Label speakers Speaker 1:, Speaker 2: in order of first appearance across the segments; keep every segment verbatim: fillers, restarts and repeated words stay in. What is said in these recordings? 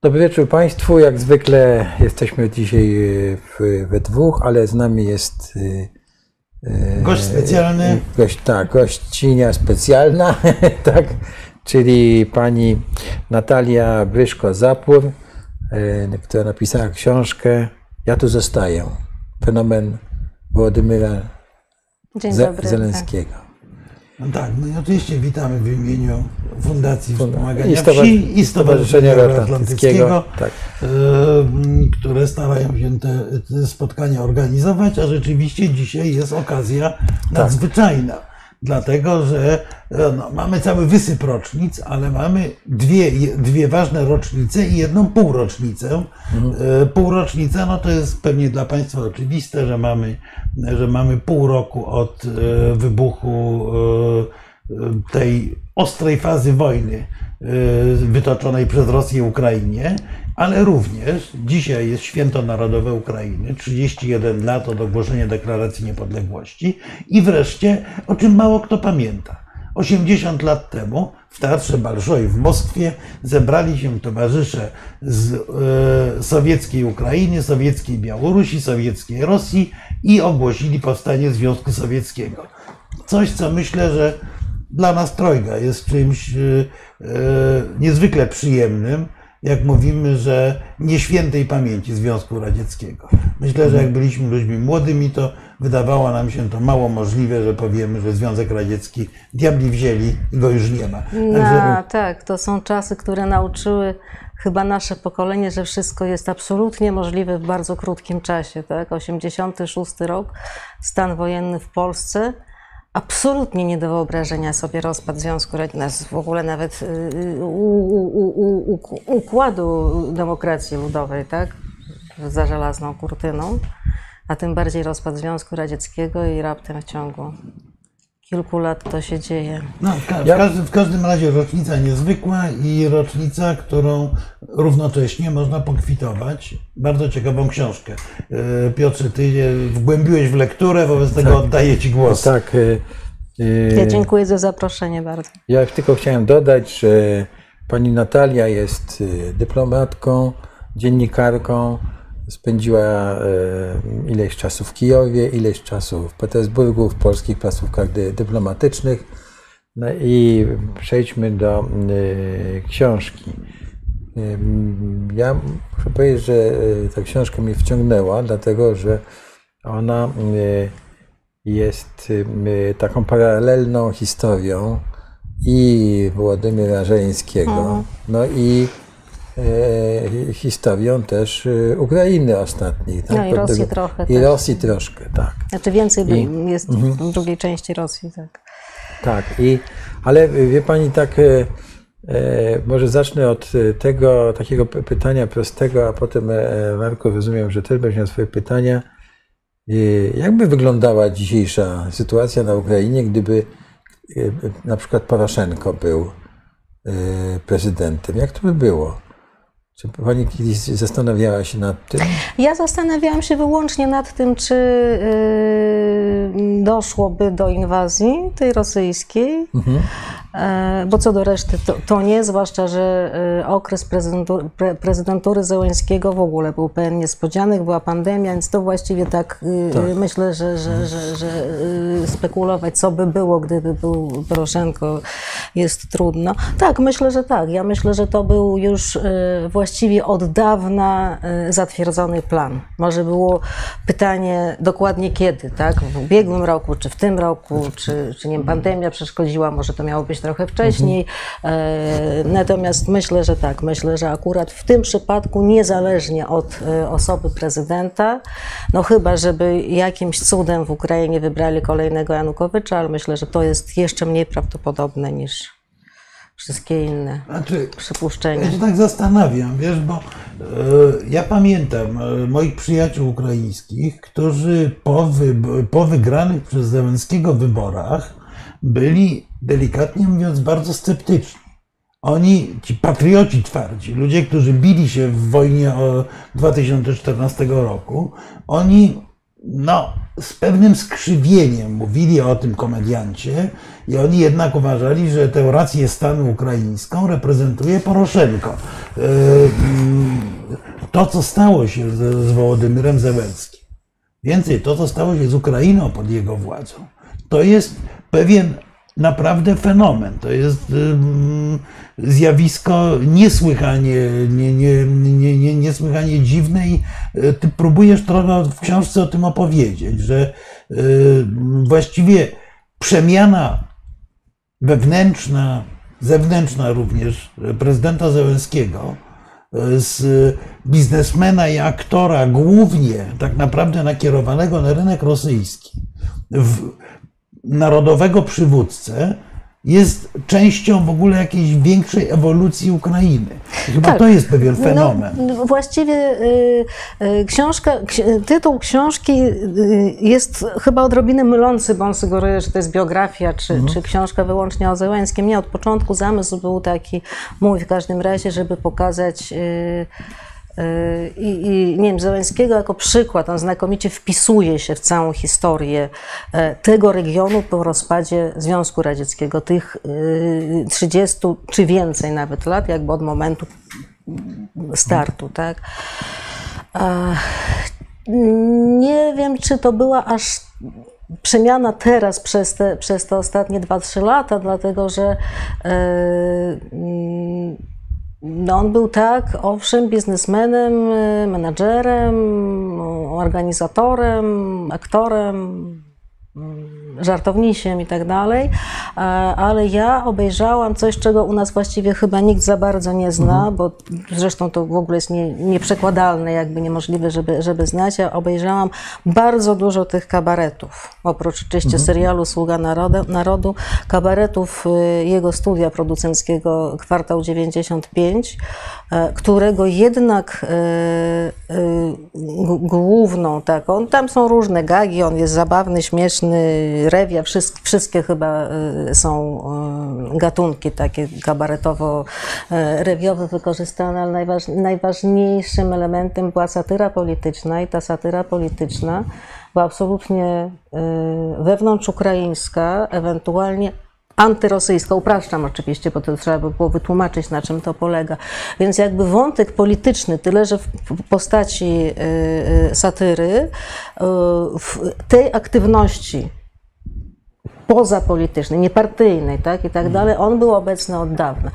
Speaker 1: Dobry wieczór Państwu. Jak zwykle jesteśmy dzisiaj w, we dwóch, ale z nami jest e,
Speaker 2: gość specjalny.
Speaker 1: Gość, tak, gościnia specjalna, tak, czyli pani Natalia Bryszko-Zapór, e, która napisała książkę Ja tu zostaję. Fenomen Wołodymyra Zełenskiego.
Speaker 2: No tak, no i oczywiście witamy w imieniu Fundacji Wspomagania
Speaker 1: I Stowarzysz...
Speaker 2: Wsi i Stowarzyszenia Euroatlantyckiego,
Speaker 1: tak.
Speaker 2: y, które starają się te, te spotkania organizować, a rzeczywiście dzisiaj jest okazja nadzwyczajna. Tak. Dlatego, że no, mamy cały wysyp rocznic, ale mamy dwie, dwie ważne rocznice i jedną półrocznicę. Mhm. Półrocznica, no to jest pewnie dla Państwa oczywiste, że mamy, że mamy pół roku od wybuchu tej ostrej fazy wojny wytoczonej przez Rosję Ukrainie, ale również dzisiaj jest Święto Narodowe Ukrainy, trzydzieści jeden lat od ogłoszenia Deklaracji Niepodległości i wreszcie, o czym mało kto pamięta, osiemdziesiąt lat temu w Teatrze Bolszoi w Moskwie zebrali się towarzysze z e, sowieckiej Ukrainy, sowieckiej Białorusi, sowieckiej Rosji i ogłosili powstanie Związku Sowieckiego. Coś, co myślę, że dla nas trojga jest czymś e, niezwykle przyjemnym, jak mówimy, że nieświętej pamięci Związku Radzieckiego. Myślę, że jak byliśmy ludźmi młodymi, to wydawało nam się to mało możliwe, że powiemy, że Związek Radziecki diabli wzięli i go już nie ma.
Speaker 3: Także... No, tak, to są czasy, które nauczyły chyba nasze pokolenie, że wszystko jest absolutnie możliwe w bardzo krótkim czasie. Tak? osiemdziesiąty szósty rok, stan wojenny w Polsce. Absolutnie nie do wyobrażenia sobie rozpad Związku Radzieckiego, w ogóle nawet u, u, u, u, układu demokracji ludowej, tak? Za żelazną kurtyną, a tym bardziej rozpad Związku Radzieckiego i raptem w ciągu kilku lat to się dzieje.
Speaker 2: No, w, ka w, każdym, w każdym razie rocznica niezwykła i rocznica, którą równocześnie można pokwitować. Bardzo ciekawą książkę. Piotrze, ty wgłębiłeś w lekturę, wobec tego tak, oddaję Ci głos.
Speaker 1: Tak. Yy,
Speaker 3: ja dziękuję za zaproszenie bardzo.
Speaker 1: Ja tylko chciałem dodać, że pani Natalia jest dyplomatką, dziennikarką. Spędziła ileś czasu w Kijowie, ileś czasu w Petersburgu, w polskich placówkach dyplomatycznych. No i przejdźmy do książki. Ja muszę powiedzieć, że ta książka mnie wciągnęła, dlatego że ona jest taką paralelną historią i Wołodymyra Zełenskiego, no i E, historią też Ukrainy ostatniej. Tak?
Speaker 3: No i Rosji trochę.
Speaker 1: I Rosji troszkę, tak.
Speaker 3: Znaczy więcej
Speaker 1: I,
Speaker 3: jest
Speaker 1: mm,
Speaker 3: w drugiej części Rosji, tak.
Speaker 1: Tak, i, ale wie pani tak, e, może zacznę od tego takiego pytania prostego, a potem e, Marko, rozumiem, że też będzie miał swoje pytania. E, jakby wyglądała dzisiejsza sytuacja na Ukrainie, gdyby e, na przykład Poroszenko był e, prezydentem? Jak to by było? Czy pani kiedyś zastanawiała się nad tym?
Speaker 3: Ja zastanawiałam się wyłącznie nad tym, czy yy, doszłoby do inwazji tej rosyjskiej, mhm. e, bo co do reszty to, to nie, zwłaszcza, że y, okres prezydentury, pre, prezydentury Zełenskiego w ogóle był pełen niespodzianek, była pandemia, więc to właściwie tak, y, tak. myślę, że, że, że, że y, spekulować, co by było, gdyby był Poroszenko, jest trudno. Tak, myślę, że tak. Ja myślę, że to był już y, właściwie od dawna zatwierdzony plan. Może było pytanie dokładnie kiedy, tak? W ubiegłym roku, czy w tym roku, czy, czy nie wiem, pandemia przeszkodziła, może to miało być trochę wcześniej. Mhm. Natomiast myślę, że tak, myślę, że akurat w tym przypadku, niezależnie od osoby prezydenta, no chyba, żeby jakimś cudem w Ukrainie wybrali kolejnego Janukowycza, ale myślę, że to jest jeszcze mniej prawdopodobne niż wszystkie inne znaczy, przypuszczenia.
Speaker 2: Ja się tak zastanawiam, wiesz, bo y, ja pamiętam y, moich przyjaciół ukraińskich, którzy po, wy, po wygranych przez Zełenskiego wyborach byli, delikatnie mówiąc, bardzo sceptyczni. Oni, ci patrioci twardzi, ludzie, którzy bili się w wojnie o dwa tysiące czternastego roku, oni, no, z pewnym skrzywieniem mówili o tym komediancie i oni jednak uważali, że tę rację stanu ukraińską reprezentuje Poroszenko. To, co stało się z, z Wołodymyrem Zełenskim, więcej, to, co stało się z Ukrainą pod jego władzą, to jest pewien naprawdę fenomen. To jest um, zjawisko niesłychanie, nie, nie, nie, nie, niesłychanie dziwne i ty próbujesz trochę w książce o tym opowiedzieć, że y, właściwie przemiana wewnętrzna, zewnętrzna również prezydenta Zełenskiego z biznesmena i aktora głównie tak naprawdę nakierowanego na rynek rosyjski w narodowego przywódcę jest częścią w ogóle jakiejś większej ewolucji Ukrainy. Chyba tak, to jest pewien fenomen.
Speaker 3: No, właściwie y, y, książka, tytuł książki y, jest chyba odrobinę mylący, bo on sugeruje, że to jest biografia, czy, mhm. czy książka wyłącznie o Zełenskim. Nie, od początku zamysł był taki, mój w każdym razie, żeby pokazać y, I, I nie wiem, Zełenskiego jako przykład, on znakomicie wpisuje się w całą historię tego regionu po rozpadzie Związku Radzieckiego, tych trzydziestu czy więcej nawet lat, jakby od momentu startu, tak. Nie wiem, czy to była aż przemiana teraz przez te, przez te ostatnie dwa trzy lata, dlatego że no on był tak, owszem, biznesmenem, menadżerem, organizatorem, aktorem, żartownisiem i tak dalej, ale ja obejrzałam coś, czego u nas właściwie chyba nikt za bardzo nie zna, mhm. bo zresztą to w ogóle jest nie, nieprzekładalne, jakby niemożliwe, żeby, żeby znać. Ja obejrzałam bardzo dużo tych kabaretów, oprócz oczywiście mhm. serialu Sługa Narodu, Narodu, kabaretów jego studia producenckiego Kwartał dziewięćdziesiąt pięć, którego jednak główną taką, tam są różne gagi, on jest zabawny, śmieszny, rewia, wszystkie, wszystkie chyba są gatunki takie kabaretowo-rewiowe wykorzystane, ale najważ, najważniejszym elementem była satyra polityczna i ta satyra polityczna była absolutnie wewnątrzukraińska, ewentualnie antyrosyjska. Upraszczam oczywiście, bo to trzeba by było wytłumaczyć, na czym to polega. Więc jakby wątek polityczny, tyle że w postaci satyry, w tej aktywności pozapolitycznej, niepartyjnej, tak, i tak dalej, on był obecny od dawna.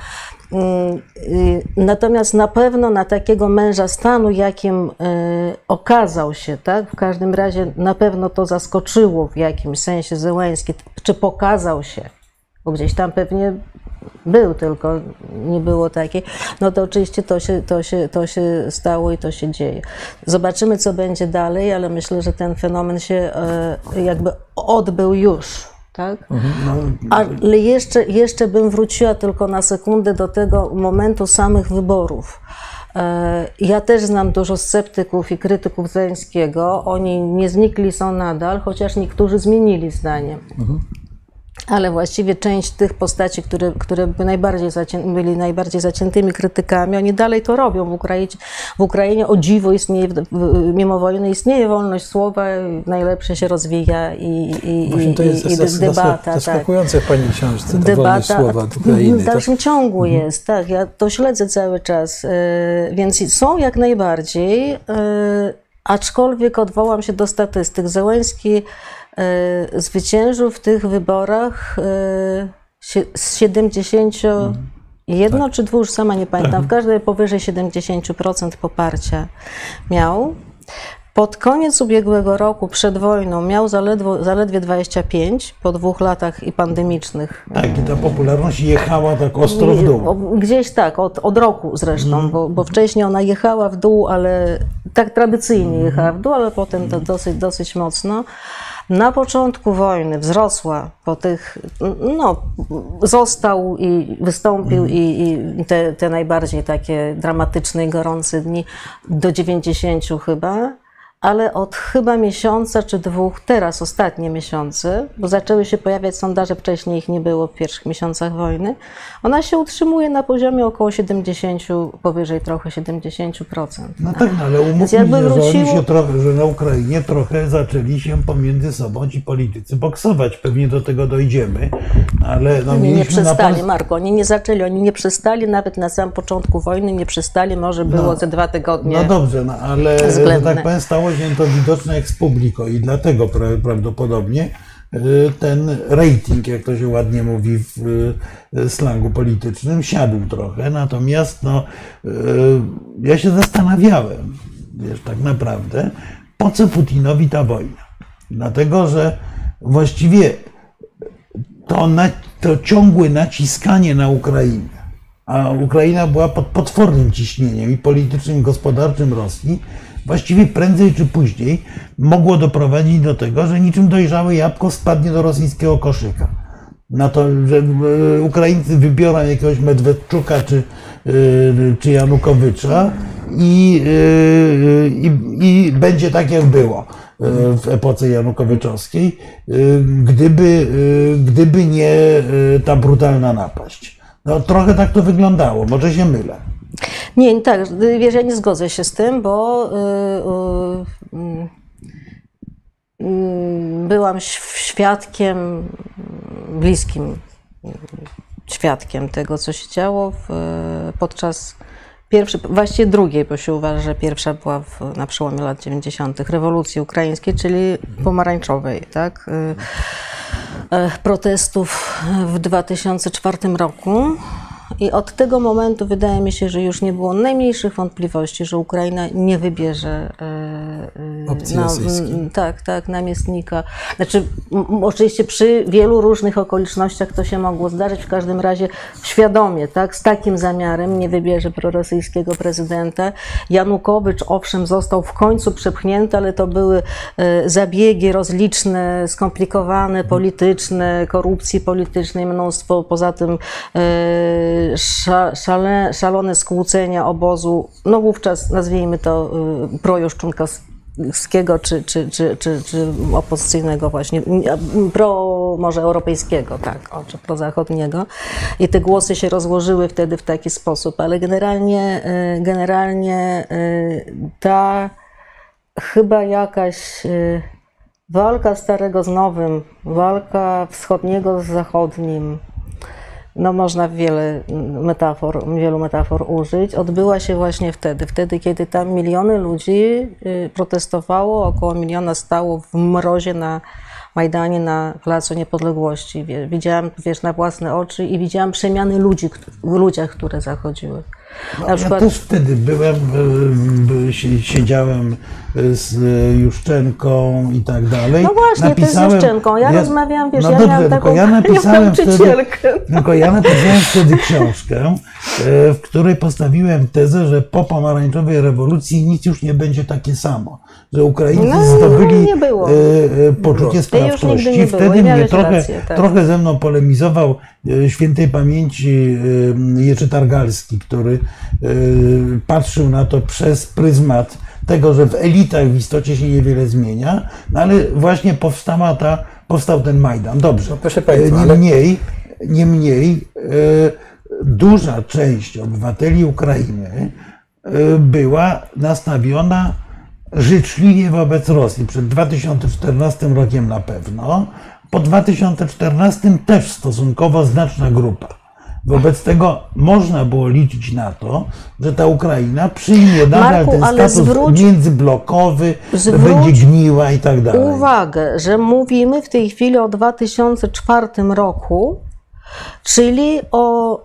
Speaker 3: Natomiast na pewno na takiego męża stanu, jakim okazał się, tak, w każdym razie na pewno to zaskoczyło w jakimś sensie Zełenski, czy pokazał się, bo gdzieś tam pewnie był, tylko nie było takiej, no to oczywiście to się, to się, to się stało i to się dzieje. Zobaczymy, co będzie dalej, ale myślę, że ten fenomen się jakby odbył już. Tak? Mhm. Ale jeszcze, jeszcze bym wróciła tylko na sekundę do tego momentu samych wyborów. Ja też znam dużo sceptyków i krytyków Zełenskiego. Oni nieznikli są nadal, chociaż niektórzy zmienili zdanie. Mhm. Ale właściwie część tych postaci, które, które by najbardziej zacię, byli najbardziej zaciętymi krytykami, oni dalej to robią. W Ukrainie, w Ukrainie o dziwo istnieje, mimo wojny istnieje wolność słowa, najlepsze się rozwija i, i,
Speaker 1: Właśnie to jest
Speaker 3: i, i
Speaker 1: zas,
Speaker 3: debata.
Speaker 1: Zaskakujące tak. w Pani książce, ta
Speaker 3: debata,
Speaker 1: wolność słowa w Ukrainie.
Speaker 3: W dalszym tak? ciągu
Speaker 1: mhm.
Speaker 3: jest, tak. Ja to śledzę cały czas, więc są jak najbardziej, aczkolwiek odwołam się do statystyk. Zełenski zwyciężył w tych wyborach z siedemdziesięciu jeden tak. czy dwóch, już sama nie pamiętam, w każdej powyżej siedemdziesiąt procent poparcia miał. Pod koniec ubiegłego roku, przed wojną, miał zaledwo, zaledwie dwadzieścia pięć po dwóch latach i pandemicznych.
Speaker 2: Tak, i ta popularność jechała tak ostro w dół.
Speaker 3: Gdzieś tak, od, od roku zresztą, mm. bo, bo wcześniej ona jechała w dół, ale tak tradycyjnie jechała w dół, ale potem to dosyć, dosyć mocno. Na początku wojny wzrosła po tych, no, został i wystąpił mm. i, i te, te najbardziej takie dramatyczne i gorące dni do dziewięćdziesięciu chyba. ale od chyba miesiąca czy dwóch, teraz ostatnie miesiące, bo zaczęły się pojawiać sondaże, wcześniej ich nie było w pierwszych miesiącach wojny, ona się utrzymuje na poziomie około siedemdziesiąt, powyżej trochę siedemdziesiąt procent.
Speaker 2: No tak, no, ale umówmy się,
Speaker 3: jakby
Speaker 2: że oni
Speaker 3: wróciło-
Speaker 2: się trochę, że na Ukrainie trochę zaczęli się pomiędzy sobą ci politycy boksować. Pewnie do tego dojdziemy, ale no,
Speaker 3: Oni nie
Speaker 2: mieliśmy na
Speaker 3: przestali,
Speaker 2: Pols-
Speaker 3: Marko, oni nie zaczęli, oni nie przestali, nawet na samym początku wojny nie przestali, może było
Speaker 2: No,
Speaker 3: ze dwa tygodnie.
Speaker 2: No dobrze, no, ale że
Speaker 3: względne.
Speaker 2: tak powiem, stało się to widoczne ex publico i dlatego pra- prawdopodobnie y, ten rating, jak to się ładnie mówi w y, slangu politycznym, siadł trochę. Natomiast no, y, ja się zastanawiałem, wiesz, tak naprawdę, po co Putinowi ta wojna? Dlatego, że właściwie to, na, to ciągłe naciskanie na Ukrainę, a Ukraina była pod potwornym ciśnieniem i politycznym, i gospodarczym Rosji, właściwie prędzej czy później mogło doprowadzić do tego, że niczym dojrzałe jabłko spadnie do rosyjskiego koszyka. Na to, że e, Ukraińcy wybiorą jakiegoś Medwedczuka czy, e, czy Janukowycza i, e, i, i będzie tak, jak było e, w epoce janukowyczowskiej, e, gdyby, e, gdyby nie e, ta brutalna napaść. No, trochę tak to wyglądało, może się mylę.
Speaker 3: Nie, tak, wiesz, ja nie zgodzę się z tym, bo y, y, y, y, byłam ś- świadkiem, bliskim świadkiem tego, co się działo w, podczas pierwszej, właściwie drugiej, bo się uważa, że pierwsza była w, na przełomie lat dziewięćdziesiątych, rewolucji ukraińskiej, czyli pomarańczowej, tak? Y, y, protestów w dwa tysiące czwartym roku. I od tego momentu wydaje mi się, że już nie było najmniejszych wątpliwości, że Ukraina nie wybierze e, e,
Speaker 1: Opcji
Speaker 3: na,
Speaker 1: rosyjskiej.
Speaker 3: m, tak, tak, namiestnika. Znaczy, m, oczywiście przy wielu różnych okolicznościach to się mogło zdarzyć, w każdym razie świadomie, tak, z takim zamiarem nie wybierze prorosyjskiego prezydenta. Janukowycz, owszem, został w końcu przepchnięty, ale to były e, zabiegi rozliczne, skomplikowane, polityczne, korupcji politycznej mnóstwo, poza tym e, Szale, szalone skłócenia obozu, no wówczas nazwijmy to y, projuszczunkowskiego czy, czy, czy, czy, czy opozycyjnego właśnie, pro może europejskiego, tak, o, czy prozachodniego. I te głosy się rozłożyły wtedy w taki sposób, ale generalnie, y, generalnie y, ta chyba jakaś y, walka starego z nowym, walka wschodniego z zachodnim, no można wiele metafor, wielu metafor użyć, odbyła się właśnie wtedy, wtedy, kiedy tam miliony ludzi protestowało, około miliona stało w mrozie na Majdanie, na Placu Niepodległości. Widziałam, wiesz, na własne oczy i widziałam przemiany ludzi, w ludziach, które zachodziły.
Speaker 2: No,
Speaker 3: Na
Speaker 2: ja
Speaker 3: przykład,
Speaker 2: też wtedy byłem, y, y, si- siedziałem z Juszczenką i tak dalej.
Speaker 3: no właśnie, ty z Juszczenką. Ja, rozmawiam, wiesz,
Speaker 2: no
Speaker 3: ja
Speaker 2: dobrze,
Speaker 3: miałam
Speaker 2: tylko
Speaker 3: taką
Speaker 2: ja napisałem wtedy,
Speaker 3: nauczycielkę.
Speaker 2: tylko ja napisałem wtedy książkę, y, w której postawiłem tezę, że po pomarańczowej rewolucji nic już nie będzie takie samo. Że Ukraińcy
Speaker 3: No,
Speaker 2: zdobyli
Speaker 3: nie było.
Speaker 2: y, y, poczucie
Speaker 3: To już nigdy
Speaker 2: sprawczości.
Speaker 3: nie było
Speaker 2: Wtedy
Speaker 3: i
Speaker 2: mnie
Speaker 3: miałeś
Speaker 2: trochę,
Speaker 3: rację, tak.
Speaker 2: trochę ze mną polemizował y, świętej pamięci y, Jerzy Targalski, który y, patrzył na to przez pryzmat tego, że w elitach w istocie się niewiele zmienia, no ale właśnie powstała ta, powstał ten Majdan. Dobrze.
Speaker 1: No proszę państwa, ale-
Speaker 2: Niemniej, niemniej y, duża część obywateli Ukrainy y, była nastawiona życzliwie wobec Rosji. Przed dwa tysiące czternastym rokiem na pewno, po dwa tysiące czternastym też stosunkowo znaczna grupa. Wobec tego można było liczyć na to, że ta Ukraina przyjmie nadal
Speaker 3: Marku,
Speaker 2: ten
Speaker 3: ale
Speaker 2: status
Speaker 3: zwróć-
Speaker 2: międzyblokowy,
Speaker 3: zwróć
Speaker 2: będzie gniła i tak dalej.
Speaker 3: Uwagę, że mówimy w tej chwili o dwa tysiące czwartym roku, czyli o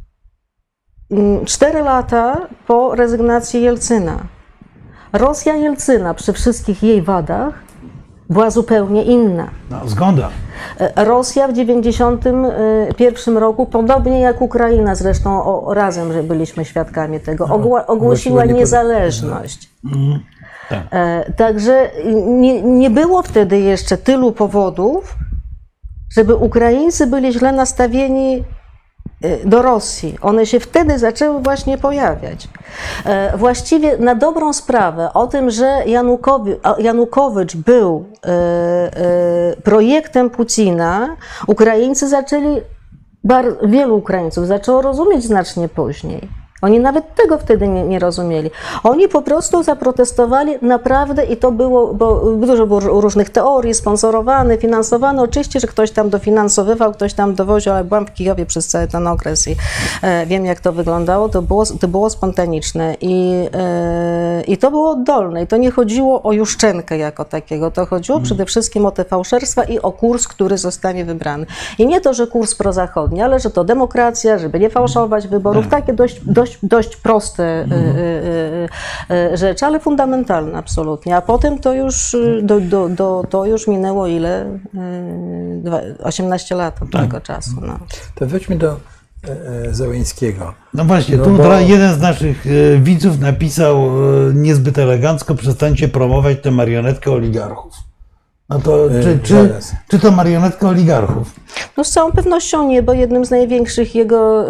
Speaker 3: mm, cztery lata po rezygnacji Jelcyna. Rosja Jelcyna przy wszystkich jej wadach była zupełnie inna.
Speaker 2: No, zgoda.
Speaker 3: Rosja w dziewięćdziesiątym pierwszym roku, podobnie jak Ukraina zresztą o, razem, że byliśmy świadkami tego, ogła, ogłosiła
Speaker 1: niepod-
Speaker 3: niezależność.
Speaker 2: Tak.
Speaker 3: E, Także nie, nie było wtedy jeszcze tylu powodów, żeby Ukraińcy byli źle nastawieni do Rosji. One się wtedy zaczęły właśnie pojawiać. Właściwie na dobrą sprawę o tym, że Janukowi, Janukowycz był projektem Putina, Ukraińcy zaczęli, wielu Ukraińców zaczęło rozumieć znacznie później. Oni nawet tego wtedy nie, nie rozumieli. Oni po prostu zaprotestowali naprawdę i to było, bo dużo było różnych teorii, sponsorowane, finansowane. Oczywiście, że ktoś tam dofinansowywał, ktoś tam dowoził, ale byłam w Kijowie przez cały ten okres i e, wiem, jak to wyglądało. To było, to było spontaniczne i, e, i to było oddolne. I to nie chodziło o Juszczenkę jako takiego. To chodziło hmm. przede wszystkim o te fałszerstwa i o kurs, który zostanie wybrany. I nie to, że kurs prozachodni, ale że to demokracja, żeby nie fałszować wyborów. Hmm. Takie dość, dość Dość, dość proste mhm. y, y, y, rzeczy, ale fundamentalne absolutnie. A potem to już, do, do, do, to już minęło ile? Y, osiemnaście lat od tak. tego czasu. No.
Speaker 1: To wróćmy do e, Zełenskiego.
Speaker 2: No właśnie, no tu bo... jeden z naszych e, widzów napisał e, niezbyt elegancko: przestańcie promować tę marionetkę oligarchów. No to czy, czy, czy to marionetka oligarchów?
Speaker 3: No z całą pewnością nie, bo jednym z największych jego y,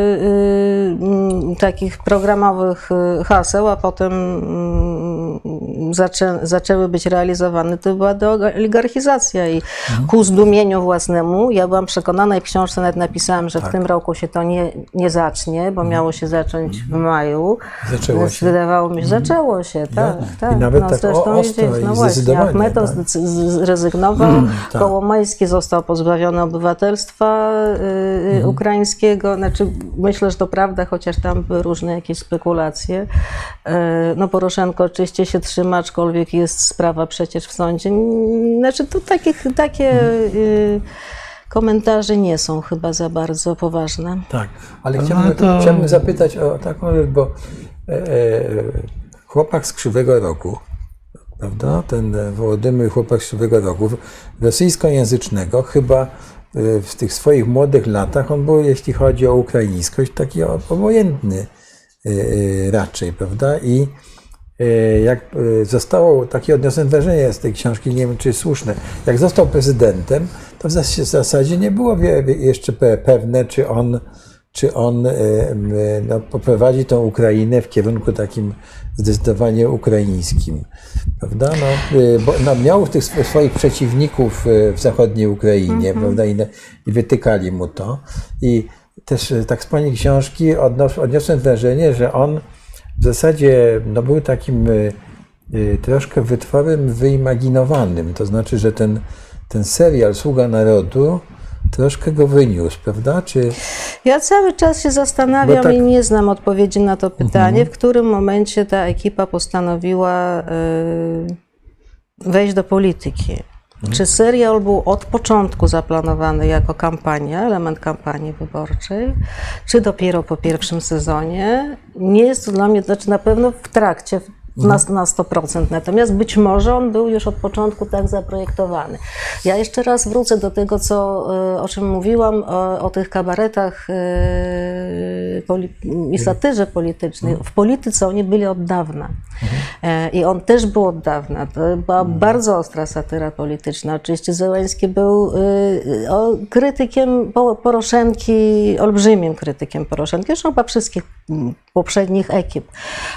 Speaker 3: y, takich programowych haseł, a potem y, zaczę, zaczęły być realizowane, to była deoligarchizacja i mhm. ku zdumieniu własnemu. Ja byłam przekonana i w książce nawet napisałam, że tak. w tym roku się to nie, nie zacznie, bo miało się zacząć w maju.
Speaker 1: Zaczęło się.
Speaker 3: Wydawało mi się, zaczęło się, tak.
Speaker 1: Ja.
Speaker 3: tak.
Speaker 1: I nawet
Speaker 3: no,
Speaker 1: tak
Speaker 3: zresztą
Speaker 1: ostro
Speaker 3: no
Speaker 1: i
Speaker 3: właśnie, Achmetow
Speaker 1: tak.
Speaker 3: zrezygnował, mm, tak. Kołomoyski został pozbawiony obywatelstwa y, mm. ukraińskiego. Znaczy, myślę, że to prawda, chociaż tam były różne jakieś spekulacje. Y, no Poroszenko oczywiście się trzyma, aczkolwiek jest sprawa przecież w sądzie. Znaczy, to takie, takie y, komentarze nie są chyba za bardzo poważne.
Speaker 1: Tak, ale chciałbym, no to... chciałbym zapytać o taką rzecz, bo e, e, chłopak z Krzywego Rogu, prawda? Ten Wołodymyr, chłopak z Krzywego Rogu, rosyjskojęzycznego, chyba w tych swoich młodych latach on był, jeśli chodzi o ukraińskość, taki obojętny raczej, prawda? I jak zostało, takie odniosłem wrażenie z tej książki, nie wiem, czy jest słuszne, jak został prezydentem, to w zasadzie nie było jeszcze pewne, czy on, czy on no, poprowadzi tą Ukrainę w kierunku takim zdecydowanie ukraińskim, prawda? No, bo no, miał tych swoich przeciwników w zachodniej Ukrainie, mm-hmm. prawda? I, I wytykali mu to. I też tak z pani książki odnos, odniosłem wrażenie, że on w zasadzie no, był takim y, y, troszkę wytworem wyimaginowanym. To znaczy, że ten, ten serial Sługa Narodu troszkę go wyniósł, prawda? Czy...
Speaker 3: Ja cały czas się zastanawiam tak... i nie znam odpowiedzi na to pytanie, mhm. w którym momencie ta ekipa postanowiła y, wejść do polityki. Mhm. Czy serial był od początku zaplanowany jako kampania, element kampanii wyborczej, czy dopiero po pierwszym sezonie? Nie jest to dla mnie, znaczy na pewno w trakcie, Na, na sto procent, natomiast być może on był już od początku tak zaprojektowany. Ja jeszcze raz wrócę do tego, co, o czym mówiłam, o, o tych kabaretach poli, i satyrze politycznej. W polityce oni byli od dawna. Mhm. I on też był od dawna. To była mhm. bardzo ostra satyra polityczna. Oczywiście Zełenski był o, krytykiem Poroszenki, olbrzymim krytykiem Poroszenki, zresztą chyba wszystkich poprzednich ekip.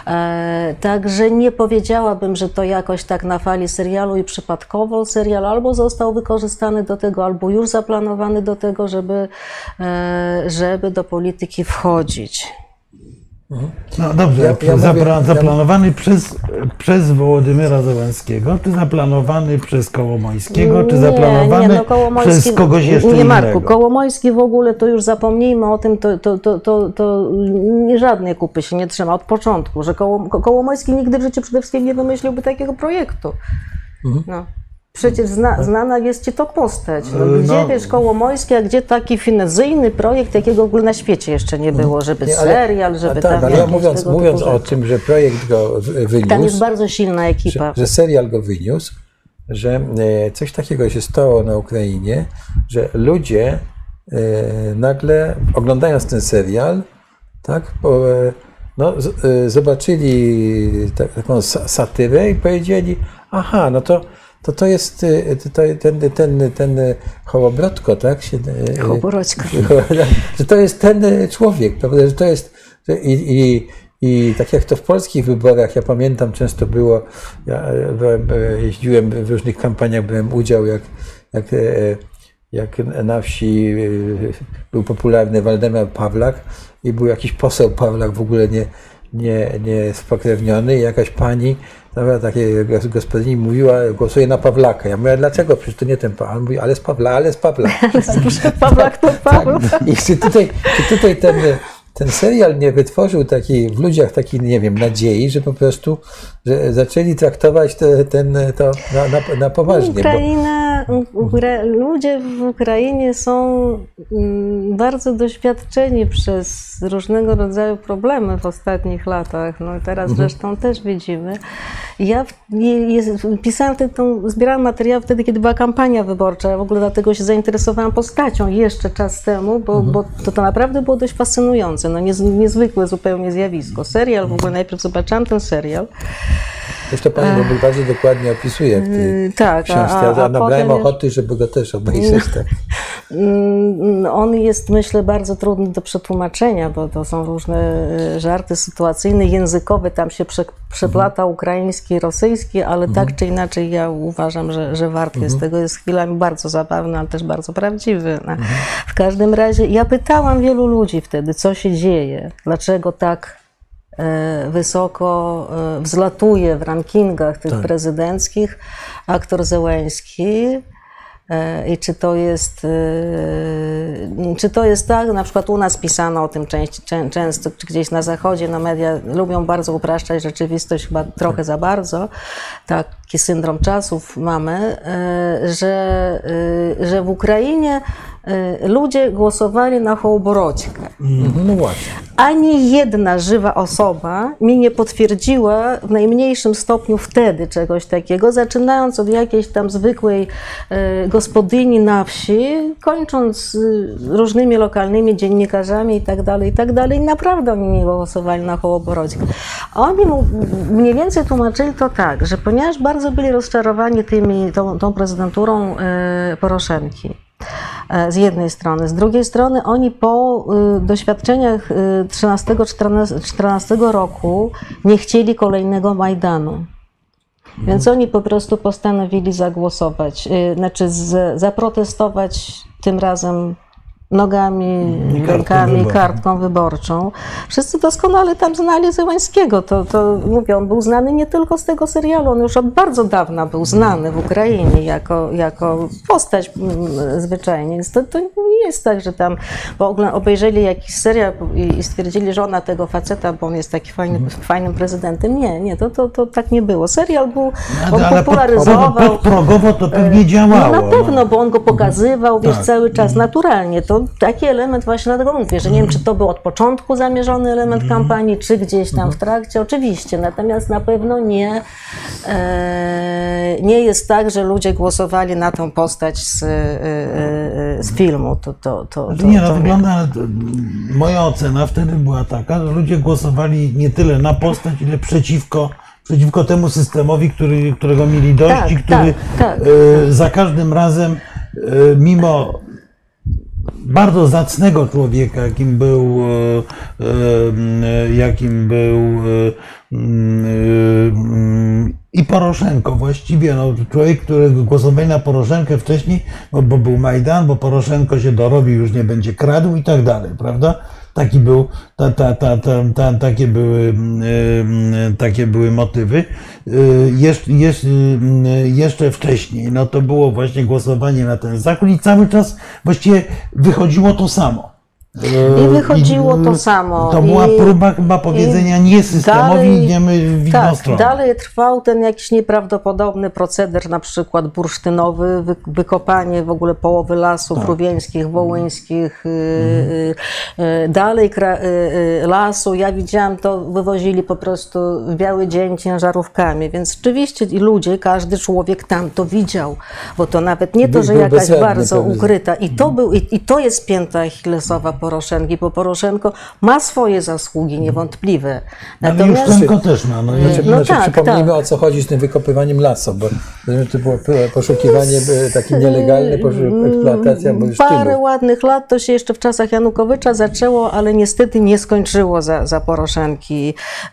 Speaker 3: Także nie powiedziałabym, że to jakoś tak na fali serialu i przypadkowo serial albo został wykorzystany do tego, albo już zaplanowany do tego, żeby, żeby do polityki wchodzić.
Speaker 2: No dobrze, ja, ja Zapra mówię, zaplanowany ja... przez, przez Wołodymyra Zełenskiego, czy zaplanowany przez Kołomoyskiego, czy zaplanowany nie, no, przez kogoś jeszcze
Speaker 3: nie,
Speaker 2: Marku,
Speaker 3: innego? Kołomoyski w ogóle to już zapomnijmy o tym, to, to, to, to, to żadnej kupy się nie trzyma od początku, że Koło, Kołomoyski nigdy w życiu przede wszystkim nie wymyśliłby takiego projektu. Mhm. No. Przecież zna, znana jest ci to postać. No, gdzie no, wiesz Kołomoyski, a gdzie taki finezyjny projekt, jakiego w ogóle na świecie jeszcze nie było, żeby nie, ale, serial, żeby
Speaker 1: tak,
Speaker 3: tam...
Speaker 1: Ale ja mówiąc, mówiąc o tym, że projekt go wyniósł...
Speaker 3: Tam jest bardzo silna ekipa.
Speaker 1: Że, że serial go wyniósł, że coś takiego się stało na Ukrainie, że ludzie e, nagle, oglądając ten serial, tak, po, no, z, e, zobaczyli taką satyrę i powiedzieli, aha, no to to to jest to, ten, ten, ten Hołobrodko, tak? Się,
Speaker 3: Hołobrodźko.
Speaker 1: Że to jest ten człowiek, prawda? Że to jest i, i, i tak jak to w polskich wyborach, ja pamiętam, często było, ja byłem, jeździłem w różnych kampaniach, brałem udział, jak, jak, jak na wsi był popularny Waldemar Pawlak i był jakiś poseł Pawlak w ogóle nie, nie, nie spokrewniony i jakaś pani, nawet takiej gospodyni mówiła, głosuje na Pawlaka. Ja mówię, dlaczego? Przecież to nie ten Pawlak. On mówi, ale z Pawla, ale z Pawla.
Speaker 3: Pawlak to Paweł.
Speaker 1: Tak. I czy tutaj, czy tutaj ten, ten serial nie wytworzył takiej, w ludziach takiej, nie wiem, nadziei, że po prostu że zaczęli traktować te, ten, to na, na, na poważnie.
Speaker 3: Ukraina, Ukra ludzie w Ukrainie są bardzo doświadczeni przez różnego rodzaju problemy w ostatnich latach. No teraz mhm. zresztą też widzimy. Ja pisałam wtedy, tą, zbierałam materiał wtedy, kiedy była kampania wyborcza. Ja w ogóle dlatego się zainteresowałam postacią jeszcze czas temu, bo, mhm. bo to, to naprawdę było dość fascynujące. No niez, niezwykłe zupełnie zjawisko. Serial, w ogóle najpierw zobaczyłam ten serial.
Speaker 1: Zresztą pani go bardzo dokładnie opisuje w tej
Speaker 3: yy, tak,
Speaker 1: książce.
Speaker 3: A, a,
Speaker 1: ja nabrałem
Speaker 3: potem...
Speaker 1: ochoty, żeby go też obejrzeć. Tak.
Speaker 3: On jest, myślę, bardzo trudny do przetłumaczenia, bo to są różne żarty sytuacyjne, językowe, tam się prze, przeplata mhm. ukraiński, rosyjski, ale mhm. tak czy inaczej ja uważam, że, że wart jest mhm. tego. Jest chwilami bardzo zabawny, ale też bardzo prawdziwy. Mhm. W każdym razie ja pytałam wielu ludzi wtedy, co się dzieje, dlaczego tak wysoko wzlatuje w rankingach tych tak. prezydenckich aktor Zełenski i czy to jest, czy to jest tak, na przykład u nas pisano o tym część, często, czy gdzieś na zachodzie, no media lubią bardzo upraszczać rzeczywistość, chyba trochę za bardzo, taki syndrom czasów mamy, że, że w Ukrainie ludzie głosowali na Hołobrodźkę.
Speaker 1: No właśnie.
Speaker 3: Ani jedna żywa osoba mi nie potwierdziła w najmniejszym stopniu wtedy czegoś takiego, zaczynając od jakiejś tam zwykłej e, gospodyni na wsi, kończąc e, różnymi lokalnymi dziennikarzami i tak dalej, i tak dalej. Naprawdę oni nie głosowali na Hołobrodźkę. Oni mu mniej więcej tłumaczyli to tak, że ponieważ bardzo byli rozczarowani tymi, tą, tą prezydenturą e, Poroszenki, z jednej strony. Z drugiej strony oni po y, doświadczeniach y, trzynastego czternastego roku nie chcieli kolejnego Majdanu. Mhm. Więc oni po prostu postanowili zagłosować, y, znaczy z, zaprotestować tym razem nogami, rękami, kartką wyborczą. Wszyscy doskonale tam znali Zełenskiego. To, to mówię, on był znany nie tylko z tego serialu, on już od bardzo dawna był znany w Ukrainie jako, jako postać zwyczajnie. Więc to, to nie jest tak, że tam w ogóle obejrzeli jakiś serial i, i stwierdzili, że ona tego faceta, bo on jest taki fajny, mm. fajnym prezydentem. Nie, nie, to, to, to tak nie było. Serial był, on
Speaker 2: ale
Speaker 3: popularyzował.
Speaker 2: Pod, podprogowo to pewnie działało.
Speaker 3: No na pewno, bo on go pokazywał, wiesz,
Speaker 2: tak.
Speaker 3: cały czas naturalnie. To taki element właśnie dlatego mówię, że nie wiem, czy to był od początku zamierzony element kampanii, czy gdzieś tam w trakcie, oczywiście, natomiast na pewno nie, e, nie jest tak, że ludzie głosowali na tą postać z, e, z filmu. To, to, to, to,
Speaker 2: nie, no
Speaker 3: to
Speaker 2: wygląda, to, moja ocena wtedy była taka, że ludzie głosowali nie tyle na postać, ile przeciwko przeciwko temu systemowi, który, którego mieli dość
Speaker 3: tak,
Speaker 2: i który
Speaker 3: tak, tak.
Speaker 2: E, za każdym razem, e, mimo bardzo zacnego człowieka, jakim był, jakim był i Poroszenko właściwie, no, człowiek, który głosował na Poroszenkę wcześniej, bo, bo był Majdan, bo Poroszenko się dorobił, już nie będzie kradł i tak dalej, prawda? Taki był, ta, ta, ta, ta, ta, takie, były, takie były motywy. Jesz, jesz, jeszcze wcześniej, no to było właśnie głosowanie na ten Zachód i cały czas właściwie wychodziło to samo.
Speaker 3: I wychodziło to samo.
Speaker 2: To była
Speaker 3: I,
Speaker 2: próba chyba powiedzenia nie systemowi, idziemy w inną
Speaker 3: tak,
Speaker 2: stronę.
Speaker 3: Dalej trwał ten jakiś nieprawdopodobny proceder, na przykład bursztynowy, wy, wykopanie w ogóle połowy lasów tak. rówieńskich, wołyńskich, mhm. y, y, dalej kra, y, y, lasu. Ja widziałam to, wywozili po prostu w biały dzień ciężarówkami, więc rzeczywiście i ludzie, każdy człowiek tam to widział, bo to nawet nie to, że jakaś bardzo ukryta. I to, był, i, i to jest pięta achillesowa Poroszenki, bo Poroszenko ma swoje zasługi niewątpliwe.
Speaker 2: Natomiast... Ale Juszczenko też ma. No,
Speaker 1: znaczy,
Speaker 3: no
Speaker 1: znaczy,
Speaker 3: tak,
Speaker 1: przypomnijmy,
Speaker 3: tak.
Speaker 1: o co chodzi z tym wykopywaniem lasów, bo to było poszukiwanie takie nielegalne, eksploatacja bursztynu.
Speaker 3: Parę ładnych lat to się jeszcze w czasach Janukowycza zaczęło, ale niestety nie skończyło za, za Poroszenki.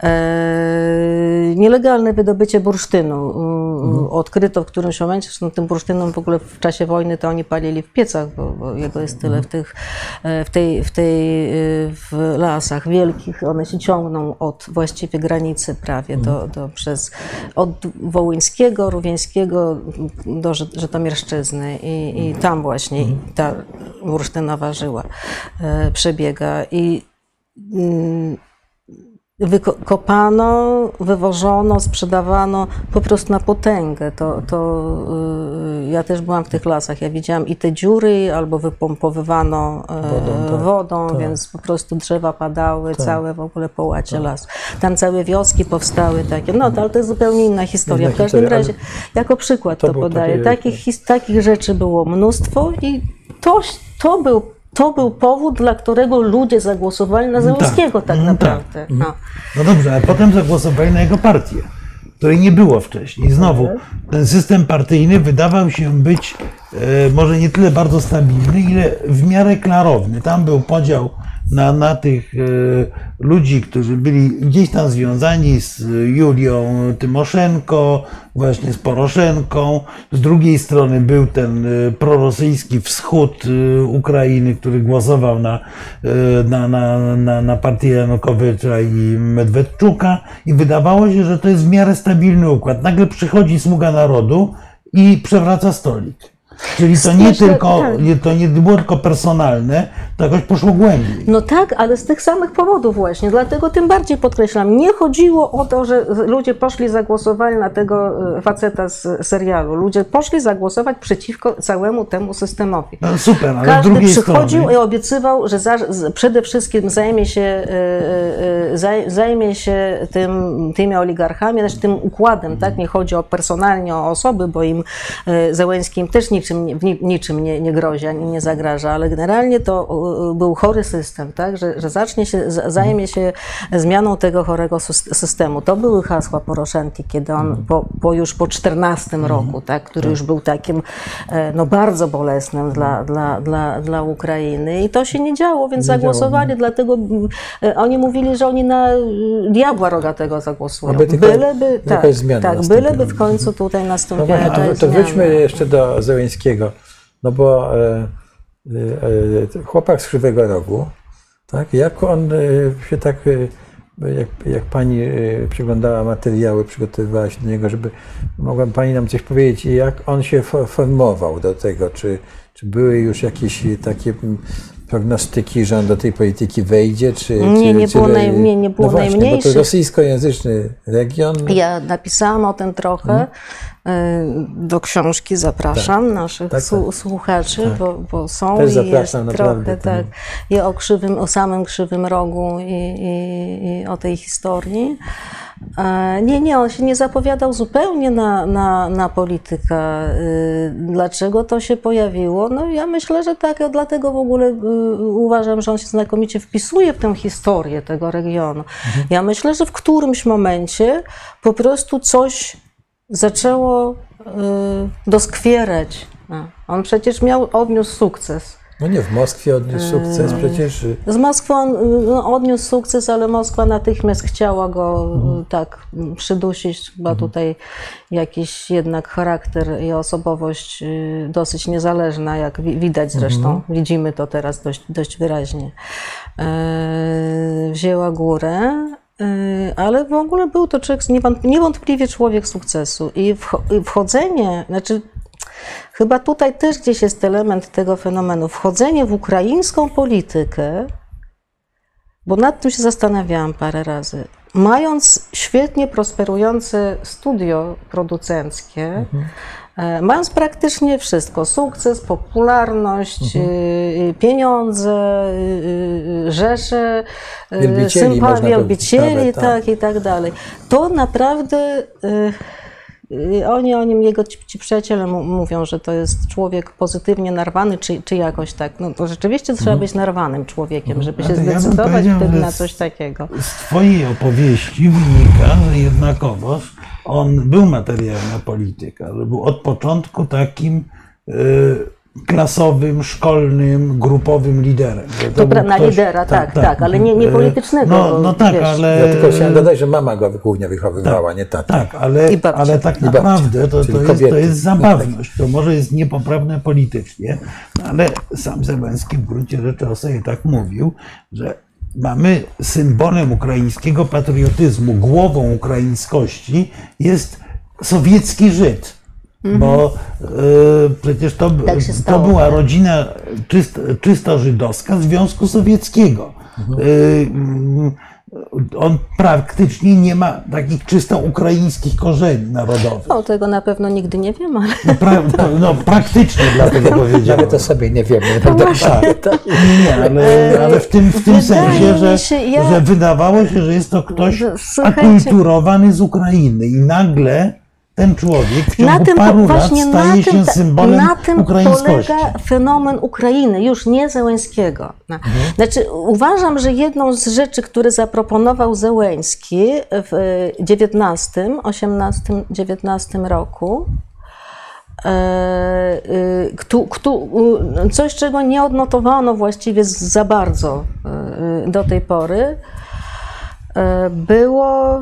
Speaker 3: E, nielegalne wydobycie bursztynu. Mhm. Odkryto w którymś momencie, że tym bursztynem w ogóle w czasie wojny to oni palili w piecach, bo, bo jego jest tyle w, tych, w, tej, w, tej, w lasach wielkich. One się ciągną od właściwie granicy prawie do, do przez od Wołyńskiego, Rówieńskiego do Żytomierszczyzny i, i tam właśnie ta bursztynowa żyła przebiega i wykopano, wywożono, sprzedawano po prostu na potęgę. To, to yy, ja też byłam w tych lasach. Ja widziałam i te dziury, albo wypompowywano yy, wodą, tak, wodą tak. Więc po prostu drzewa padały, tak. Całe w ogóle połacie tak. Lasu. Tam całe wioski powstały takie. No to, ale to jest zupełnie inna historia. W każdym razie, jako przykład to, to podaję. Takich, his, takich rzeczy było mnóstwo i to, to był To był powód, dla którego ludzie zagłosowali na Załuskiego tak, tak naprawdę. Tak. No.
Speaker 2: no dobrze, a potem zagłosowali na jego partię, której nie było wcześniej. I znowu ten system partyjny wydawał się być e, może nie tyle bardzo stabilny, ile w miarę klarowny. Tam był podział na, na tych e, ludzi, którzy byli gdzieś tam związani z Julią Tymoszenko, właśnie z Poroszenką. Z drugiej strony był ten e, prorosyjski wschód e, Ukrainy, który głosował na, e, na, na, na, na partię Janukowycza i Medwedczuka i wydawało się, że to jest w miarę stabilny układ. Nagle przychodzi sługa narodu i przewraca stolik. Czyli to nie tylko, to nie było tylko personalne, to jakoś poszło głębiej.
Speaker 3: No tak, ale z tych samych powodów właśnie, dlatego tym bardziej podkreślam, nie chodziło o to, że ludzie poszli zagłosowali na tego faceta z serialu. Ludzie poszli zagłosować przeciwko całemu temu systemowi.
Speaker 2: No super, ale
Speaker 3: każdy
Speaker 2: z drugiej
Speaker 3: przychodził
Speaker 2: strony...
Speaker 3: i obiecywał, że za, przede wszystkim zajmie się, zajmie się tym, tymi oligarchami, znaczy tym układem, tak? Nie chodzi o personalnie o osoby, bo im Zełenski też nie Niczym, niczym nie, nie grozi ani nie zagraża, ale generalnie to był chory system, tak? że, że zacznie się, zajmie się zmianą tego chorego systemu. To były hasła Poroszenki, kiedy on po, po już po czternastym roku, tak? Który już był takim no, bardzo bolesnym dla, dla, dla, dla Ukrainy i to się nie działo, więc nie zagłosowali, działo, dlatego oni mówili, że oni na diabła rogatego zagłosują. Byleby, tak, tak, byleby w końcu tutaj nastąpiła
Speaker 1: no,
Speaker 3: jakaś
Speaker 1: to
Speaker 3: zmiana.
Speaker 1: Wróćmy jeszcze do Zełenskiego. No bo e, e, chłopak z Krzywego Rogu, tak, jak on e, się tak, e, jak, jak pani e, przyglądała materiały, przygotowywała się do niego, żeby mogła pani nam coś powiedzieć, jak on się formował do tego, czy, czy były już jakieś takie prognostyki, że on do tej polityki wejdzie, czy...
Speaker 3: Nie,
Speaker 1: czy,
Speaker 3: nie
Speaker 1: czy,
Speaker 3: było, naj, nie, nie było
Speaker 1: no właśnie,
Speaker 3: najmniejszych.
Speaker 1: bo to rosyjskojęzyczny region.
Speaker 3: Ja napisałam o tym trochę. Hmm. Do książki zapraszam tak, naszych tak, tak. słuchaczy, tak. Bo, bo są
Speaker 1: też
Speaker 3: i jest
Speaker 1: naprawdę,
Speaker 3: trochę tak, i o krzywym, o samym Krzywym Rogu i, i, i o tej historii. Nie, nie, on się nie zapowiadał zupełnie na, na, na politykę. Dlaczego to się pojawiło? No ja myślę, że tak, ja dlatego w ogóle uważam, że on się znakomicie wpisuje w tę historię tego regionu. Mhm. Ja myślę, że w którymś momencie po prostu coś zaczęło y, doskwierać. No. On przecież miał, odniósł sukces.
Speaker 1: No nie, w Moskwie odniósł sukces przecież.
Speaker 3: Z Moskwy on no, odniósł sukces, ale Moskwa natychmiast chciała go mhm. tak przydusić. Chyba mhm. tutaj jakiś jednak charakter i osobowość y, dosyć niezależna, jak wi widać zresztą. Mhm. Widzimy to teraz dość, dość wyraźnie. Y, wzięła górę. Ale w ogóle był to człowiek, niewątpliwie człowiek sukcesu i wchodzenie, znaczy chyba tutaj też gdzieś jest element tego fenomenu, wchodzenie w ukraińską politykę, bo nad tym się zastanawiałam parę razy, mając świetnie prosperujące studio producenckie, mhm. mając praktycznie wszystko, sukces, popularność, mhm. pieniądze, rzesze,
Speaker 1: wielbicieli,
Speaker 3: sympa, wielbicieli
Speaker 1: sprawę, tak.
Speaker 3: tak, i tak dalej. To naprawdę oni o nim, jego ci, ci przyjaciele mu, mówią, że to jest człowiek pozytywnie narwany, czy, czy jakoś tak. No to rzeczywiście trzeba być narwanym człowiekiem, żeby się
Speaker 2: Ale ja bym
Speaker 3: zdecydować
Speaker 2: powiedział,
Speaker 3: wtedy
Speaker 2: że
Speaker 3: na coś takiego.
Speaker 2: Z twojej opowieści wynika, że jednakowoż on był materialna polityka, że był od początku takim y, klasowym, szkolnym, grupowym liderem.
Speaker 3: To pra, na ktoś, lidera, tak, tak, tak, ale nie, nie politycznego.
Speaker 2: No, no tak,
Speaker 3: wiesz.
Speaker 2: ale...
Speaker 1: Ja tylko chciałem dodać, że mama go głównie wychowywała,
Speaker 2: tak,
Speaker 1: nie tata.
Speaker 2: Tak, ale, ale tak naprawdę to, to, jest, to jest zabawność. To może jest niepoprawne politycznie, ale sam Zełenski w gruncie rzeczy o sobie tak mówił, że mamy symbolem ukraińskiego patriotyzmu, głową ukraińskości jest sowiecki Żyd. Bo y, przecież to,
Speaker 3: tak
Speaker 2: to była rodzina czysto, czysto żydowska Związku Sowieckiego. Mhm. Y, on praktycznie nie ma takich czysto ukraińskich korzeni narodowych.
Speaker 3: No, tego na pewno nigdy nie wiem, ale...
Speaker 2: No, pra, no praktycznie dlatego powiedziałem.
Speaker 1: Ale to sobie nie wiemy.
Speaker 3: No
Speaker 1: tak,
Speaker 3: właśnie, tak.
Speaker 2: Nie, nie, ale, ale w tym, w tym sensie, że,
Speaker 3: się, ja...
Speaker 2: że wydawało się, że jest to ktoś
Speaker 3: Słuchajcie,
Speaker 2: akulturowany z Ukrainy i nagle ten człowiek w ciągu
Speaker 3: na tym,
Speaker 2: paru
Speaker 3: właśnie
Speaker 2: lat staje
Speaker 3: na
Speaker 2: się
Speaker 3: tym,
Speaker 2: symbolem
Speaker 3: na tym
Speaker 2: ukraińskości.
Speaker 3: polega fenomen Ukrainy, już nie Zełenskiego. No. Mhm. Znaczy, uważam, że jedną z rzeczy, które zaproponował Zełenski w dziewiętnastym, osiemnastym, dziewiętnastym roku, coś, czego nie odnotowano właściwie za bardzo do tej pory, było...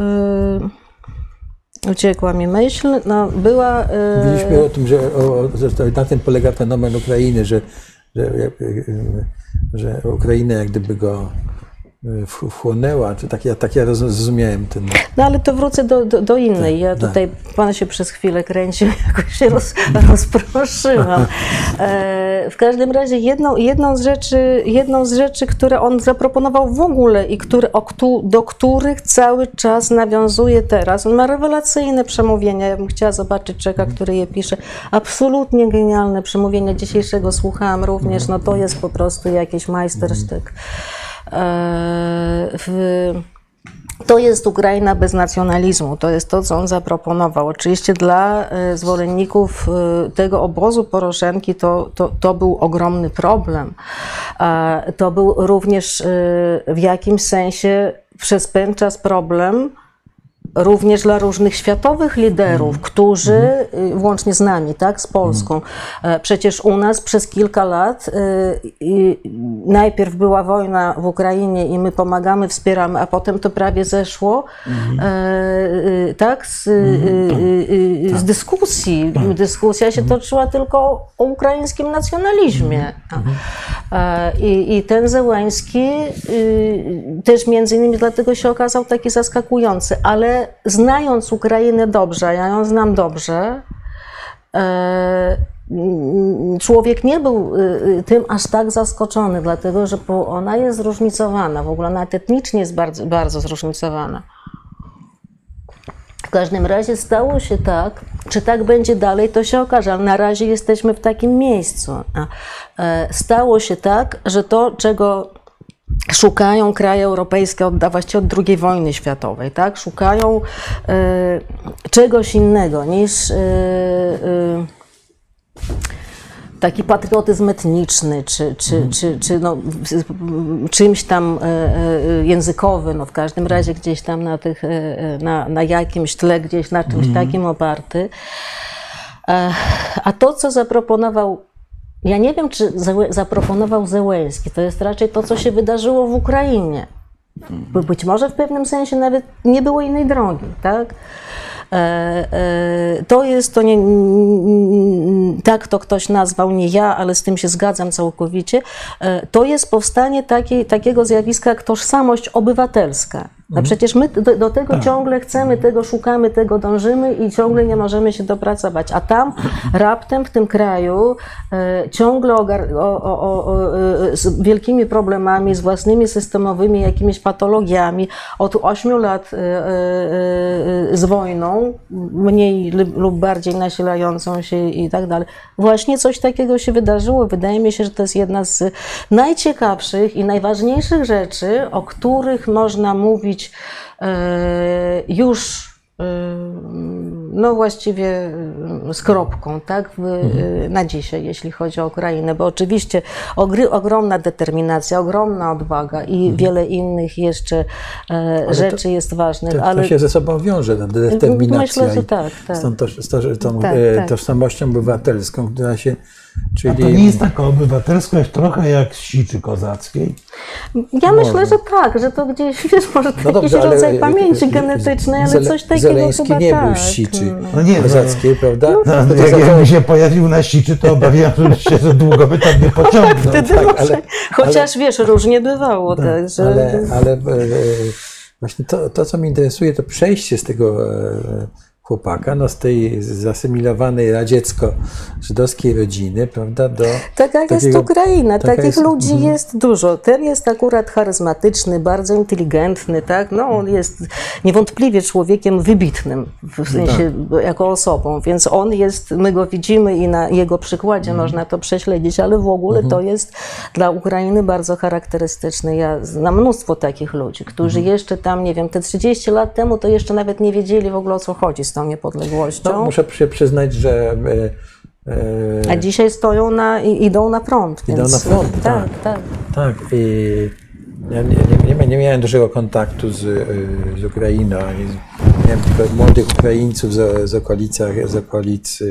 Speaker 3: Uciekła mi myśl, no była...
Speaker 1: Mówiliśmy o tym, że, o, że na tym polega fenomen Ukrainy, że, że, że Ukraina jak gdyby go wchłonęła, czy tak ja, tak ja zrozumiałem ten...
Speaker 3: No ale to wrócę do, do, do innej. Ja tutaj, pan się przez chwilę kręcił, jakoś się roz, rozproszyłam. E, w każdym razie jedną, jedną, z rzeczy, jedną z rzeczy, które on zaproponował w ogóle i które, o, do których cały czas nawiązuje teraz, on ma rewelacyjne przemówienia. Ja bym chciała zobaczyć człowieka, który je pisze. Absolutnie genialne przemówienia. Dzisiejszego słuchałam również. No to jest po prostu jakiś majstersztyk. To jest Ukraina bez nacjonalizmu, to jest to, co on zaproponował. Oczywiście dla zwolenników tego obozu Poroszenki to, to, to był ogromny problem. To był również w jakimś sensie przez pewien czas problem również dla różnych światowych liderów, mm. którzy, mm. włącznie z nami, tak, z Polską, mm. przecież u nas przez kilka lat y, najpierw była wojna w Ukrainie i my pomagamy, wspieramy, a potem to prawie zeszło, mm. y, tak, z, mm. y, y, z dyskusji. Mm. Dyskusja się mm. toczyła tylko o ukraińskim nacjonalizmie. Mm. I, I ten Zełenski y, też między innymi dlatego się okazał taki zaskakujący, ale znając Ukrainę dobrze, ja ją znam dobrze, człowiek nie był tym aż tak zaskoczony, dlatego że ona jest zróżnicowana, w ogóle nawet etnicznie jest bardzo, bardzo zróżnicowana. W każdym razie stało się tak, czy tak będzie dalej, to się okaże, ale na razie jesteśmy w takim miejscu. Stało się tak, że to, czego szukają kraje europejskie od, właściwie od drugiej wojny światowej, tak? Szukają y, czegoś innego niż y, y, taki patriotyzm etniczny, czy, czy, mm. czy, czy no, czymś tam y, językowy, no w każdym razie gdzieś tam na, tych, y, na, na jakimś tle, gdzieś na czymś mm. takim oparty. A to, co zaproponował, ja nie wiem, czy zaproponował Zełenski, to jest raczej to, co się wydarzyło w Ukrainie. Być może w pewnym sensie nawet nie było innej drogi, tak? To jest, to nie, tak to ktoś nazwał, nie ja, ale z tym się zgadzam całkowicie, to jest powstanie takiej, takiego zjawiska jak tożsamość obywatelska. A przecież my do, do tego ciągle chcemy, tego szukamy, tego dążymy i ciągle nie możemy się dopracować. A tam raptem w tym kraju e, ciągle ogar, o, o, o, z wielkimi problemami, z własnymi systemowymi jakimiś patologiami, od ośmiu lat e, e, z wojną, mniej lub bardziej nasilającą się i tak dalej. Właśnie coś takiego się wydarzyło. Wydaje mi się, że to jest jedna z najciekawszych i najważniejszych rzeczy, o których można mówić już no właściwie z kropką, tak, w, mhm. na dzisiaj, jeśli chodzi o Ukrainę, bo oczywiście ogry, ogromna determinacja, ogromna odwaga i mhm. wiele innych jeszcze e, rzeczy to, jest ważnych.
Speaker 1: To,
Speaker 3: ale
Speaker 1: to się ze sobą wiąże, ta determinacja.
Speaker 3: Myślę, że tak, tak.
Speaker 1: Z tą, to, z to, tą
Speaker 3: tak,
Speaker 1: e,
Speaker 3: tak.
Speaker 1: tożsamością obywatelską, która się... Czyli...
Speaker 2: A to nie jest taka obywatelskość trochę jak z siczy kozackiej?
Speaker 3: Ja
Speaker 1: Może.
Speaker 3: myślę, że tak, że to gdzieś, wiesz, może
Speaker 1: no
Speaker 3: jakiś
Speaker 1: dobrze,
Speaker 3: rodzaj
Speaker 1: ale,
Speaker 3: pamięci genetycznej, ale coś takiego
Speaker 1: Zeleński
Speaker 3: chyba
Speaker 1: nie
Speaker 3: tak.
Speaker 1: był z siczy
Speaker 2: no nie,
Speaker 1: kozackiej, prawda?
Speaker 2: No, no,
Speaker 1: no
Speaker 2: jak,
Speaker 1: za...
Speaker 2: jakby się pojawił na siczy, to obawiam się, że długo by tam nie pociągnął.
Speaker 3: Wtedy
Speaker 1: tak,
Speaker 3: może,
Speaker 1: ale,
Speaker 3: chociaż
Speaker 1: ale,
Speaker 3: wiesz, różnie bywało.
Speaker 2: Tak,
Speaker 3: tak, że...
Speaker 1: Ale, ale e, właśnie to, to, co mnie interesuje, to przejście z tego e, chłopaka, no z tej zasymilowanej radziecko-żydowskiej rodziny, prawda, do...
Speaker 3: Taka
Speaker 1: takiego,
Speaker 3: jest Ukraina, takich
Speaker 1: jest,
Speaker 3: ludzi
Speaker 1: mm.
Speaker 3: jest dużo. Ten jest akurat charyzmatyczny, bardzo inteligentny, tak, no on jest niewątpliwie człowiekiem wybitnym, w sensie tak. jako osobą, więc on jest, my go widzimy i na jego przykładzie mm. można to prześledzić, ale w ogóle mm. to jest dla Ukrainy bardzo charakterystyczne. Ja znam mnóstwo takich ludzi, którzy mm. jeszcze tam, nie wiem, te trzydzieści lat temu to jeszcze nawet nie wiedzieli w ogóle o co chodzi z tą niepodległością.
Speaker 1: No, muszę się przyznać, że... E, e,
Speaker 3: A dzisiaj stoją na, i idą na front.
Speaker 1: Idą
Speaker 3: więc,
Speaker 1: na front,
Speaker 3: tak.
Speaker 1: tak.
Speaker 3: tak.
Speaker 1: Tak, i ja nie, nie, nie, nie miałem dużego kontaktu z, z Ukrainą, miałem tylko młodych Ukraińców z, z, okolicach, z okolic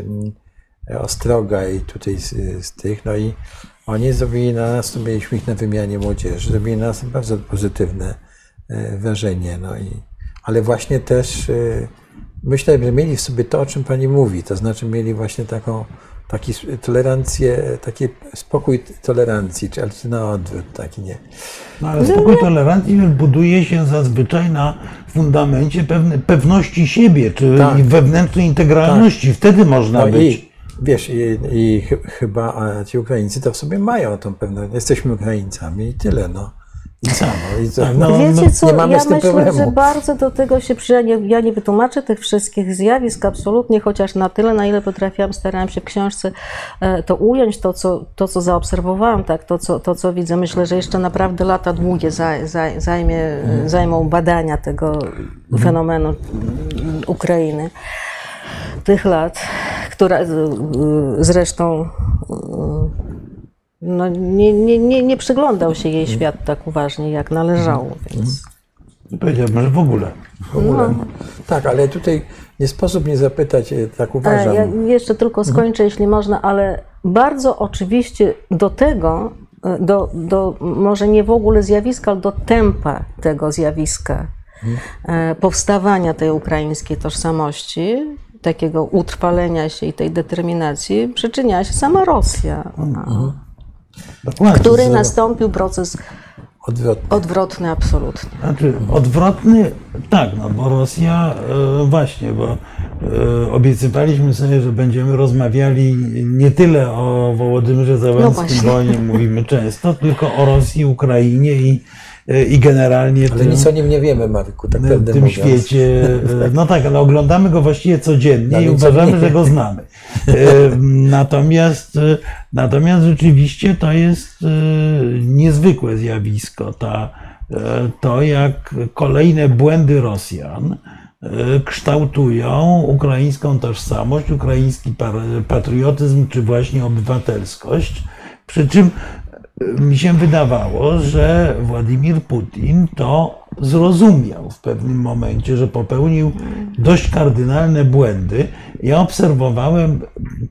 Speaker 1: Ostroga i tutaj z, z tych, no i oni zrobili na nas, tu mieliśmy ich na wymianie młodzieży, zrobili na nas bardzo pozytywne wrażenie, no i, ale właśnie też myślę, że mieli w sobie to, o czym pani mówi, to znaczy mieli właśnie taką taki tolerancję, taki spokój tolerancji, czy ale na odwrót taki nie.
Speaker 2: No ale spokój tolerancji buduje się zazwyczaj na fundamencie pewne, pewności siebie, czy tak. wewnętrznej integralności. Tak. Wtedy można
Speaker 1: no
Speaker 2: być.
Speaker 1: I, wiesz, i, i ch chyba ci Ukraińcy to w sobie mają tą pewność. Jesteśmy Ukraińcami i tyle, no. I samo. I to, no,
Speaker 3: Wiecie co,
Speaker 1: nie mamy
Speaker 3: ja
Speaker 1: z tym
Speaker 3: myślę,
Speaker 1: problemu.
Speaker 3: że bardzo do tego się przyda. Ja nie wytłumaczę tych wszystkich zjawisk absolutnie, chociaż na tyle, na ile potrafiłam, starałam się w książce to ująć, to co, to, co zaobserwowałam, tak, to, co, to, co widzę. Myślę, że jeszcze naprawdę lata długie zajmie, zajmą badania tego fenomenu Ukrainy. Tych lat, która zresztą no, nie, nie, nie, nie przyglądał się jej świat tak uważnie, jak należało. Więc...
Speaker 2: Powiedziałbym, że w ogóle.
Speaker 1: W ogóle. No. Tak, ale tutaj nie sposób nie zapytać, tak uważam.
Speaker 3: Ja jeszcze tylko skończę, jeśli można, ale bardzo oczywiście do tego, do, do może nie w ogóle zjawiska, ale do tempa tego zjawiska, hmm. powstawania tej ukraińskiej tożsamości, takiego utrwalenia się i tej determinacji przyczyniała się sama Rosja,
Speaker 1: mhm.
Speaker 3: który nastąpił proces
Speaker 1: odwrotny,
Speaker 3: odwrotny absolutnie.
Speaker 2: Znaczy odwrotny, tak, no bo Rosja, e, właśnie, bo e, obiecywaliśmy sobie, że będziemy rozmawiali nie tyle o Wołodymyrze Zełenskim, no bo o nim mówimy często, tylko o Rosji, Ukrainie i i generalnie
Speaker 1: ale
Speaker 2: tym,
Speaker 1: nic o nim nie wiemy, Marku, tak
Speaker 2: w tym
Speaker 1: mówiąc.
Speaker 2: świecie. No tak, ale oglądamy go właściwie codziennie no, i uważamy, że go znamy. Natomiast, natomiast rzeczywiście to jest niezwykłe zjawisko. Ta, to, jak kolejne błędy Rosjan kształtują ukraińską tożsamość, ukraiński patriotyzm, czy właśnie obywatelskość. Przy czym mi się wydawało, że Władimir Putin to zrozumiał w pewnym momencie, że popełnił dość kardynalne błędy. Ja obserwowałem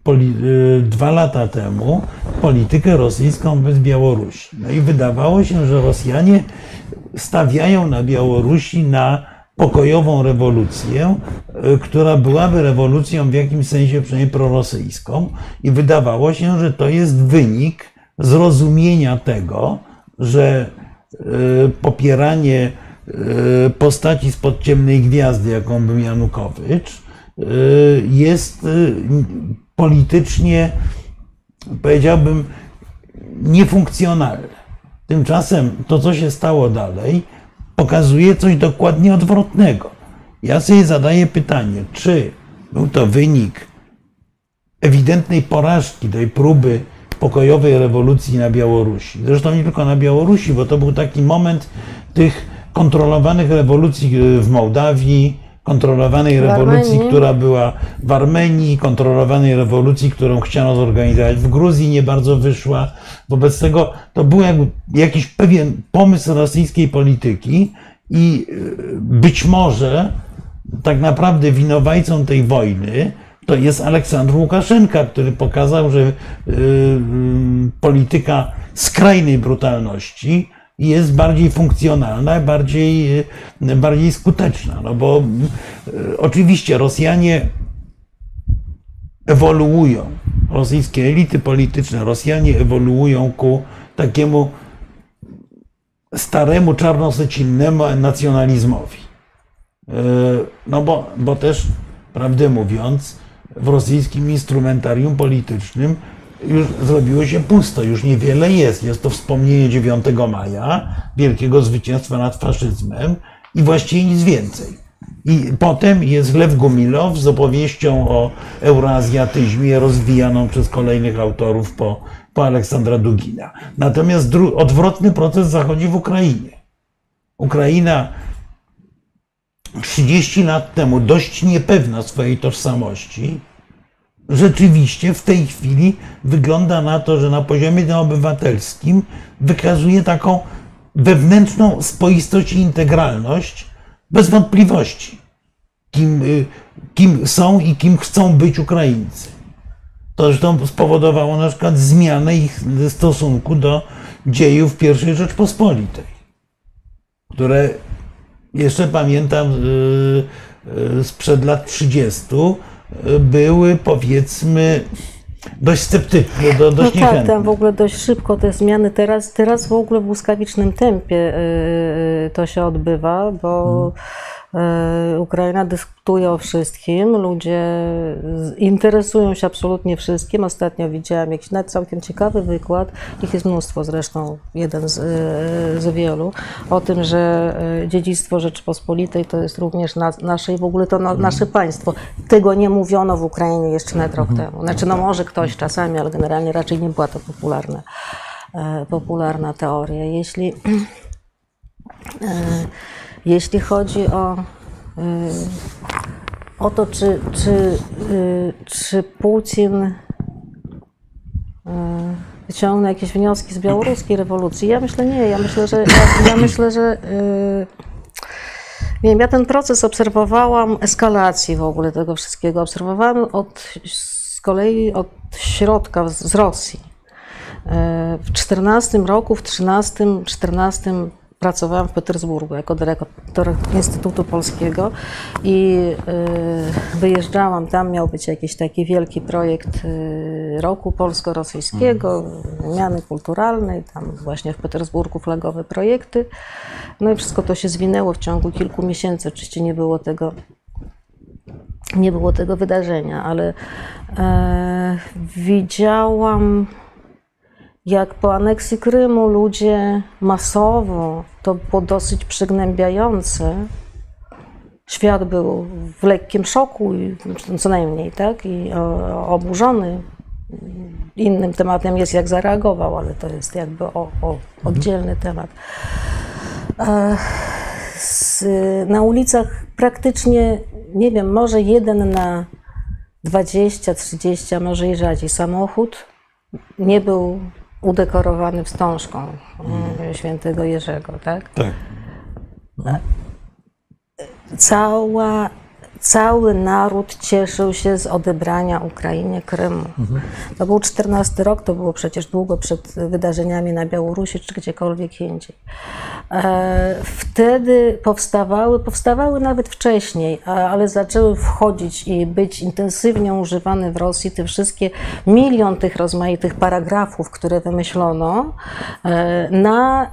Speaker 2: dwa lata temu politykę rosyjską wobec Białorusi. No i wydawało się, że Rosjanie stawiają na Białorusi na pokojową rewolucję, która byłaby rewolucją w jakimś sensie przynajmniej prorosyjską. I wydawało się, że to jest wynik zrozumienia tego, że popieranie postaci spod ciemnej gwiazdy, jaką był Janukowycz, jest politycznie, powiedziałbym, niefunkcjonalne. Tymczasem to, co się stało dalej, pokazuje coś dokładnie odwrotnego. Ja sobie zadaję pytanie, czy był to wynik ewidentnej porażki tej próby pokojowej rewolucji na Białorusi. Zresztą nie tylko na Białorusi, bo to był taki moment tych kontrolowanych rewolucji w Mołdawii, kontrolowanej rewolucji, która była w Armenii, kontrolowanej rewolucji, którą chciano zorganizować w Gruzji, nie bardzo wyszła. Wobec tego to był jakby jakiś pewien pomysł rosyjskiej polityki i być może tak naprawdę winowajcą tej wojny to jest Aleksandr Łukaszenka, który pokazał, że polityka skrajnej brutalności jest bardziej funkcjonalna, bardziej, bardziej skuteczna. No bo oczywiście Rosjanie ewoluują, rosyjskie elity polityczne, Rosjanie ewoluują ku takiemu staremu, czarnosocinnemu nacjonalizmowi. No bo, bo też, prawdę mówiąc, w rosyjskim instrumentarium politycznym już zrobiło się pusto, już niewiele jest. Jest to wspomnienie dziewiątego maja, wielkiego zwycięstwa nad faszyzmem i właściwie nic więcej. I potem jest Lew Gumilow z opowieścią o euroazjatyzmie rozwijaną przez kolejnych autorów po, po Aleksandra Dugina. Natomiast odwrotny proces zachodzi w Ukrainie. Ukraina trzydzieści lat temu, dość niepewna swojej tożsamości, rzeczywiście w tej chwili wygląda na to, że na poziomie obywatelskim wykazuje taką wewnętrzną spoistość i integralność bez wątpliwości, kim, kim są i kim chcą być Ukraińcy. To zresztą spowodowało na przykład zmianę ich stosunku do dziejów pierwszej Rzeczpospolitej, które jeszcze pamiętam sprzed lat trzydziestu były, powiedzmy, dość sceptyczne, do, dość
Speaker 3: no
Speaker 2: niechętne.
Speaker 3: Tak, tam w ogóle dość szybko te zmiany, teraz, teraz w ogóle w błyskawicznym tempie to się odbywa, bo Ukraina dyskutuje o wszystkim, ludzie interesują się absolutnie wszystkim. Ostatnio widziałam jakiś nawet całkiem ciekawy wykład, ich jest mnóstwo zresztą, jeden z, z wielu, o tym, że dziedzictwo Rzeczypospolitej to jest również na, nasze i w ogóle to na, nasze państwo. Tego nie mówiono w Ukrainie jeszcze nawet rok temu. Znaczy, no może ktoś czasami, ale generalnie raczej nie była to popularna, popularna teoria. Jeśli Jeśli chodzi o, o to, czy, czy, czy Putin wyciągnął jakieś wnioski z białoruskiej rewolucji, ja myślę nie. Ja myślę, że, ja, ja myślę, że nie wiem, ja ten proces obserwowałam, eskalacji w ogóle tego wszystkiego, obserwowałam od, z kolei od środka, z Rosji. W czternastym roku, w trzynastym, czternastym pracowałam w Petersburgu jako dyrektor Instytutu Polskiego i wyjeżdżałam, tam miał być jakiś taki wielki projekt roku polsko-rosyjskiego, wymiany kulturalnej, tam właśnie w Petersburgu flagowe projekty. No i wszystko to się zwinęło w ciągu kilku miesięcy, oczywiście nie było tego, nie było tego wydarzenia, ale e, widziałam, jak po aneksji Krymu ludzie masowo, to było dosyć przygnębiające. Świat był w lekkim szoku, co najmniej, tak? I oburzony. Innym tematem jest, jak zareagował, ale to jest jakby o, o oddzielny temat. Z, na ulicach praktycznie, nie wiem, może jeden na dwadzieścia, trzydzieści, a może i rzadziej samochód nie był udekorowany wstążką hmm. świętego Jerzego, tak?
Speaker 2: Tak.
Speaker 3: Cała, cały naród cieszył się z odebrania Ukrainie Krymu. Mhm. To był czternasty rok, to było przecież długo przed wydarzeniami na Białorusi czy gdziekolwiek indziej. Wtedy powstawały, powstawały nawet wcześniej, ale zaczęły wchodzić i być intensywnie używane w Rosji te wszystkie milion tych rozmaitych paragrafów, które wymyślono na,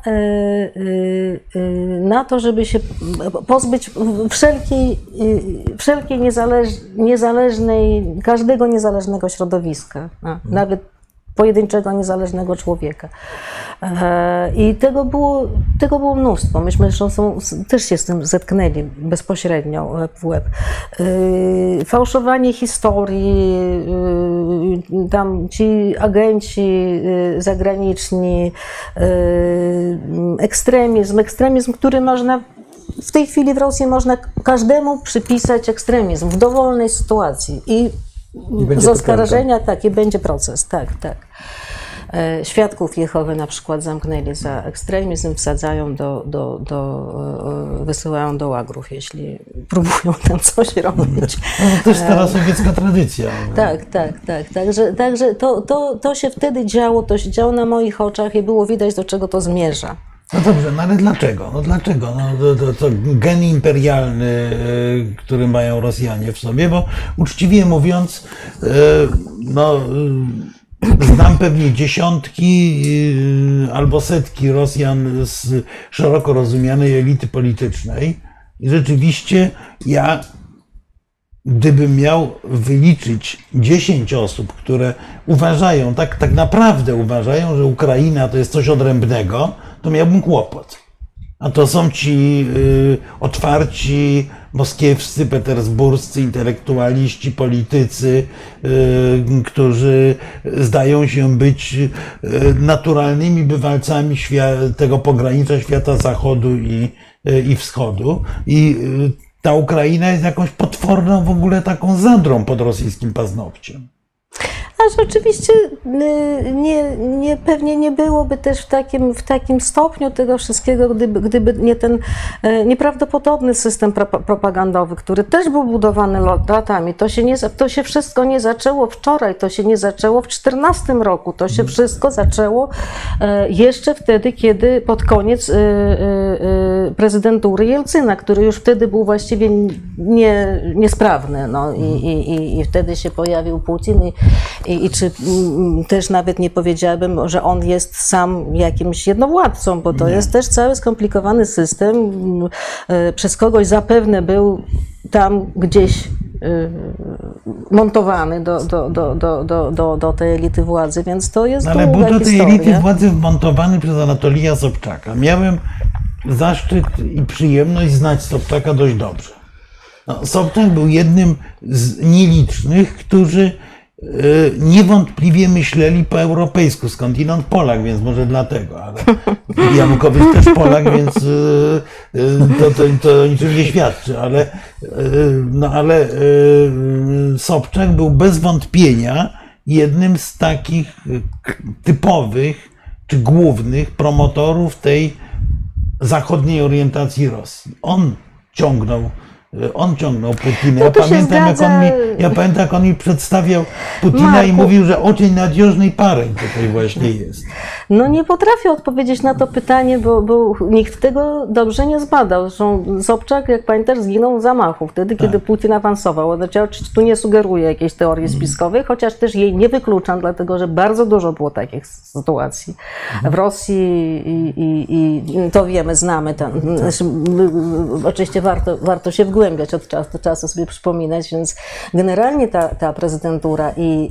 Speaker 3: na to, żeby się pozbyć wszelkiej, wszelkiej niezależ, niezależnej, każdego niezależnego środowiska, nawet pojedynczego niezależnego człowieka. I tego było, tego było mnóstwo. Myśmy zresztą też się z tym zetknęli bezpośrednio łeb w łeb. Fałszowanie historii, tam ci agenci zagraniczni, ekstremizm, ekstremizm, który można w tej chwili w Rosji można każdemu przypisać ekstremizm w dowolnej sytuacji i, I z oskarżenia, tak, i będzie proces, tak, tak. Świadków Jehowy na przykład zamknęli za ekstremizm, wsadzają do, do, do, wysyłają do łagrów, jeśli próbują tam coś robić.
Speaker 2: No, to jest stara sowiecka tradycja.
Speaker 3: Tak, tak, tak. Także, także to, to, to się wtedy działo, to się działo na moich oczach i było widać, do czego to zmierza.
Speaker 2: No dobrze, no ale dlaczego? No dlaczego? No to, to, to gen imperialny, który mają Rosjanie w sobie, bo uczciwie mówiąc, no znam pewnie dziesiątki albo setki Rosjan z szeroko rozumianej elity politycznej i rzeczywiście ja, gdybym miał wyliczyć dziesięć osób, które uważają, tak, tak naprawdę uważają, że Ukraina to jest coś odrębnego, to miałbym kłopot. A to są ci y, otwarci, moskiewscy, petersburscy intelektualiści, politycy, y, którzy zdają się być y, naturalnymi bywalcami świa- tego pogranicza świata zachodu i, y, i wschodu. I y, ta Ukraina jest jakąś potworną w ogóle taką zadrą pod rosyjskim paznokciem.
Speaker 3: A rzeczywiście nie, nie, pewnie nie byłoby też w takim, w takim stopniu tego wszystkiego, gdyby, gdyby nie ten nieprawdopodobny system propagandowy, który też był budowany latami. To się, nie, to się wszystko nie zaczęło wczoraj, to się nie zaczęło w czternastym roku, to się wszystko zaczęło jeszcze wtedy, kiedy pod koniec prezydentury Jelcyna, który już wtedy był właściwie nie, niesprawny. No, i, i, i wtedy się pojawił Putin i, I, I czy m, też nawet nie powiedziałabym, że on jest sam jakimś jednowładcą, bo to nie. jest też cały skomplikowany system. Y, przez kogoś zapewne był tam gdzieś y, montowany do, do, do, do, do, do, do tej elity władzy, więc to jest
Speaker 2: Ale
Speaker 3: długa
Speaker 2: był do tej
Speaker 3: historia.
Speaker 2: elity władzy wmontowany przez Anatolija Sobczaka. Miałem zaszczyt i przyjemność znać Sobczaka dość dobrze. No, Sobczak był jednym z nielicznych, którzy niewątpliwie myśleli po europejsku, skądinąd Polak, więc może dlatego, ale Janukowicz też Polak, więc to, to, to niczym nie świadczy, ale, no ale Sobczak był bez wątpienia jednym z takich typowych czy głównych promotorów tej zachodniej orientacji Rosji. On ciągnął On ciągnął Putina. Ja pamiętam, jak on mi, ja pamiętam, jak on mi przedstawiał Putina Marku. i mówił, że odzień nadjeżdżnej pareń tutaj właśnie jest.
Speaker 3: No nie potrafię odpowiedzieć na to pytanie, bo, bo nikt tego dobrze nie zbadał. Zresztą Sobczak, jak pamiętasz, zginął w zamachu, wtedy, tak. kiedy Putin awansował. Znaczy, ja tu nie sugeruję jakiejś teorii spiskowej, chociaż też jej nie wykluczam, dlatego że bardzo dużo było takich sytuacji w Rosji i, i, i to wiemy, znamy. Ten, tak. znaczy, oczywiście warto, warto się wgłębiać od czasu do czasu, sobie przypominać, więc generalnie ta, ta prezydentura i, i,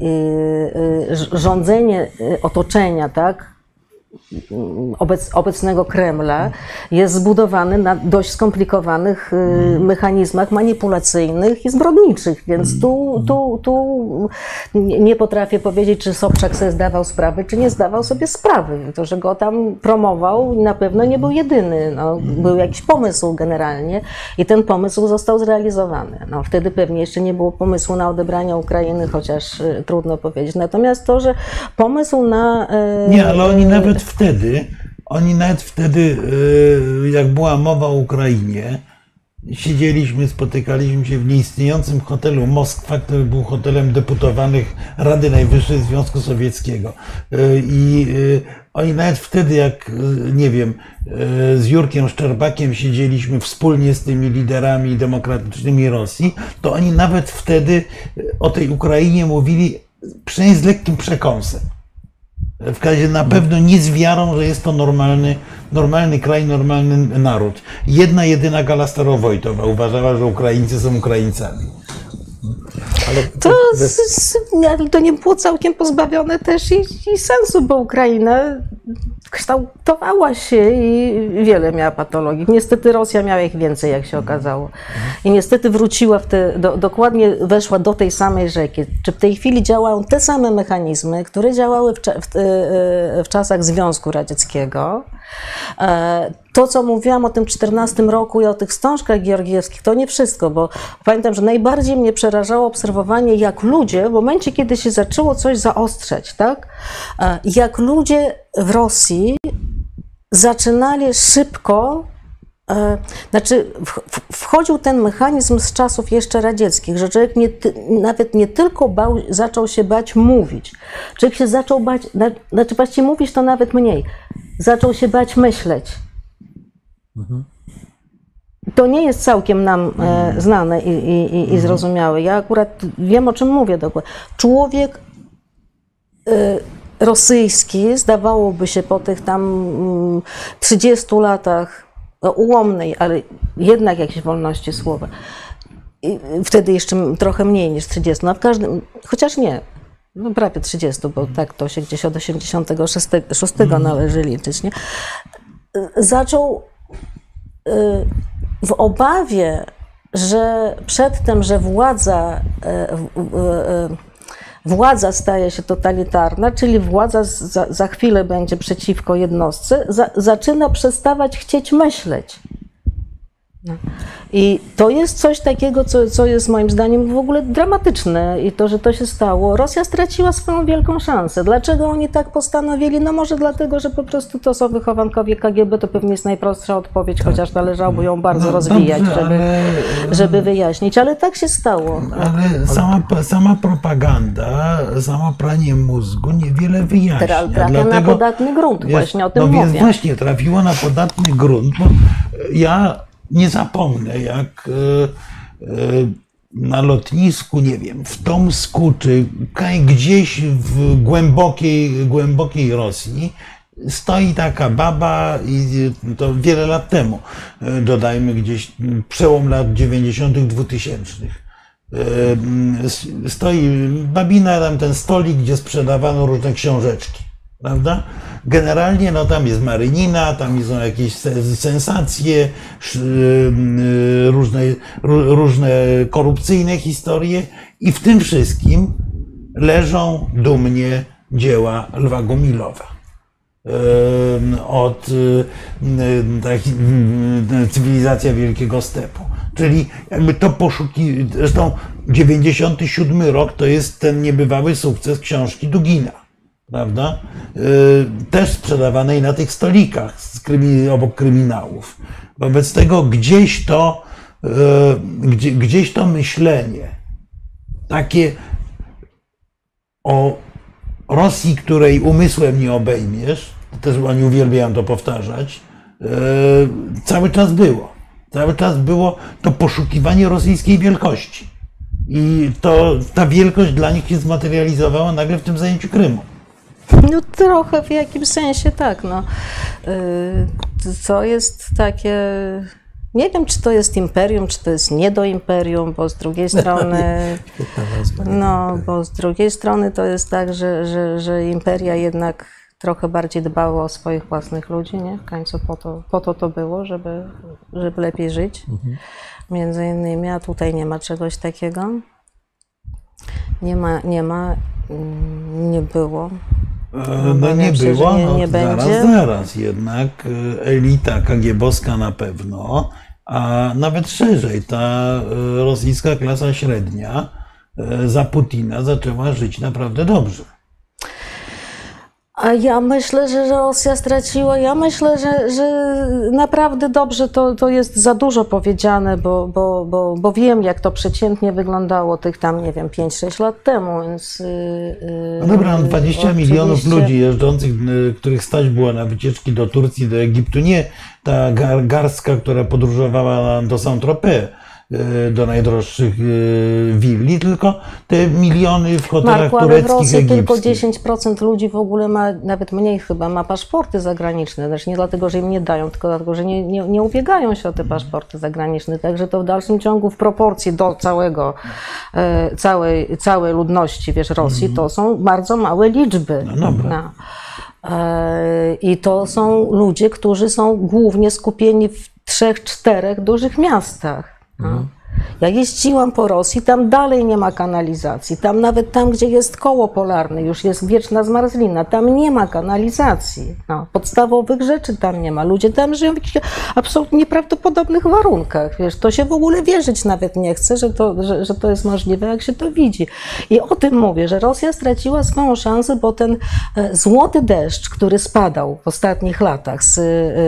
Speaker 3: i rządzenie otoczenia, tak, Obec, obecnego Kremla jest zbudowany na dość skomplikowanych y, mechanizmach manipulacyjnych i zbrodniczych, więc tu, tu, tu nie potrafię powiedzieć, czy Sobczak sobie zdawał sprawę, czy nie zdawał sobie sprawy. To, że go tam promował, na pewno nie był jedyny. No, był jakiś pomysł generalnie i ten pomysł został zrealizowany. No, wtedy pewnie jeszcze nie było pomysłu na odebranie Ukrainy, chociaż y, trudno powiedzieć. Natomiast to, że pomysł na... Y,
Speaker 2: nie, ale oni nawet wtedy, oni nawet wtedy, jak była mowa o Ukrainie, siedzieliśmy, spotykaliśmy się w nieistniejącym hotelu Moskwa, który był hotelem deputowanych Rady Najwyższej Związku Sowieckiego. I oni nawet wtedy, jak, nie wiem, z Jurkiem Szczerbakiem siedzieliśmy wspólnie z tymi liderami demokratycznymi Rosji, to oni nawet wtedy o tej Ukrainie mówili przynajmniej z lekkim przekąsem. W każdym razie na pewno nie z wiarą, że jest to normalny, normalny kraj, normalny naród. Jedna, jedyna Gala Starowojtowa uważała, że Ukraińcy są Ukraińcami.
Speaker 3: Ale to, to, to nie było całkiem pozbawione też i, i sensu, bo Ukraina kształtowała się i wiele miała patologii. Niestety Rosja miała ich więcej, jak się okazało. I niestety wróciła w te, do, dokładnie weszła do tej samej rzeki. Czy w tej chwili działają te same mechanizmy, które działały w, w, w czasach Związku Radzieckiego? To, co mówiłam o tym czternastym roku i o tych wstążkach georgijewskich, to nie wszystko, bo pamiętam, że najbardziej mnie przerażało obserwowanie, jak ludzie, w momencie, kiedy się zaczęło coś zaostrzać, tak, jak ludzie w Rosji zaczynali szybko, znaczy wchodził ten mechanizm z czasów jeszcze radzieckich, że człowiek nie, nawet nie tylko bał, zaczął się bać mówić, człowiek się zaczął bać, znaczy właściwie mówić to nawet mniej, zaczął się bać myśleć. Mhm. To nie jest całkiem nam e, znane i, i, i, i zrozumiałe. Ja akurat wiem, o czym mówię dokładnie. Człowiek e, rosyjski, zdawałoby się po tych tam mm, trzydziestu latach no, ułomnej, ale jednak jakiejś wolności słowa, I wtedy jeszcze trochę mniej niż trzydziestu, no w każdym, chociaż nie, no prawie trzydziestu, bo tak to się gdzieś od osiemdziesiątego szóstego należy liczyć, nie? Zaczął w obawie, że przedtem, że władza, władza staje się totalitarna, czyli władza za, za chwilę będzie przeciwko jednostce, za, zaczyna przestawać chcieć myśleć. I to jest coś takiego, co, co jest moim zdaniem w ogóle dramatyczne i to, że to się stało. Rosja straciła swoją wielką szansę. Dlaczego oni tak postanowili? No może dlatego, że po prostu to są wychowankowie K G B, to pewnie jest najprostsza odpowiedź, tak. Chociaż należałoby ją bardzo no, rozwijać, dobrze, żeby, ale, żeby wyjaśnić, ale tak się stało.
Speaker 2: Ale sama, sama propaganda, samo pranie mózgu niewiele wyjaśnia.
Speaker 3: Trafia dlatego, na podatny grunt, jest, właśnie o tym
Speaker 2: no
Speaker 3: mówię.
Speaker 2: Więc właśnie trafiło na podatny grunt, bo ja nie zapomnę, jak na lotnisku, nie wiem, w Tomsku, czy gdzieś w głębokiej, głębokiej Rosji stoi taka baba i to wiele lat temu, dodajmy gdzieś przełom lat dziewięćdziesiątych, dwutysięcznych. Stoi babina, tam ten stolik, gdzie sprzedawano różne książeczki, prawda? Generalnie no tam jest marynina, tam są jakieś sensacje, różne, różne korupcyjne historie i w tym wszystkim leżą dumnie dzieła Lwa Gumilowa. Od tak, Cywilizacja Wielkiego Stepu. Czyli jakby to poszuki, zresztą dziewięćdziesiąty siódmy rok to jest ten niebywały sukces książki Dugina. Prawda? Też sprzedawanej na tych stolikach z krymi, obok kryminałów. Wobec tego gdzieś to, gdzie, gdzieś to myślenie takie o Rosji, której umysłem nie obejmiesz, też oni uwielbiają to powtarzać, cały czas było. Cały czas było to poszukiwanie rosyjskiej wielkości. I to, ta wielkość dla nich się zmaterializowała nagle w tym zajęciu Krymu.
Speaker 3: No trochę w jakimś sensie tak, no. Co jest takie, nie wiem, czy to jest imperium, czy to jest nie do imperium, bo z drugiej strony, no, bo z drugiej strony to jest tak, że, że, że imperia jednak trochę bardziej dbało o swoich własnych ludzi, nie? W końcu po to po to, to było, żeby, żeby lepiej żyć, mhm. między innymi, a tutaj nie ma czegoś takiego. Nie ma, nie ma, nie było.
Speaker 2: No nie
Speaker 3: się,
Speaker 2: było,
Speaker 3: nie,
Speaker 2: no,
Speaker 3: nie
Speaker 2: zaraz,
Speaker 3: będzie.
Speaker 2: zaraz jednak elita kagiebowska na pewno, a nawet szerzej ta rosyjska klasa średnia za Putina zaczęła żyć naprawdę dobrze.
Speaker 3: A ja myślę, że Rosja straciła, ja myślę, że, że naprawdę dobrze to, to jest za dużo powiedziane, bo, bo, bo, bo wiem, jak to przeciętnie wyglądało tych tam, nie wiem, pięć sześć lat temu, więc... Yy,
Speaker 2: no dobra, dwadzieścia milionów ludzi jeżdżących, których stać było na wycieczki do Turcji, do Egiptu, nie ta garstka, która podróżowała do Saint-Tropez, do najdroższych willi, tylko te miliony w hotelach
Speaker 3: Marku, ale
Speaker 2: tureckich,
Speaker 3: w Rosji
Speaker 2: egipskich.
Speaker 3: Tylko dziesięć procent ludzi w ogóle ma, nawet mniej chyba, ma paszporty zagraniczne. Znaczy nie dlatego, że im nie dają, tylko dlatego, że nie, nie, nie ubiegają się o te paszporty zagraniczne. Także to w dalszym ciągu w proporcji do całego, całej, całej ludności, wiesz, Rosji, to są bardzo małe liczby.
Speaker 2: No dobra.
Speaker 3: No. I to są ludzie, którzy są głównie skupieni w trzech, czterech dużych miastach. Mhm. Ja jeździłam po Rosji, tam dalej nie ma kanalizacji. Tam nawet tam, gdzie jest koło polarne, już jest wieczna zmarzlina, tam nie ma kanalizacji. No, podstawowych rzeczy tam nie ma. Ludzie tam żyją w jakichś absolutnie nieprawdopodobnych warunkach. Wiesz, to się w ogóle wierzyć nawet nie chce, że to, że, że to jest możliwe, jak się to widzi. I o tym mówię, że Rosja straciła swoją szansę, bo ten złoty deszcz, który spadał w ostatnich latach z y,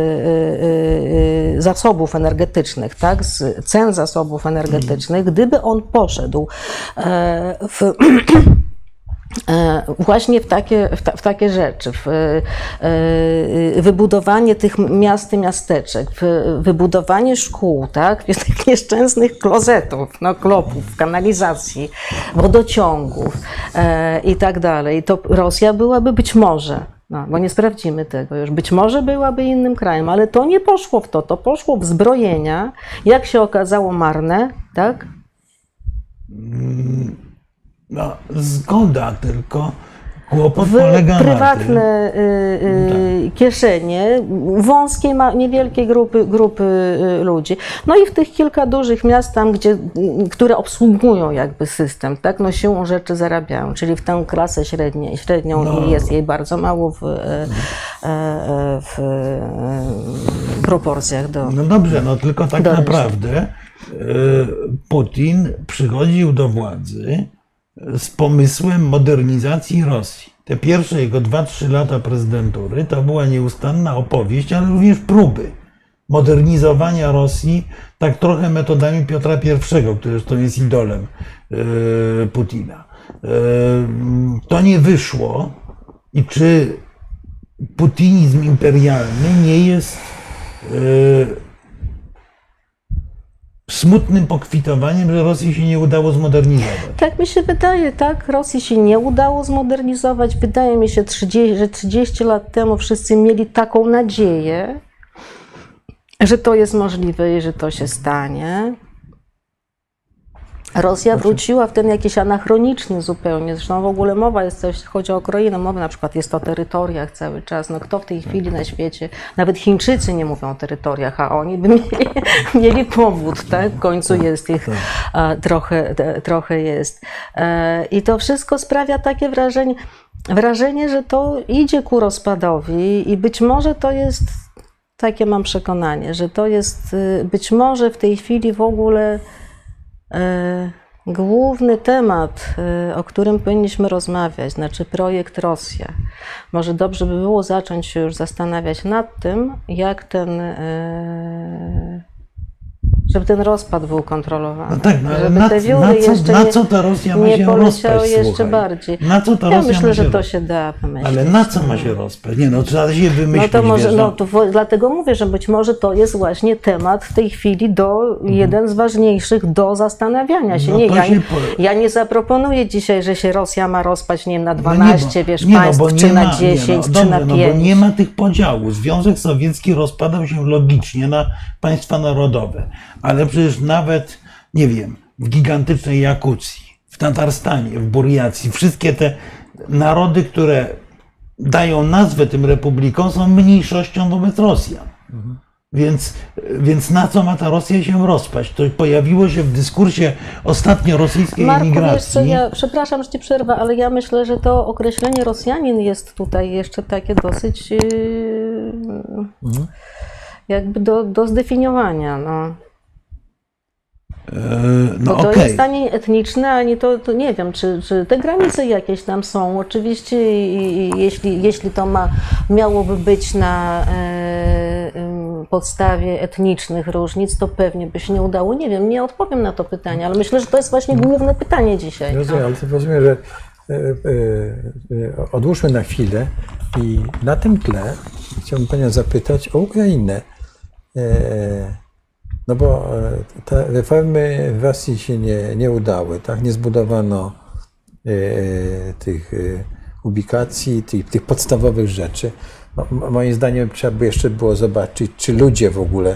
Speaker 3: y, y, zasobów energetycznych, tak, z cen zasobów energetycznych, energetycznych, gdyby on poszedł w, właśnie w takie, w, ta, w takie rzeczy, w wybudowanie tych miast i miasteczek, w wybudowanie szkół, tak, tych nieszczęsnych klozetów, no, klopów, kanalizacji, wodociągów i tak dalej, to Rosja byłaby być może, no, bo nie sprawdzimy tego już. Być może byłaby innym krajem, ale to nie poszło w to. To poszło w zbrojenia, jak się okazało, marne, tak?
Speaker 2: No, zgoda, tylko kłopot
Speaker 3: w
Speaker 2: polega na
Speaker 3: prywatne
Speaker 2: tym.
Speaker 3: y, y, kieszenie, wąskie, niewielkie grupy, grupy ludzi. No i w tych kilka dużych miast, tam, gdzie, które obsługują jakby system, tak, no siłą rzeczy zarabiają, czyli w tę klasę średnią, średnią
Speaker 2: No.
Speaker 3: jest jej bardzo mało w, w, w proporcjach do...
Speaker 2: No dobrze, no tylko tak
Speaker 3: do
Speaker 2: naprawdę Putin przychodził do władzy z pomysłem modernizacji Rosji. Te pierwsze jego dwa trzy lata prezydentury to była nieustanna opowieść, ale również próby modernizowania Rosji, tak trochę metodami Piotra Pierwszego, który zresztą jest idolem Putina. To nie wyszło i czy putinizm imperialny nie jest smutnym pokwitowaniem, że Rosji się nie udało zmodernizować?
Speaker 3: Tak mi się wydaje, tak? Rosji się nie udało zmodernizować. Wydaje mi się, że trzydzieści lat temu wszyscy mieli taką nadzieję, że to jest możliwe i że to się stanie. Rosja wróciła w ten jakiś anachroniczny zupełnie, zresztą w ogóle mowa jest, jeśli chodzi o Ukrainę, mowa na przykład jest o terytoriach cały czas. No kto w tej chwili na świecie, nawet Chińczycy nie mówią o terytoriach, a oni by mieli, mieli powód, tak? W końcu jest ich a, trochę, te, trochę jest. E, I to wszystko sprawia takie wrażenie, wrażenie, że to idzie ku rozpadowi i być może to jest, takie mam przekonanie, że to jest być może w tej chwili w ogóle główny temat, o którym powinniśmy rozmawiać, znaczy projekt Rosja. Może dobrze by było zacząć się już zastanawiać nad tym, jak ten, żeby ten rozpad był kontrolowany.
Speaker 2: No tak, no ale
Speaker 3: żeby
Speaker 2: na,
Speaker 3: te
Speaker 2: na,
Speaker 3: wióry
Speaker 2: co,
Speaker 3: jeszcze
Speaker 2: na
Speaker 3: nie,
Speaker 2: co ta Rosja ma
Speaker 3: nie
Speaker 2: się
Speaker 3: poleciały
Speaker 2: rozpaść?
Speaker 3: jeszcze
Speaker 2: Słuchaj.
Speaker 3: bardziej.
Speaker 2: Na co ta
Speaker 3: Ja
Speaker 2: Rosja
Speaker 3: myślę,
Speaker 2: ma się
Speaker 3: że to
Speaker 2: rozpaść?
Speaker 3: się da pomyśleć.
Speaker 2: Ale na co ma się rozpaść? Nie no, trzeba się wymyślić.
Speaker 3: No to może,
Speaker 2: wiesz,
Speaker 3: no to w, dlatego mówię, że być może to jest właśnie temat w tej chwili do, mhm. jeden z ważniejszych do zastanawiania się.
Speaker 2: No
Speaker 3: nie,
Speaker 2: to
Speaker 3: ja,
Speaker 2: się
Speaker 3: nie,
Speaker 2: po-
Speaker 3: ja nie zaproponuję dzisiaj, że się Rosja ma rozpaść, nie wiem, na
Speaker 2: No
Speaker 3: dwanaście,
Speaker 2: nie, bo-
Speaker 3: wiesz,
Speaker 2: nie,
Speaker 3: państw,
Speaker 2: no, bo
Speaker 3: czy
Speaker 2: nie
Speaker 3: na
Speaker 2: ma-
Speaker 3: dziesięć,
Speaker 2: nie, no,
Speaker 3: czy
Speaker 2: dobrze,
Speaker 3: na
Speaker 2: no
Speaker 3: pięć.
Speaker 2: bo nie ma tych podziałów. Związek Sowiecki rozpadał się logicznie na państwa narodowe, ale przecież nawet, nie wiem, w gigantycznej Jakucji, w Tatarstanie, w Burjacji, wszystkie te narody, które dają nazwę tym republikom, są mniejszością wobec Rosjan. Mhm. Więc, więc na co ma ta Rosja się rozpaść? To pojawiło się w dyskursie ostatnio rosyjskiej
Speaker 3: Marku,
Speaker 2: emigracji.
Speaker 3: wiesz co, ja przepraszam, że ci przerwę, ale ja myślę, że to określenie Rosjanin jest tutaj jeszcze takie dosyć yy, mhm. jakby do, do zdefiniowania. No.
Speaker 2: No
Speaker 3: Bo to
Speaker 2: okay.
Speaker 3: jest ani etniczne, ani to, to nie wiem, czy, czy te granice jakieś tam są. Oczywiście i, i, jeśli, jeśli to ma, miałoby być na e, e, podstawie etnicznych różnic, to pewnie by się nie udało. Nie wiem, nie odpowiem na to pytanie, ale myślę, że to jest właśnie główne pytanie dzisiaj.
Speaker 1: Rozumiem, ale to rozumiem, że e, e, odłóżmy na chwilę i na tym tle chciałbym Panią zapytać o Ukrainę. E, No bo te reformy w Rosji się nie, nie udały, tak? Nie zbudowano e, tych e, ubikacji, tych, tych podstawowych rzeczy. No, moim zdaniem trzeba by jeszcze było zobaczyć, czy ludzie w ogóle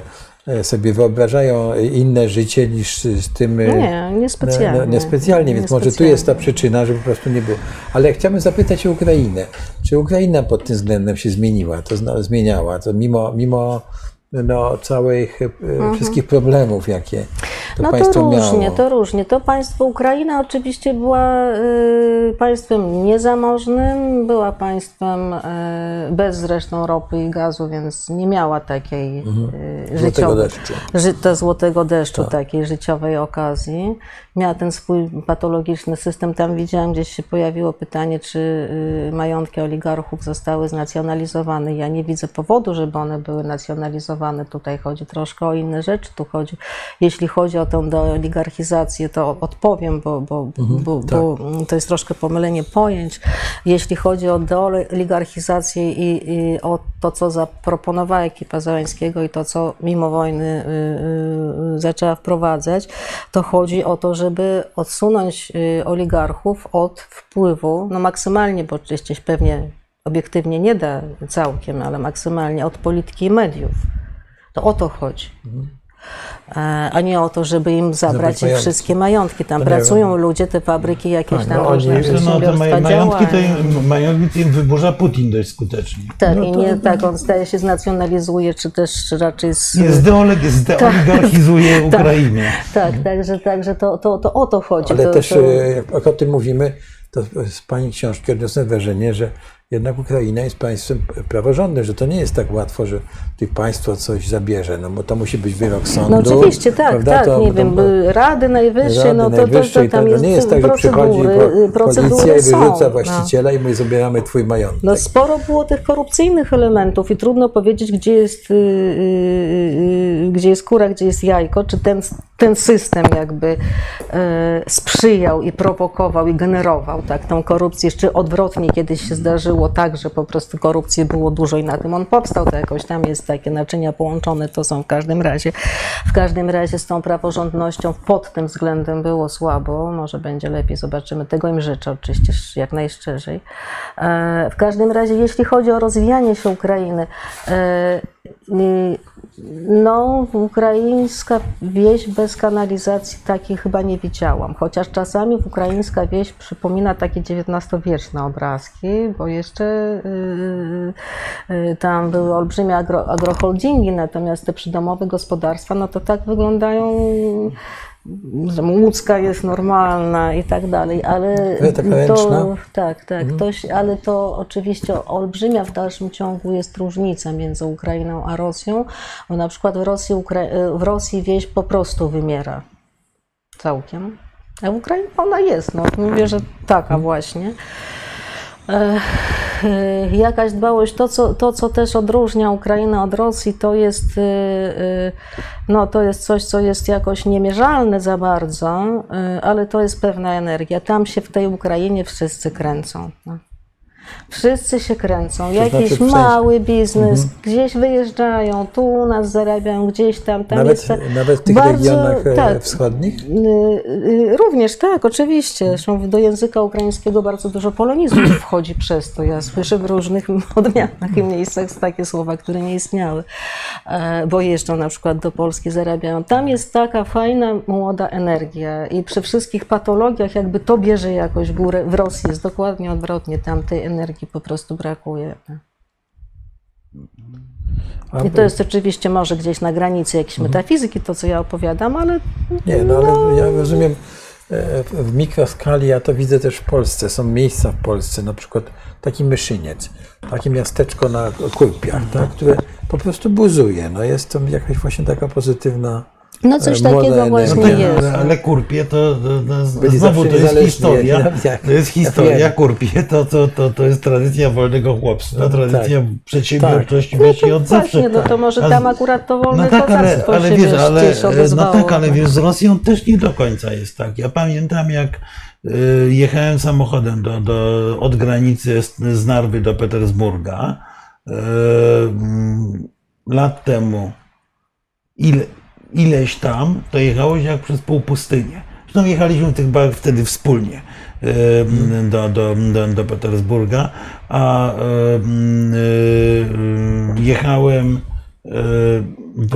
Speaker 1: sobie wyobrażają inne życie niż z tym.
Speaker 3: Nie, niespecjalnie.
Speaker 1: No, niespecjalnie, więc może tu jest ta przyczyna, że po prostu nie było. Ale ja chciałbym zapytać o Ukrainę. Czy Ukraina pod tym względem się zmieniła, to zna, zmieniała, to mimo, mimo no, całych mhm. wszystkich problemów, jakie to
Speaker 3: no
Speaker 1: państwo
Speaker 3: to różnie,
Speaker 1: miało.
Speaker 3: to różnie. To państwo Ukraina oczywiście była y, państwem niezamożnym, była państwem y, bez zresztą ropy i gazu, więc nie miała takiej
Speaker 1: Mhm.
Speaker 3: y,
Speaker 1: Złotego
Speaker 3: życiowej,
Speaker 1: deszczu.
Speaker 3: ży, złotego deszczu,
Speaker 1: Tak.
Speaker 3: takiej życiowej okazji. Miała ten swój patologiczny system. Tam widziałam, gdzieś się pojawiło pytanie, czy y, majątki oligarchów zostały znacjonalizowane. Ja nie widzę powodu, żeby one były nacjonalizowane. Tutaj chodzi troszkę o inne rzeczy. Tu chodzi, jeśli chodzi o tę deoligarchizację, to odpowiem, bo, bo,
Speaker 1: Mhm,
Speaker 3: bo,
Speaker 1: tak.
Speaker 3: bo to jest troszkę pomylenie pojęć. Jeśli chodzi o deoligarchizację i, i o to, co zaproponowała ekipa Zełenskiego i to, co mimo wojny y, y, zaczęła wprowadzać, to chodzi o to, żeby odsunąć y, oligarchów od wpływu, no maksymalnie, bo oczywiście pewnie obiektywnie nie da całkiem, ale maksymalnie od polityki i mediów. To o to chodzi. Mhm. A nie o to, żeby im zabrać ich wszystkie majątki. Tam
Speaker 1: to
Speaker 3: pracują ludzie, te fabryki, jakieś
Speaker 1: tak,
Speaker 3: tam
Speaker 1: no,
Speaker 3: różne
Speaker 1: oni,
Speaker 3: przedsiębiorstwa
Speaker 2: no, te majątki, to
Speaker 3: działają.
Speaker 2: im, majątki im wyburza Putin dość skutecznie.
Speaker 3: Tak,
Speaker 1: no
Speaker 3: i
Speaker 1: to-
Speaker 3: nie tak, on staje się znacjonalizuje, czy też raczej z...
Speaker 2: Nie, zdeoleg- zdeoligarchizuje Ukrainę.
Speaker 3: Tak, także, także to, to, to o to chodzi.
Speaker 1: Ale
Speaker 3: to,
Speaker 1: też,
Speaker 3: to...
Speaker 1: jak o tym mówimy, to z Pani książki odniosłem wrażenie, że jednak Ukraina jest państwem praworządnym, że to nie jest tak łatwo, że tutaj państwo coś zabierze, no bo to musi być wyrok sądu.
Speaker 3: No oczywiście, tak,
Speaker 1: prawda?
Speaker 3: tak,
Speaker 1: To-
Speaker 3: nie
Speaker 1: to-
Speaker 3: wiem, Rady Najwyższe,
Speaker 1: Rady
Speaker 3: no to,
Speaker 1: Najwyższej,
Speaker 3: to, to tam
Speaker 1: to
Speaker 3: jest
Speaker 1: nie jest tak, że przychodzi
Speaker 3: procedury,
Speaker 1: po-
Speaker 3: procedury
Speaker 1: policja i
Speaker 3: są.
Speaker 1: wyrzuca
Speaker 3: No.
Speaker 1: właściciela i my zabieramy twój majątek.
Speaker 3: No sporo było tych korupcyjnych elementów i trudno powiedzieć, gdzie jest, yy, yy, gdzie jest kura, gdzie jest jajko, czy ten, ten system jakby yy, sprzyjał i prowokował i generował tak, tą korupcję, czy odwrotnie kiedyś się zdarzyło tak, że po prostu korupcji było dużo i na tym on powstał, to jakoś tam jest takie naczynia połączone, to są w każdym razie. W każdym razie z tą praworządnością pod tym względem było słabo, może będzie lepiej, zobaczymy, tego im życzę oczywiście jak najszczerzej. E, w każdym razie jeśli chodzi o rozwijanie się Ukrainy, e, no ukraińska wieś bez kanalizacji takiej chyba nie widziałam, chociaż czasami ukraińska wieś przypomina takie dziewiętnastowieczne obrazki, bo jeszcze yy, yy, tam były olbrzymie agro, agroholdingi, natomiast te przydomowe gospodarstwa, no to tak wyglądają, że łódzka jest normalna i tak dalej, ale
Speaker 1: Ale taka
Speaker 3: to,
Speaker 1: ręczna?
Speaker 3: tak, tak,
Speaker 1: Mhm.
Speaker 3: to, się- ale to oczywiście olbrzymia w dalszym ciągu jest różnica między Ukrainą a Rosją, bo na przykład w Rosji, Ukra- w Rosji wieś po prostu wymiera całkiem, a w Ukrainie ona jest, no mówię, że taka właśnie. E, e, Jakaś dbałość, to co, to co też odróżnia Ukrainę od Rosji, to jest, e, e, no, to jest coś, co jest jakoś niemierzalne za bardzo, e, ale to jest pewna energia. Tam się w tej Ukrainie wszyscy kręcą. No. Wszyscy się kręcą. Jakiś
Speaker 1: znaczy w sensie-
Speaker 3: mały biznes, gdzieś wyjeżdżają, tu u nas zarabiają, gdzieś tam. tam
Speaker 1: Nawet,
Speaker 3: jest ta,
Speaker 1: nawet w tych
Speaker 3: bardzo-
Speaker 1: regionach e,
Speaker 3: tak.
Speaker 1: wschodnich?
Speaker 3: Y, y, Również tak, oczywiście. Zresztą do języka ukraińskiego bardzo dużo polonizmów wchodzi przez to. Ja słyszę w różnych odmianach i miejscach takie słowa, które nie istniały, E, bo jeżdżą na przykład do Polski, zarabiają. Tam jest taka fajna, młoda energia i przy wszystkich patologiach jakby to bierze jakoś górę. W Rosji jest dokładnie odwrotnie, tam tej energii po prostu brakuje.
Speaker 1: A,
Speaker 3: I to jest oczywiście może gdzieś na granicy jakiejś metafizyki, to co ja opowiadam, ale
Speaker 1: Nie, no ale ja rozumiem, e, w mikroskali ja to widzę też w Polsce. Są miejsca w Polsce, na przykład taki Myszyniec, takie miasteczko na Kurpiach, tak, które po prostu buzuje. No jest to jakaś właśnie taka pozytywna.
Speaker 3: no coś
Speaker 1: E, młoda
Speaker 3: takiego
Speaker 1: energia.
Speaker 3: właśnie
Speaker 2: No tak,
Speaker 3: jest.
Speaker 2: ale, ale Kurpie to, to, to
Speaker 1: Byli
Speaker 2: znowu
Speaker 1: zawsze
Speaker 2: to jest
Speaker 1: niezależni,
Speaker 2: historia,
Speaker 1: jak- jak-
Speaker 2: to jest
Speaker 1: jak
Speaker 2: historia
Speaker 1: wiem.
Speaker 2: Kurpie, to, to, to, to jest tradycja wolnego chłopstwa, tradycja
Speaker 1: tak.
Speaker 2: przedsiębiorczości
Speaker 3: No
Speaker 2: wieści
Speaker 3: to
Speaker 2: od zawsze.
Speaker 3: właśnie, no to może
Speaker 2: A z-
Speaker 3: tam akurat to wolne
Speaker 2: No tak, ale,
Speaker 3: kozactwo
Speaker 2: ale
Speaker 3: się
Speaker 2: wiesz,
Speaker 3: wiesz,
Speaker 2: ale,
Speaker 3: gdzieś
Speaker 2: no
Speaker 3: odezwało.
Speaker 2: tak, ale wiesz, z Rosją też nie do końca jest tak. Ja pamiętam, jak y, jechałem samochodem do, do, od granicy z, z Narwy do Petersburga y, mm, lat temu. Ile, ileś tam, to jechałeś jak przez półpustynię. Zresztą jechaliśmy chyba wtedy wspólnie y, do, do, do, do Petersburga, a y, y, y, jechałem y, w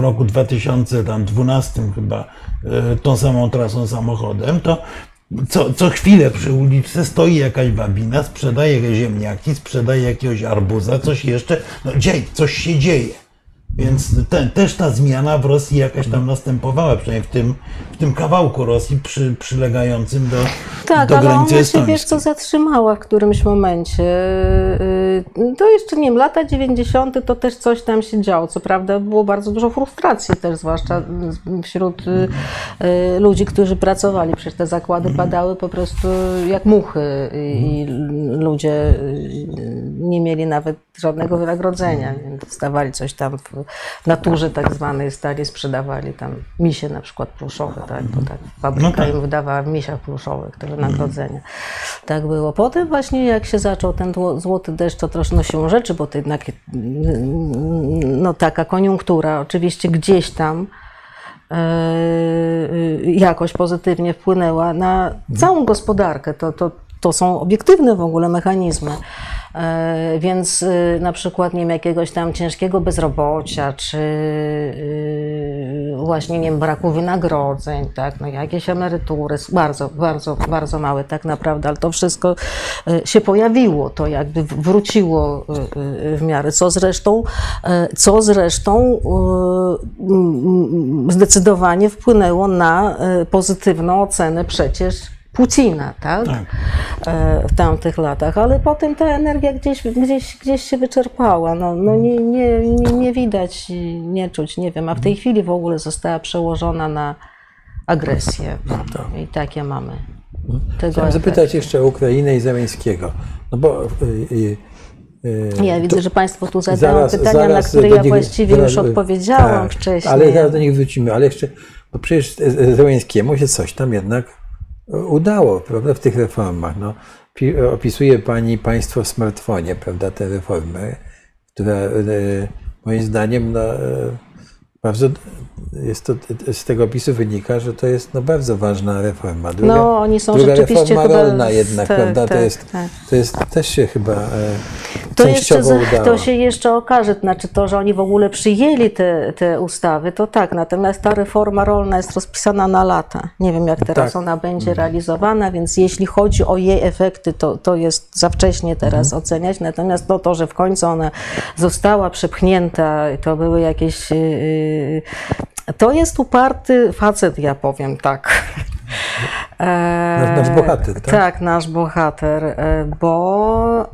Speaker 2: roku dwa tysiące dwunastym chyba tą samą trasą samochodem, to co, co chwilę przy uliczce stoi jakaś babina, sprzedaje ziemniaki, sprzedaje jakiegoś arbuza, coś jeszcze, no dzieje, coś się dzieje. Więc te, też ta zmiana w Rosji jakaś tam następowała, przynajmniej w tym, w tym kawałku Rosji przy, przylegającym do,
Speaker 3: tak,
Speaker 2: do granicy
Speaker 3: ale ona się,
Speaker 2: estońskiej.
Speaker 3: wiesz co, zatrzymała w którymś momencie. To jeszcze, nie wiem, lata dziewięćdziesiąte to też coś tam się działo. Co prawda było bardzo dużo frustracji też, zwłaszcza wśród ludzi, którzy pracowali. Przecież te zakłady padały po prostu jak muchy i ludzie nie mieli nawet żadnego wynagrodzenia, więc stawali coś tam w naturze tak zwanej, stali, sprzedawali tam misie na przykład pluszowe, tak, bo tak fabryka im wydawała w misiach pluszowych te wynagrodzenia. Tak było. Potem właśnie jak się zaczął ten złoty deszcz, to troszkę no się rzeczy, bo to jednak no taka koniunktura oczywiście gdzieś tam yy, jakoś pozytywnie wpłynęła na całą gospodarkę. To, to, to są obiektywne w ogóle mechanizmy. Więc na przykład nie wiem, jakiegoś tam ciężkiego bezrobocia, czy właśnie nie wiem, braku wynagrodzeń, tak, no jakieś emerytury, bardzo, bardzo, bardzo małe tak naprawdę, ale to wszystko się pojawiło, to jakby wróciło w miarę, co zresztą, co zresztą zdecydowanie wpłynęło na pozytywną ocenę przecież Putina, tak? tak? W tamtych latach, ale potem ta energia gdzieś, gdzieś, gdzieś się wyczerpała. No, no nie, nie, nie, nie widać, nie czuć, nie wiem, a w tej chwili w ogóle została przełożona na agresję. No to. I takie mamy. Tego
Speaker 1: Chciałem zapytać jeszcze o Ukrainę i Zełenskiego. No bo yy, yy,
Speaker 3: ja widzę, że Państwo tu zadają pytania, zaraz na które ja nich, właściwie zaraz, już odpowiedziałam tak, wcześniej.
Speaker 1: Ale zaraz do nich wrócimy. Ale jeszcze, bo przecież Zełenskiemu się coś tam jednak udało, prawda, w tych reformach. No, opisuje Pani państwo w smartfonie, prawda, te reformy, które moim zdaniem no, bardzo jest to, z tego opisu wynika, że to jest no, bardzo ważna reforma. Druga,
Speaker 3: no, oni są
Speaker 1: druga
Speaker 3: rzeczywiście
Speaker 1: reforma
Speaker 3: chyba,
Speaker 1: rolna jednak, tak, prawda,
Speaker 3: tak,
Speaker 1: to, jest,
Speaker 3: tak.
Speaker 1: to jest też się chyba e,
Speaker 3: to
Speaker 1: częściowo
Speaker 3: jeszcze,
Speaker 1: udało.
Speaker 3: To się jeszcze okaże, znaczy to, że oni w ogóle przyjęli te, te ustawy, to tak, natomiast ta reforma rolna jest rozpisana na lata. Nie wiem, jak teraz tak. ona będzie realizowana, więc jeśli chodzi o jej efekty, to, to jest za wcześnie teraz mhm. oceniać, natomiast to, to, że w końcu ona została przepchnięta i to były jakieś... Yy, to jest uparty facet, ja powiem tak.
Speaker 1: Nasz, nasz bohater, tak?
Speaker 3: Tak, nasz bohater, bo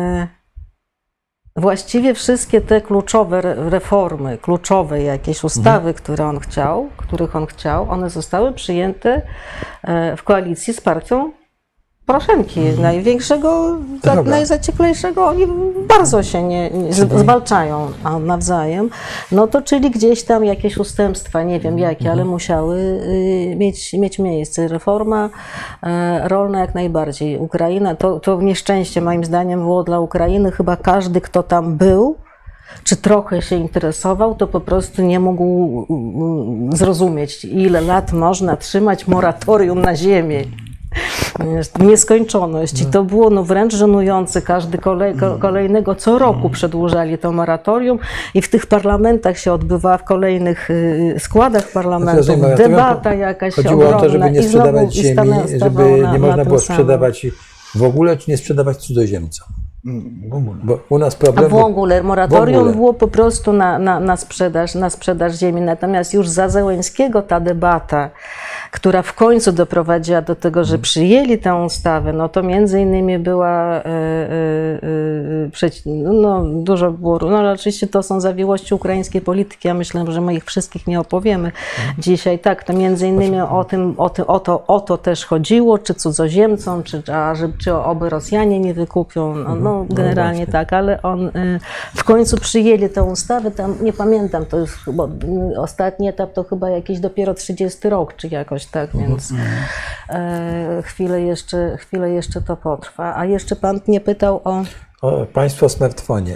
Speaker 3: właściwie wszystkie te kluczowe reformy, kluczowe jakieś ustawy, mhm. które on chciał, których on chciał, one zostały przyjęte w koalicji z partią Poroszenki, mhm. największego, za, najzacieklejszego, oni bardzo się nie, nie zwalczają nawzajem, no to czyli gdzieś tam jakieś ustępstwa, nie wiem jakie, mhm. ale musiały y, mieć, mieć miejsce. Reforma y, rolna jak najbardziej. Ukraina, to, to nieszczęście moim zdaniem było dla Ukrainy, chyba każdy, kto tam był, czy trochę się interesował, to po prostu nie mógł zrozumieć, ile lat można trzymać moratorium na ziemię. Nieskończoność. I to było no wręcz żenujące. Każdy kolej, kolejnego co roku przedłużali to moratorium i w tych parlamentach się odbywała, w kolejnych składach parlamentów debata jakaś
Speaker 1: chodziło
Speaker 3: ogromna.
Speaker 1: o to, żeby nie sprzedawać ziemi, żeby nie można było sprzedawać w ogóle, czy nie sprzedawać cudzoziemcom. W ogóle. Bo u nas problem...
Speaker 3: A w ogóle moratorium w ogóle. było po prostu na, na, na, sprzedaż, na sprzedaż ziemi. Natomiast już za Zełenskiego ta debata, która w końcu doprowadziła do tego, że przyjęli tę ustawę, no to między innymi była yy, yy, yy, no dużo było, no ale oczywiście to są zawiłości ukraińskiej polityki, ja myślę, że my ich wszystkich nie opowiemy dzisiaj, tak, to między innymi o tym, o, tym, o, to, o to też chodziło, czy cudzoziemcom, czy, a, że, czy oby Rosjanie nie wykupią, no, no generalnie no tak, ale on yy, w końcu przyjęli tę ustawę, tam nie pamiętam, to już chyba, ostatni etap to chyba jakiś dopiero trzydziesty rok, czy jakoś tak, więc e, chwilę, jeszcze, chwilę jeszcze to potrwa. A jeszcze pan mnie pytał o...
Speaker 1: O państwo w smartfonie.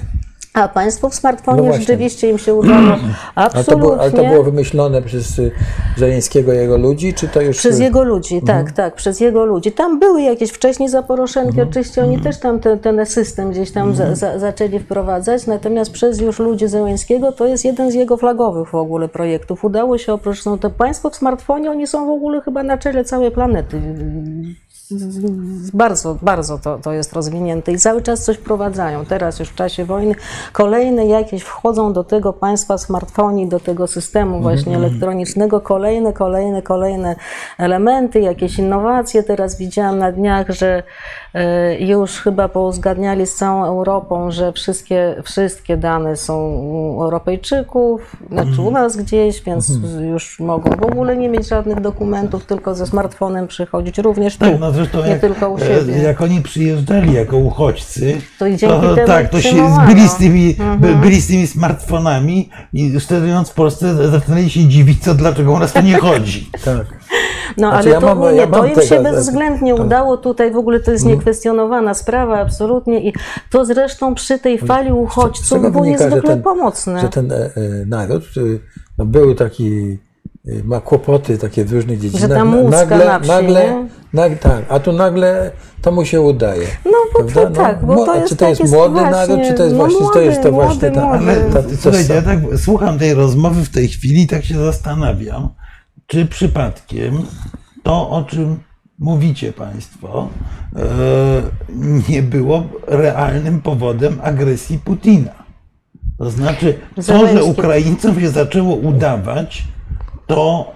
Speaker 3: A państwo w smartfonie
Speaker 1: No
Speaker 3: rzeczywiście im się udało
Speaker 1: A to,
Speaker 3: absolutnie.
Speaker 1: było, ale to było wymyślone przez y, Żeleńskiego i jego ludzi, czy to już...
Speaker 3: Przez jego ludzi, tak, tak, przez jego ludzi. Tam były jakieś wcześniej za Poroszenki, oczywiście oni też tam ten, ten system gdzieś tam za, za, zaczęli wprowadzać, natomiast przez już ludzi Zełenskiego to jest jeden z jego flagowych w ogóle projektów. Udało się, oprócz no, to państwo w smartfonie, oni są w ogóle chyba na czele całej planety. Bardzo, bardzo to, to jest rozwinięte i cały czas coś wprowadzają. Teraz już w czasie wojny kolejne jakieś wchodzą do tego państwa smartfonii, do tego systemu właśnie mm-hmm. elektronicznego, kolejne, kolejne, kolejne elementy, jakieś innowacje. Teraz widziałam na dniach, że y, już chyba pouzgadniali z całą Europą, że wszystkie, wszystkie dane są u Europejczyków, znaczy u nas gdzieś, więc mm-hmm. już mogą w ogóle nie mieć żadnych dokumentów, tylko ze smartfonem przychodzić, również tu.
Speaker 2: Tak, no zresztą
Speaker 3: nie
Speaker 2: jak,
Speaker 3: tylko u siebie.
Speaker 2: Jak oni przyjeżdżali jako uchodźcy,
Speaker 3: to, i dzięki
Speaker 2: to,
Speaker 3: temu
Speaker 2: tak, to się byli z, tymi, mhm. byli z tymi smartfonami i studiując w Polsce zaczynali się dziwić, co, dlaczego u nas to nie chodzi.
Speaker 1: Tak.
Speaker 3: No
Speaker 1: Znaczy,
Speaker 3: ale
Speaker 1: ja
Speaker 3: to,
Speaker 1: mam,
Speaker 3: nie,
Speaker 1: ja
Speaker 3: to im
Speaker 1: tego,
Speaker 3: się bezwzględnie
Speaker 1: to,
Speaker 3: udało tutaj, w ogóle to jest niekwestionowana sprawa absolutnie i to zresztą przy tej fali uchodźców było niezwykle
Speaker 1: że ten,
Speaker 3: pomocne.
Speaker 1: Że ten e, naród no, był taki, ma kłopoty takie w różnych dziedzinach.
Speaker 3: Że ta mucka
Speaker 1: nagle,
Speaker 3: na wsi,
Speaker 1: nagle, nagle, tak, a tu nagle to mu się udaje.
Speaker 3: No bo to, no, tak, bo to jest
Speaker 1: czy to jest
Speaker 3: taki
Speaker 1: młody
Speaker 3: właśnie,
Speaker 1: naród, czy to jest
Speaker 3: no
Speaker 1: właśnie,
Speaker 3: młody,
Speaker 1: to jest to
Speaker 3: młody,
Speaker 1: właśnie ta,
Speaker 2: Ale
Speaker 1: ta, ta,
Speaker 2: słuchajcie, ja tak słucham tej rozmowy w tej chwili i tak się zastanawiam, czy przypadkiem to, o czym mówicie Państwo, nie było realnym powodem agresji Putina. To znaczy, to, że Ukraińcom się zaczęło udawać, to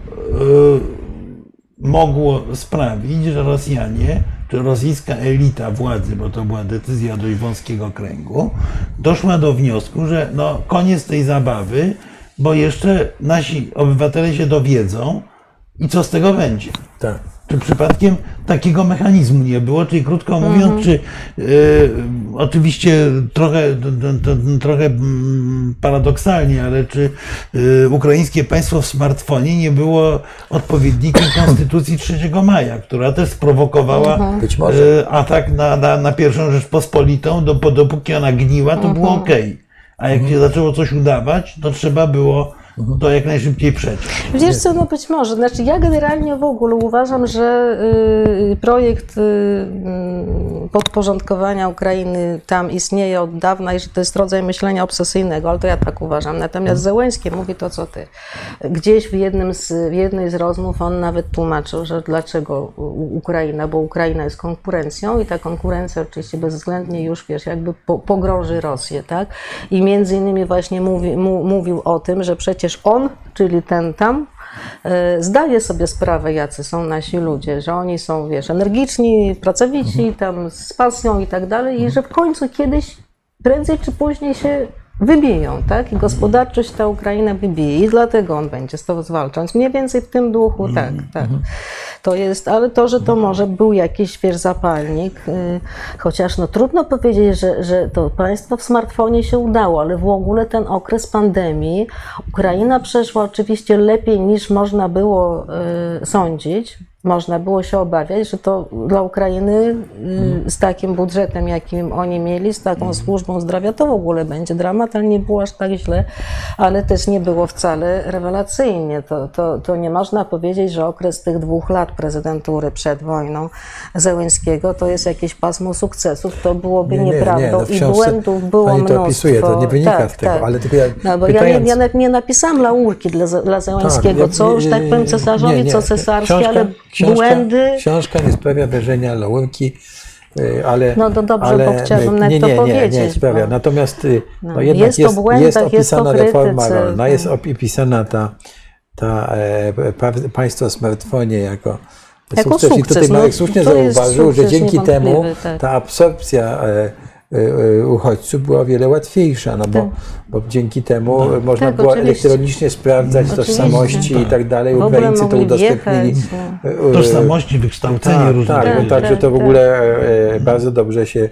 Speaker 2: mogło sprawić, że Rosjanie, czy rosyjska elita władzy, bo to była decyzja dość wąskiego kręgu, doszła do wniosku, że no, koniec tej zabawy, bo jeszcze nasi obywatele się dowiedzą i co z tego będzie.
Speaker 1: Tak.
Speaker 2: Czy przypadkiem takiego mechanizmu nie było? Czyli krótko mówiąc, mhm. czy y, oczywiście trochę, to, to, trochę paradoksalnie, ale czy y, ukraińskie państwo w smartfonie nie było odpowiednikiem Konstytucji trzeciego maja, która też sprowokowała
Speaker 1: mhm. Być może.
Speaker 2: y, atak na, na, na pierwszą Rzeczpospolitą, do, dopóki ona gniła, to mhm. było okej. Okay. A jak mhm. się zaczęło coś udawać, to trzeba było to jak najszybciej przeciąć.
Speaker 3: Wiesz co, no być może. Znaczy ja generalnie w ogóle uważam, że y, projekt y, y, podporządkowania Ukrainy tam istnieje od dawna i że to jest rodzaj myślenia obsesyjnego, ale to ja tak uważam. Natomiast Zełenski mówi to, co ty. Gdzieś w, jednym z, w jednej z rozmów on nawet tłumaczył, że dlaczego Ukraina, bo Ukraina jest konkurencją i ta konkurencja oczywiście bezwzględnie już, wiesz, jakby po, pogrąży Rosję, tak? I między innymi właśnie mówi, mu, mówił o tym, że przecież on, czyli ten tam, zdaje sobie sprawę, jacy są nasi ludzie, że oni są, wiesz, energiczni, pracowici, tam z pasją i tak dalej i że w końcu kiedyś, prędzej czy później się wybiją, tak? I gospodarczość ta Ukraina wybije i dlatego on będzie z to zwalczać. Mniej więcej w tym duchu, tak, tak. To jest, ale to, że to może był jakiś, wiesz, zapalnik, yy, chociaż no trudno powiedzieć, że, że to państwo w smartfonie się udało, ale w ogóle ten okres pandemii Ukraina przeszła oczywiście lepiej niż można było yy, sądzić. Można było się obawiać, że to dla Ukrainy z takim budżetem, jakim oni mieli, z taką służbą zdrowia, to w ogóle będzie dramat, ale nie było aż tak źle, ale też nie było wcale rewelacyjnie. To, to, to nie można powiedzieć, że okres tych dwóch lat prezydentury przed wojną Zełenskiego to jest jakieś pasmo sukcesów, to byłoby
Speaker 1: nie, nie,
Speaker 3: nieprawdą
Speaker 1: nie, no
Speaker 3: i błędów było
Speaker 1: pani to
Speaker 3: mnóstwo.
Speaker 1: opisuje, to nie wynika
Speaker 3: tak,
Speaker 1: z tego,
Speaker 3: tak.
Speaker 1: ale tylko ja
Speaker 3: no, bo
Speaker 1: pytając...
Speaker 3: ja, nie, ja nawet nie napisałam laurki dla, dla Zełenskiego,
Speaker 1: tak,
Speaker 3: co już tak powiem cesarzowi,
Speaker 1: nie, nie.
Speaker 3: co cesarskie,
Speaker 1: Książka,
Speaker 3: ale
Speaker 1: książka,
Speaker 3: błędy...
Speaker 1: Książka nie sprawia wrażenia laurki, ale...
Speaker 3: No to dobrze,
Speaker 1: ale,
Speaker 3: bo chciałabym nawet
Speaker 1: nie,
Speaker 3: to
Speaker 1: nie,
Speaker 3: powiedzieć.
Speaker 1: Nie, nie sprawia.
Speaker 3: Bo...
Speaker 1: Natomiast no,
Speaker 3: No,
Speaker 1: jednak
Speaker 3: jest,
Speaker 1: jest,
Speaker 3: to błędach,
Speaker 1: jest opisana
Speaker 3: jest to
Speaker 1: reforma
Speaker 3: krytyce,
Speaker 1: rolna,
Speaker 3: no.
Speaker 1: jest opisana ta, ta e, państwo w smartfonie jako,
Speaker 3: jako
Speaker 1: sukces.
Speaker 3: sukces.
Speaker 1: I tutaj
Speaker 3: no,
Speaker 1: Marek słusznie zauważył, że dzięki temu
Speaker 3: tak.
Speaker 1: ta absorpcja e, e, uchodźców była o wiele łatwiejsza, no bo,
Speaker 3: tak.
Speaker 1: bo dzięki temu
Speaker 2: no.
Speaker 1: można
Speaker 3: tak,
Speaker 1: było
Speaker 3: oczywiście.
Speaker 1: elektronicznie sprawdzać
Speaker 3: Oczywiście.
Speaker 1: tożsamości
Speaker 3: tak.
Speaker 1: i tak dalej.
Speaker 3: W ogóle
Speaker 1: Ukraińcy to udostępnili.
Speaker 3: Wjechać,
Speaker 2: tożsamości, wykształcenie
Speaker 1: tak,
Speaker 2: różne.
Speaker 1: tak,
Speaker 3: tak,
Speaker 1: także
Speaker 3: tak,
Speaker 1: to w
Speaker 3: tak.
Speaker 1: ogóle e, bardzo dobrze się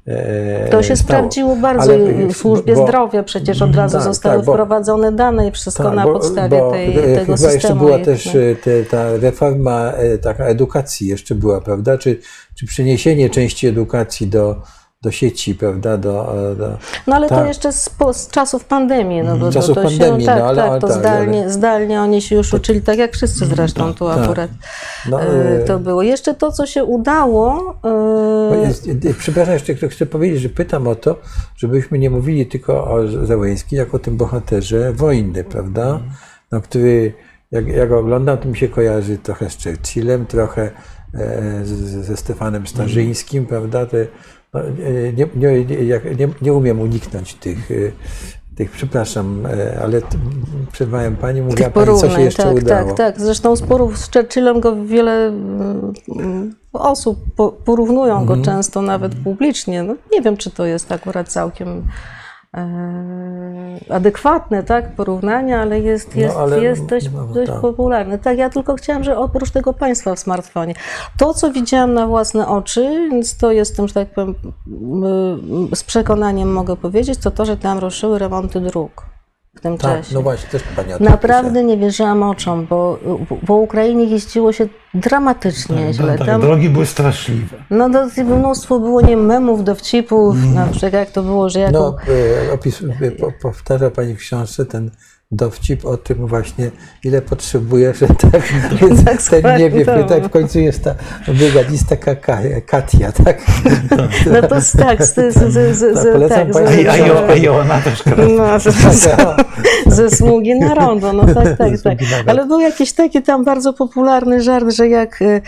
Speaker 1: e,
Speaker 3: To się
Speaker 1: stało.
Speaker 3: sprawdziło bardzo
Speaker 1: Ale,
Speaker 3: w służbie
Speaker 1: bo,
Speaker 3: zdrowia, przecież od razu
Speaker 1: tak,
Speaker 3: zostały
Speaker 1: tak, bo,
Speaker 3: wprowadzone dane i wszystko
Speaker 1: tak,
Speaker 3: na
Speaker 1: bo,
Speaker 3: podstawie
Speaker 1: bo,
Speaker 3: tej,
Speaker 1: chyba
Speaker 3: tego
Speaker 1: chyba
Speaker 3: systemu.
Speaker 1: jeszcze była
Speaker 3: jest,
Speaker 1: też
Speaker 3: no.
Speaker 1: te, ta reforma taka edukacji jeszcze była, prawda? Czy, czy przeniesienie części edukacji do do sieci, prawda, do... do
Speaker 3: no ale
Speaker 1: tak.
Speaker 3: to jeszcze z, po, z czasów pandemii. No,
Speaker 1: Z czasów
Speaker 3: to, to
Speaker 1: pandemii,
Speaker 3: się, tak,
Speaker 1: no ale...
Speaker 3: tak, to
Speaker 1: tak,
Speaker 3: zdalnie,
Speaker 1: ale...
Speaker 3: zdalnie oni się już uczyli, tak jak wszyscy zresztą
Speaker 1: tak,
Speaker 3: tu
Speaker 1: tak.
Speaker 3: akurat
Speaker 1: no,
Speaker 3: to było. Jeszcze to, co się udało...
Speaker 1: Jest, przepraszam, jeszcze chcę powiedzieć, że pytam o to, żebyśmy nie mówili tylko o Załęskim, jako o tym bohaterze wojny, prawda, no, który, jak, jak go oglądam, to mi się kojarzy trochę z Churchillem, trochę e, z, ze Stefanem Starzyńskim, prawda, te, no, nie, nie, nie, nie umiem uniknąć tych, tych przepraszam, ale przerwałem Pani, mówiła Pani, co się jeszcze
Speaker 3: tak,
Speaker 1: udało.
Speaker 3: Tak, tak, zresztą sporów z Churchillem go wiele osób porównują go mhm. często nawet publicznie. No, nie wiem, czy to jest akurat całkiem adekwatne, tak, porównanie, ale jest, jest, no, ale, jest dość, no, dość tak. popularne. Tak, ja tylko chciałam, że oprócz tego państwa w smartfonie, to, co widziałam na własne oczy, więc to jestem, że tak powiem, z przekonaniem mogę powiedzieć, to to, że tam ruszyły remonty dróg w tym
Speaker 1: tak,
Speaker 3: czasie.
Speaker 1: No właśnie, też Pani o tym
Speaker 3: Naprawdę
Speaker 1: pisze.
Speaker 3: nie wierzyłam oczom, bo po Ukrainie jeździło się dramatycznie
Speaker 2: tak,
Speaker 3: źle.
Speaker 2: Tak,
Speaker 3: tam,
Speaker 2: drogi były straszliwe.
Speaker 3: No to mnóstwo było nie memów, dowcipów, mm. na przykład jak to było, że jak...
Speaker 1: No, opis, powtarza Pani w książce ten dowcip o tym właśnie, ile potrzebuje, że tak, więc tak ten nie wie, tak w końcu jest ta brygadzista Katia, tak?
Speaker 3: No to tak, z, z, z, z,
Speaker 1: polecam
Speaker 3: tak,
Speaker 1: Państwu.
Speaker 2: A i ona też
Speaker 3: no, z, z, ze Sługi Narodu, no tak, tak, tak. Ale był jakiś taki tam bardzo popularny żart, że jak e,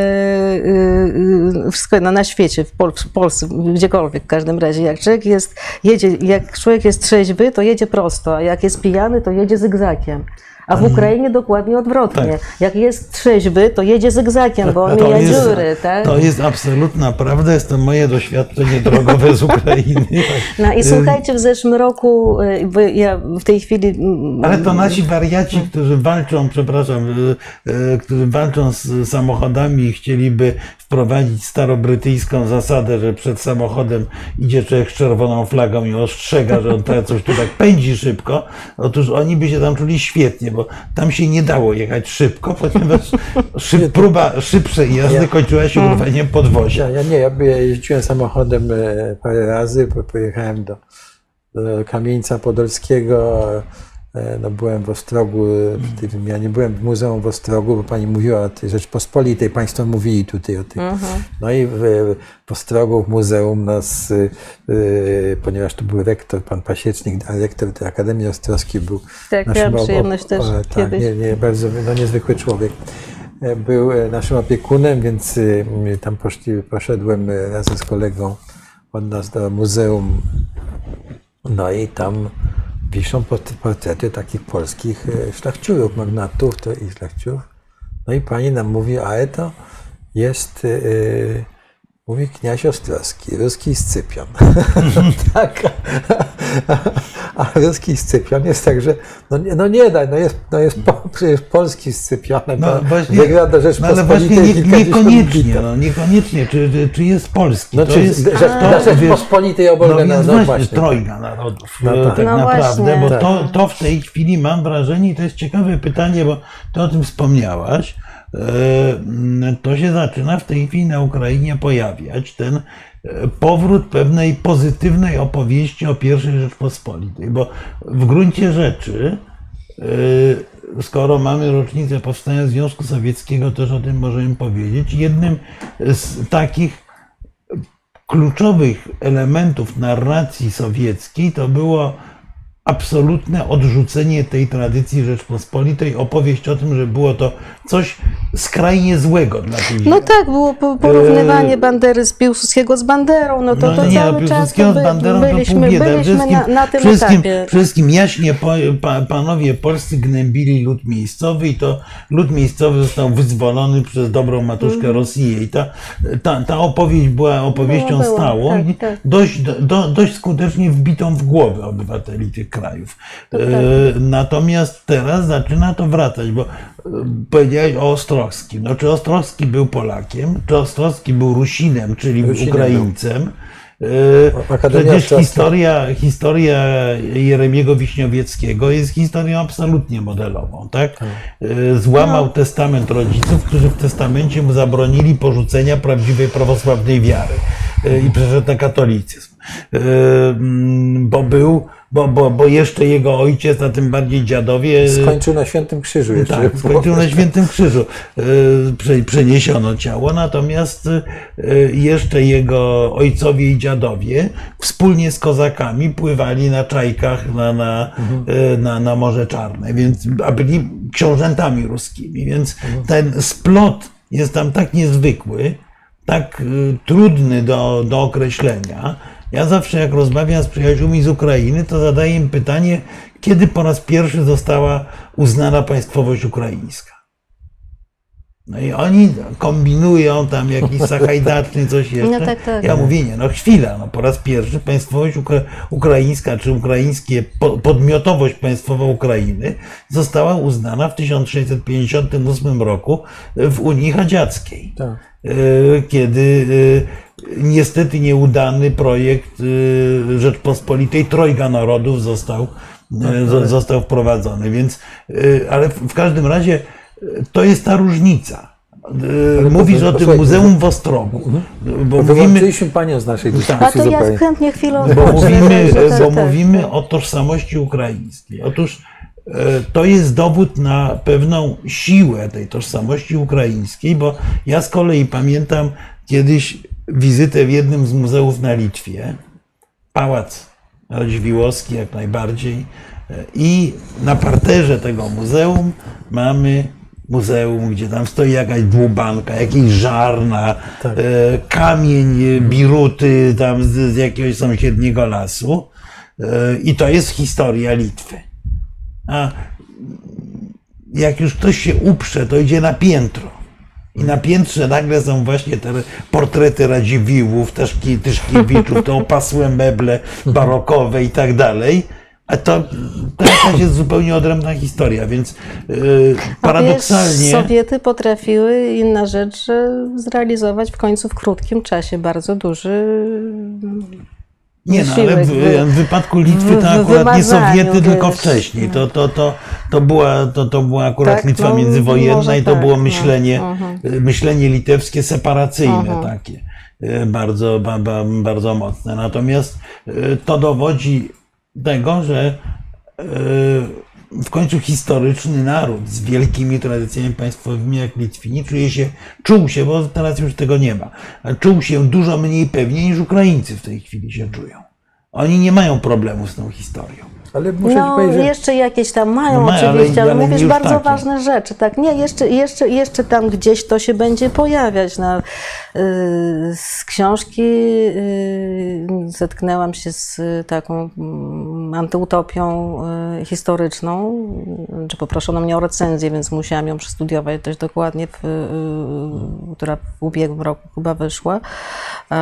Speaker 3: e, wszystko no, na świecie, w, Pol w Polsce, gdziekolwiek w każdym razie, jak człowiek jest, jedzie, jak człowiek jest trzeźwy, to jedzie prosto, a jak jest pijany, to jedzie zygzakiem. A w Ukrainie dokładnie odwrotnie. Tak. Jak jest trzeźwy, to jedzie zygzakiem, bo on mija dziury. Tak?
Speaker 2: To jest absolutna prawda, jest to moje doświadczenie drogowe z Ukrainy.
Speaker 3: No i słuchajcie, w zeszłym roku, ja w tej chwili...
Speaker 2: Ale to nasi wariaci, którzy walczą, przepraszam, którzy walczą z samochodami i chcieliby wprowadzić starobrytyjską zasadę, że przed samochodem idzie człowiek z czerwoną flagą i ostrzega, że on coś tu tak pędzi szybko. Otóż oni by się tam czuli świetnie, bo tam się nie dało jechać szybko, ponieważ szyb, próba szybszej jazdy ja, kończyła się urwaniem podwozia.
Speaker 1: Ja, ja nie, ja jeździłem samochodem parę razy, pojechałem do, do Kamieńca Podolskiego, no byłem w Ostrogu w tej wymianie, byłem w Muzeum w Ostrogu, bo Pani mówiła o tej Rzeczpospolitej, Państwo mówili tutaj o tym. Uh-huh. No i w, w Ostrogu, w muzeum nas, y, ponieważ to był rektor, pan Pasiecznik, a rektor tej Akademii Ostrowskiej był
Speaker 3: tak,
Speaker 1: naszym
Speaker 3: miałam przyjemność o, też o, tak, kiedyś.
Speaker 1: Nie, nie, bardzo no, niezwykły człowiek. Był naszym opiekunem, więc y, tam poszli, poszedłem razem z kolegą od nas do muzeum. No i tam wiszą portrety takich polskich szlachciurów, magnatów to i szlachciurów. No i pani nam mówi, a to jest, yy, mówi kniaź Ostrowski, ruski Scypion. Tak, a, a ruski Scypion jest tak, że no nie, no nie da, no jest, no jest po, przecież polski Scypionem, no, wygra do Rzeczpospolitej.
Speaker 2: No, ale właśnie nie, niekoniecznie, no, niekoniecznie, czy, czy, czy jest polski.
Speaker 1: No,
Speaker 2: to
Speaker 1: czy
Speaker 2: jest,
Speaker 1: do Rzeczpospolitej obojga
Speaker 2: no,
Speaker 1: no,
Speaker 2: no,
Speaker 1: właśnie.
Speaker 2: Trojga narodów,
Speaker 1: no, tak,
Speaker 2: tak
Speaker 3: no
Speaker 2: naprawdę,
Speaker 3: właśnie.
Speaker 2: bo
Speaker 1: tak.
Speaker 2: to, to w tej chwili mam wrażenie, i to jest ciekawe pytanie, bo ty o tym wspomniałaś, to się zaczyna w tej chwili na Ukrainie pojawiać ten powrót pewnej pozytywnej opowieści o pierwszej Rzeczpospolitej, bo w gruncie rzeczy, skoro mamy rocznicę powstania Związku Sowieckiego, też o tym możemy powiedzieć, jednym z takich kluczowych elementów narracji sowieckiej to było absolutne odrzucenie tej tradycji Rzeczpospolitej, opowieść o tym, że było to coś skrajnie złego dla tych
Speaker 3: No tak, było porównywanie Bandery z Piłsudskiego z Banderą, no to,
Speaker 2: no,
Speaker 3: to
Speaker 2: nie,
Speaker 3: cały
Speaker 2: no,
Speaker 3: czas
Speaker 2: to by, z Banderą
Speaker 3: byliśmy,
Speaker 2: to
Speaker 3: byliśmy na, na tym
Speaker 2: wszystkim,
Speaker 3: etapie.
Speaker 2: Wszystkim jaśnie po, pa, panowie polscy gnębili lud miejscowy i to lud miejscowy został wyzwolony przez dobrą matuszkę mm. Rosję i ta, ta, ta opowieść była opowieścią było, stałą tak, i tak. Dość, do, dość skutecznie wbitą w głowę obywateli tych krajów. E, natomiast teraz zaczyna to wracać, bo e, powiedziałeś o Ostrowskim. No, czy Ostrowski był Polakiem, czy Ostrowski był Rusinem, czyli Rusinem Ukraińcem? E, przecież historia, historia Jeremiego Wiśniowieckiego jest historią absolutnie modelową, tak? E, złamał no. testament rodziców, którzy w testamencie mu zabronili porzucenia prawdziwej prawosławnej wiary. i przeszedł na katolicyzm. Bo był, bo, bo, bo jeszcze jego ojciec, a tym bardziej dziadowie...
Speaker 1: Skończył na Świętym Krzyżu. Jeszcze
Speaker 2: tak, skończył na Świętym Krzyżu. Przeniesiono ciało, natomiast jeszcze jego ojcowie i dziadowie wspólnie z kozakami pływali na czajkach na, na, mhm. na, na Morze Czarne, więc, a byli książętami ruskimi, więc mhm. ten splot jest tam tak niezwykły, tak trudny do, do określenia. Ja zawsze, jak rozmawiam z przyjaciółmi z Ukrainy, to zadaję im pytanie, kiedy po raz pierwszy została uznana państwowość ukraińska. No i oni kombinują tam jakiś Sachajdaczny, coś jeszcze.
Speaker 3: No tak, tak.
Speaker 2: Ja mówię, nie, no chwila, no po raz pierwszy państwowość ukra ukraińska, czy ukraińskie, podmiotowość państwowa Ukrainy została uznana w tysiąc sześćset pięćdziesiątym ósmym roku w Unii Chadziackiej. Tak. Kiedy niestety nieudany projekt Rzeczpospolitej Trojga Narodów został, został wprowadzony. Więc, ale w każdym razie to jest ta różnica. Ale Mówisz o tym Muzeum w Ostrogu.
Speaker 1: Bo mówimy panią z naszej dyskusji.
Speaker 3: A to ja chętnie chwilę
Speaker 2: Bo mówimy, bo mówimy o tożsamości ukraińskiej. Otóż to jest dowód na pewną siłę tej tożsamości ukraińskiej, bo ja z kolei pamiętam kiedyś wizytę w jednym z muzeów na Litwie, Pałac Radziwiłłowski jak najbardziej, i na parterze tego muzeum mamy muzeum, gdzie tam stoi jakaś dłubanka, jakiś żarna, tak. kamień, biruty tam z, z jakiegoś sąsiedniego lasu, i to jest historia Litwy. A jak już ktoś się uprze, to idzie na piętro. I na piętrze nagle są właśnie te portrety Radziwiłłów, Tyszkiewiczów, te opasłe meble barokowe i tak dalej. A to, to jakaś jest zupełnie odrębna historia, więc yy, paradoksalnie...
Speaker 3: A wiesz, Sowiety potrafiły, inna rzecz, zrealizować w końcu w krótkim czasie bardzo duży...
Speaker 2: Nie, no, ale w, w wypadku Litwy to akurat nie Sowiety, wiesz, tylko wcześniej. To, to, to, to, była, to, to była akurat tak, Litwa no, międzywojenna i to tak, było myślenie, no, myślenie litewskie separacyjne uh-huh. takie, bardzo, bardzo mocne. Natomiast to dowodzi tego, że w końcu historyczny naród z wielkimi tradycjami państwowymi jak Litwini czuje się, czuł się, bo teraz już tego nie ma, czuł się dużo mniej pewnie niż Ukraińcy w tej chwili się czują. Oni nie mają problemu z tą historią.
Speaker 1: Ale muszę
Speaker 3: no,
Speaker 1: powiedzieć, że...
Speaker 3: jeszcze jakieś tam mają
Speaker 2: no,
Speaker 3: oczywiście, ale, ale, ale mówisz bardzo takie. ważne rzeczy. Tak? Nie, jeszcze, jeszcze, jeszcze tam gdzieś to się będzie pojawiać. Na, yy, z książki yy, zetknęłam się z taką yy, antyutopią yy, historyczną, czy poproszono mnie o recenzję, więc musiałam ją przestudiować dość dokładnie, w, yy, która w ubiegłym roku chyba wyszła. Yy,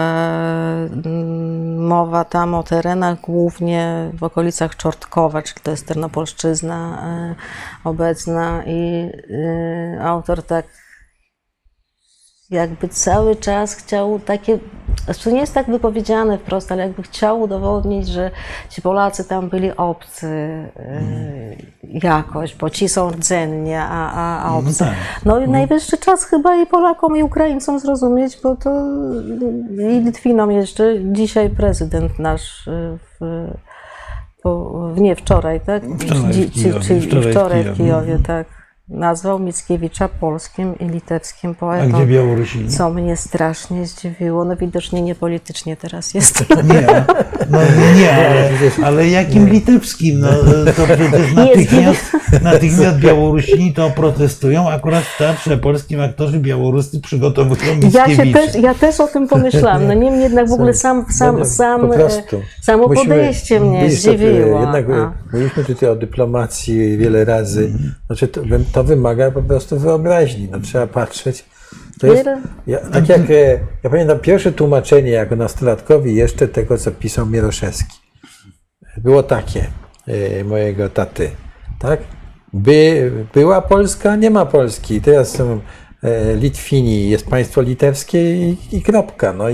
Speaker 3: mowa tam o terenach głównie w okolicach Czortkowa, czyli to jest Ternopolszczyzna y, obecna, i y, autor tak jakby cały czas chciał takie, to nie jest tak wypowiedziane wprost, ale jakby chciał udowodnić, że ci Polacy tam byli obcy y, jakoś, bo ci są rdzennie, a, a, a obcy. No, tak. no i najwyższy czas chyba i Polakom, i Ukraińcom zrozumieć, bo to i Litwinom jeszcze dzisiaj prezydent nasz w, w nie wczoraj, tak?
Speaker 2: Wczoraj w Kijowie,
Speaker 3: czyli
Speaker 2: wczoraj
Speaker 3: wczoraj w
Speaker 2: w
Speaker 3: Kijowie,
Speaker 2: Kijowie,
Speaker 3: tak. Nazwał Mickiewicza polskim i litewskim poetą.
Speaker 2: A gdzie Białorusini?
Speaker 3: Co mnie strasznie zdziwiło. No widocznie nie politycznie teraz jest.
Speaker 2: Nie, no nie, ale, ale jakim litewskim? No, to przecież natychmiast, natychmiast Białorusini to protestują. Akurat w Teatrze Polskim aktorzy białoruscy przygotowują Mickiewicza.
Speaker 3: Ja, się też, ja też o tym pomyślałam. No niemniej jednak w ogóle sam, sam, sam, samo podejście mnie zdziwiło.
Speaker 1: Jednak mówiliśmy tutaj o dyplomacji wiele razy. Znaczy to, to wymaga po prostu wyobraźni, no, trzeba patrzeć. To jest, ja, tak jak ja pamiętam pierwsze tłumaczenie jako nastolatkowi jeszcze tego, co pisał Mieroszewski. Było takie e, mojego taty, tak? By, była Polska, nie ma Polski. Teraz są e, Litwini, jest państwo litewskie i, i kropka. No i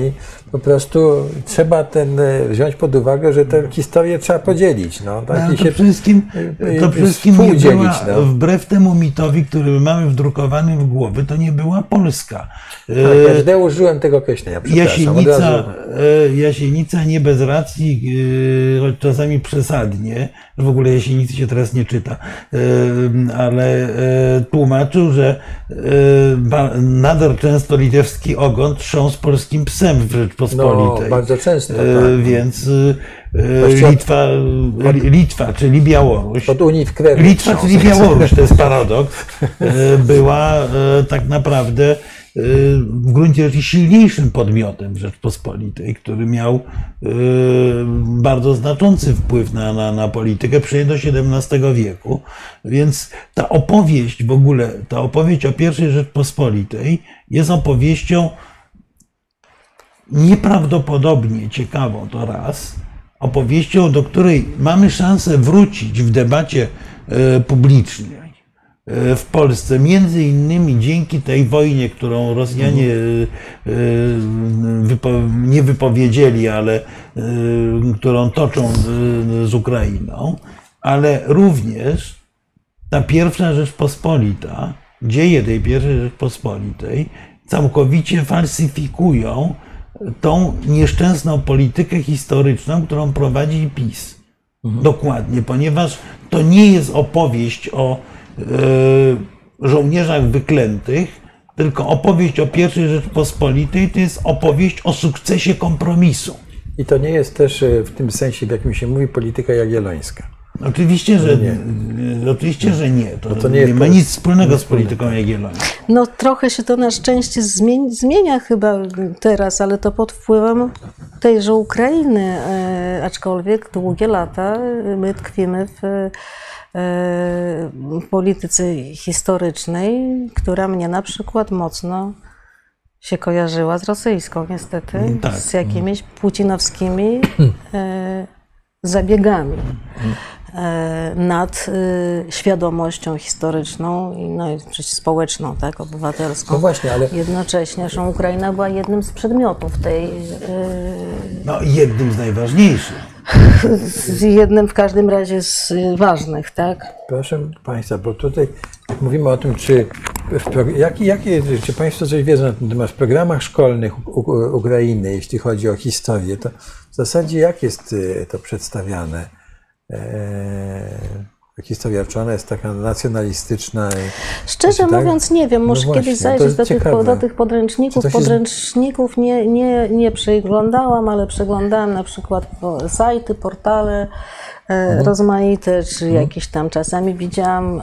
Speaker 1: po prostu trzeba ten, wziąć pod uwagę, że tę historię trzeba podzielić. No, tak,
Speaker 2: No,
Speaker 1: i
Speaker 2: to
Speaker 1: się
Speaker 2: wszystkim, to wszystkim nie była,
Speaker 1: no.
Speaker 2: wbrew temu mitowi, który mamy wdrukowanym w głowy, to nie była Polska.
Speaker 1: Tak, ja źle użyłem tego określenia,
Speaker 2: Jasienica,
Speaker 1: razu...
Speaker 2: Jasienica nie bez racji, choć czasami przesadnie, w ogóle Jasienicy się teraz nie czyta, ale tłumaczył, że nader często litewski ogon trząsł polskim psem w Rzeczpospolitej.
Speaker 1: No, bardzo często, tak.
Speaker 2: Więc Litwa, Litwa, czyli Białoruś.
Speaker 1: Od Unii w krew.
Speaker 2: Litwa, czyli Białoruś, to jest paradoks, była tak naprawdę w gruncie rzeczy silniejszym podmiotem Rzeczpospolitej, który miał bardzo znaczący wpływ na, na, na politykę, przynajmniej do siedemnastego wieku. Więc ta opowieść w ogóle, ta opowieść o pierwszej Rzeczpospolitej jest opowieścią nieprawdopodobnie ciekawą, to raz, opowieścią, do której mamy szansę wrócić w debacie publicznej w Polsce, między innymi dzięki tej wojnie, którą Rosjanie nie wypowiedzieli, ale którą toczą z Ukrainą, ale również ta pierwsza Rzeczpospolita, dzieje tej pierwszej Rzeczpospolitej całkowicie falsyfikują tą nieszczęsną politykę historyczną, którą prowadzi PiS. Mhm. Dokładnie, ponieważ to nie jest opowieść o e, żołnierzach wyklętych, tylko opowieść o pierwszej Rzeczpospolitej to jest opowieść o sukcesie kompromisu.
Speaker 1: I to nie jest też w tym sensie, w jakim się mówi, polityka jagiellońska.
Speaker 2: Oczywiście, że nie. Oczywiście, że nie. To, to nie, nie ma nic wspólnego z polityką jagiellońską.
Speaker 3: No trochę się to na szczęście zmienia, zmienia chyba teraz, ale to pod wpływem tejże Ukrainy, e, aczkolwiek długie lata my tkwimy w e, polityce historycznej, która mnie na przykład mocno się kojarzyła z rosyjską niestety, tak. z jakimiś putinowskimi e, zabiegami nad świadomością historyczną i no, społeczną, tak, obywatelską.
Speaker 1: No właśnie, ale...
Speaker 3: Jednocześnie, że Ukraina była jednym z przedmiotów tej...
Speaker 2: No jednym z najważniejszych.
Speaker 3: Z jednym w każdym razie z ważnych, tak?
Speaker 1: Proszę Państwa, bo tutaj jak mówimy o tym, czy, jakie, jakie, czy Państwo coś wiedzą na ten temat, w programach szkolnych u, u, Ukrainy, jeśli chodzi o historię, to w zasadzie jak jest to przedstawiane? Eee, historia, czy ona jest taka nacjonalistyczna?
Speaker 3: Szczerze
Speaker 1: tak?
Speaker 3: mówiąc nie wiem, muszę
Speaker 1: no
Speaker 3: kiedyś zajrzeć do tych, do tych podręczników. Się... Podręczników nie, nie, nie przeglądałam, ale przeglądałam na przykład sajty, portale mhm. rozmaite, czy mhm. jakieś tam czasami widziałam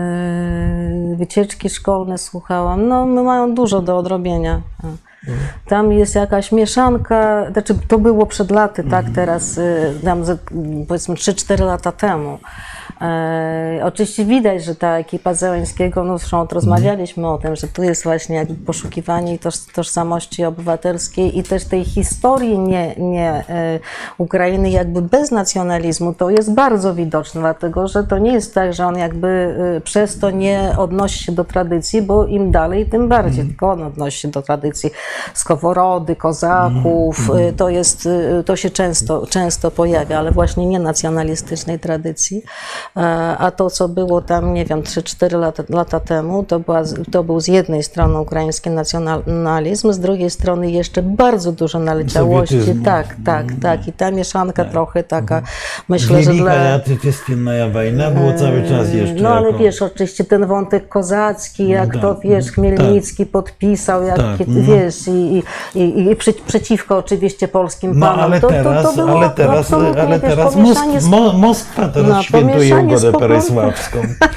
Speaker 3: e, wycieczki szkolne, słuchałam. No, mają dużo do odrobienia. Tam jest jakaś mieszanka, znaczy to było przed laty, tak, teraz tam powiedzmy trzy cztery lata temu. E, oczywiście widać, że ta ekipa Zełenskiego, no zresztą rozmawialiśmy o tym, że tu jest właśnie jakby poszukiwanie toż, tożsamości obywatelskiej i też tej historii nie, nie e, Ukrainy jakby bez nacjonalizmu, to jest bardzo widoczne, dlatego że to nie jest tak, że on jakby e, przez to nie odnosi się do tradycji, bo im dalej, tym bardziej, mm. tylko on odnosi się do tradycji Skowrody, Kozaków, mm. e, to jest, e, to się często, często pojawia, ale właśnie nie nacjonalistycznej tradycji. A to, co było tam, nie wiem, trzy cztery lata, lata temu, to, była, to był z jednej strony ukraiński nacjonalizm, z drugiej strony jeszcze bardzo dużo naleciałości.
Speaker 2: Sowietyzmu.
Speaker 3: Tak, tak, tak. I ta mieszanka tak. trochę taka, mhm. myślę,
Speaker 2: Wielka,
Speaker 3: że dla...
Speaker 2: atrytystynna wojna było cały czas jeszcze.
Speaker 3: No ale
Speaker 2: jako...
Speaker 3: wiesz, oczywiście ten wątek kozacki, jak no, tak. to, wiesz, Chmielnicki tak. podpisał, jak,
Speaker 2: tak.
Speaker 3: wiesz, i, i, i przy, przeciwko oczywiście polskim
Speaker 2: no,
Speaker 3: panom.
Speaker 2: Ale
Speaker 3: to,
Speaker 2: teraz,
Speaker 3: to, to było
Speaker 2: ale teraz, ale teraz
Speaker 3: wiesz,
Speaker 2: Mosk Mo Moskwa teraz no, świętuje ugodę perejsławską.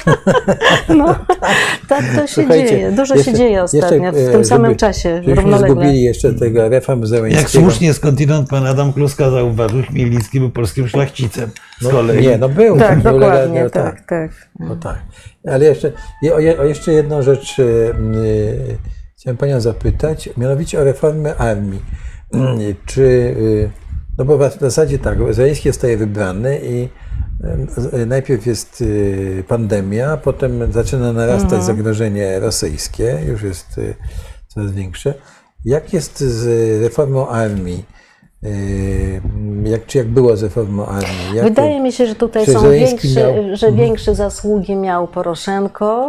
Speaker 3: No, tak to się Słuchajcie, dzieje. Dużo jeszcze, się dzieje ostatnio, w tym samym żeby, czasie, równolegle.
Speaker 1: Zgubili jeszcze tego reform Zełenskiego.
Speaker 2: Jak słusznie skądinąd pan Adam Kluska zauważył, Chmielnicki był polskim szlachcicem z
Speaker 1: no,
Speaker 2: kolei.
Speaker 1: Nie, no był.
Speaker 3: Tak,
Speaker 1: tak
Speaker 3: dokładnie,
Speaker 1: no,
Speaker 3: tak, tak. tak.
Speaker 1: No, tak. Ale jeszcze, o, o jeszcze jedną rzecz yy, chciałem panią zapytać, mianowicie o reformę armii. Yy, czy, yy, no bo w zasadzie tak, Zełenski zostaje wybrany i najpierw jest pandemia, potem zaczyna narastać mhm. zagrożenie rosyjskie, już jest coraz większe. Jak jest z reformą armii? Jak, czy jak było z reformą armii? Jak
Speaker 3: Wydaje
Speaker 1: to,
Speaker 3: mi się, że tutaj
Speaker 1: czy
Speaker 3: są
Speaker 1: Żeleński
Speaker 3: większe,
Speaker 1: miał...
Speaker 3: że większe zasługi miał Poroszenko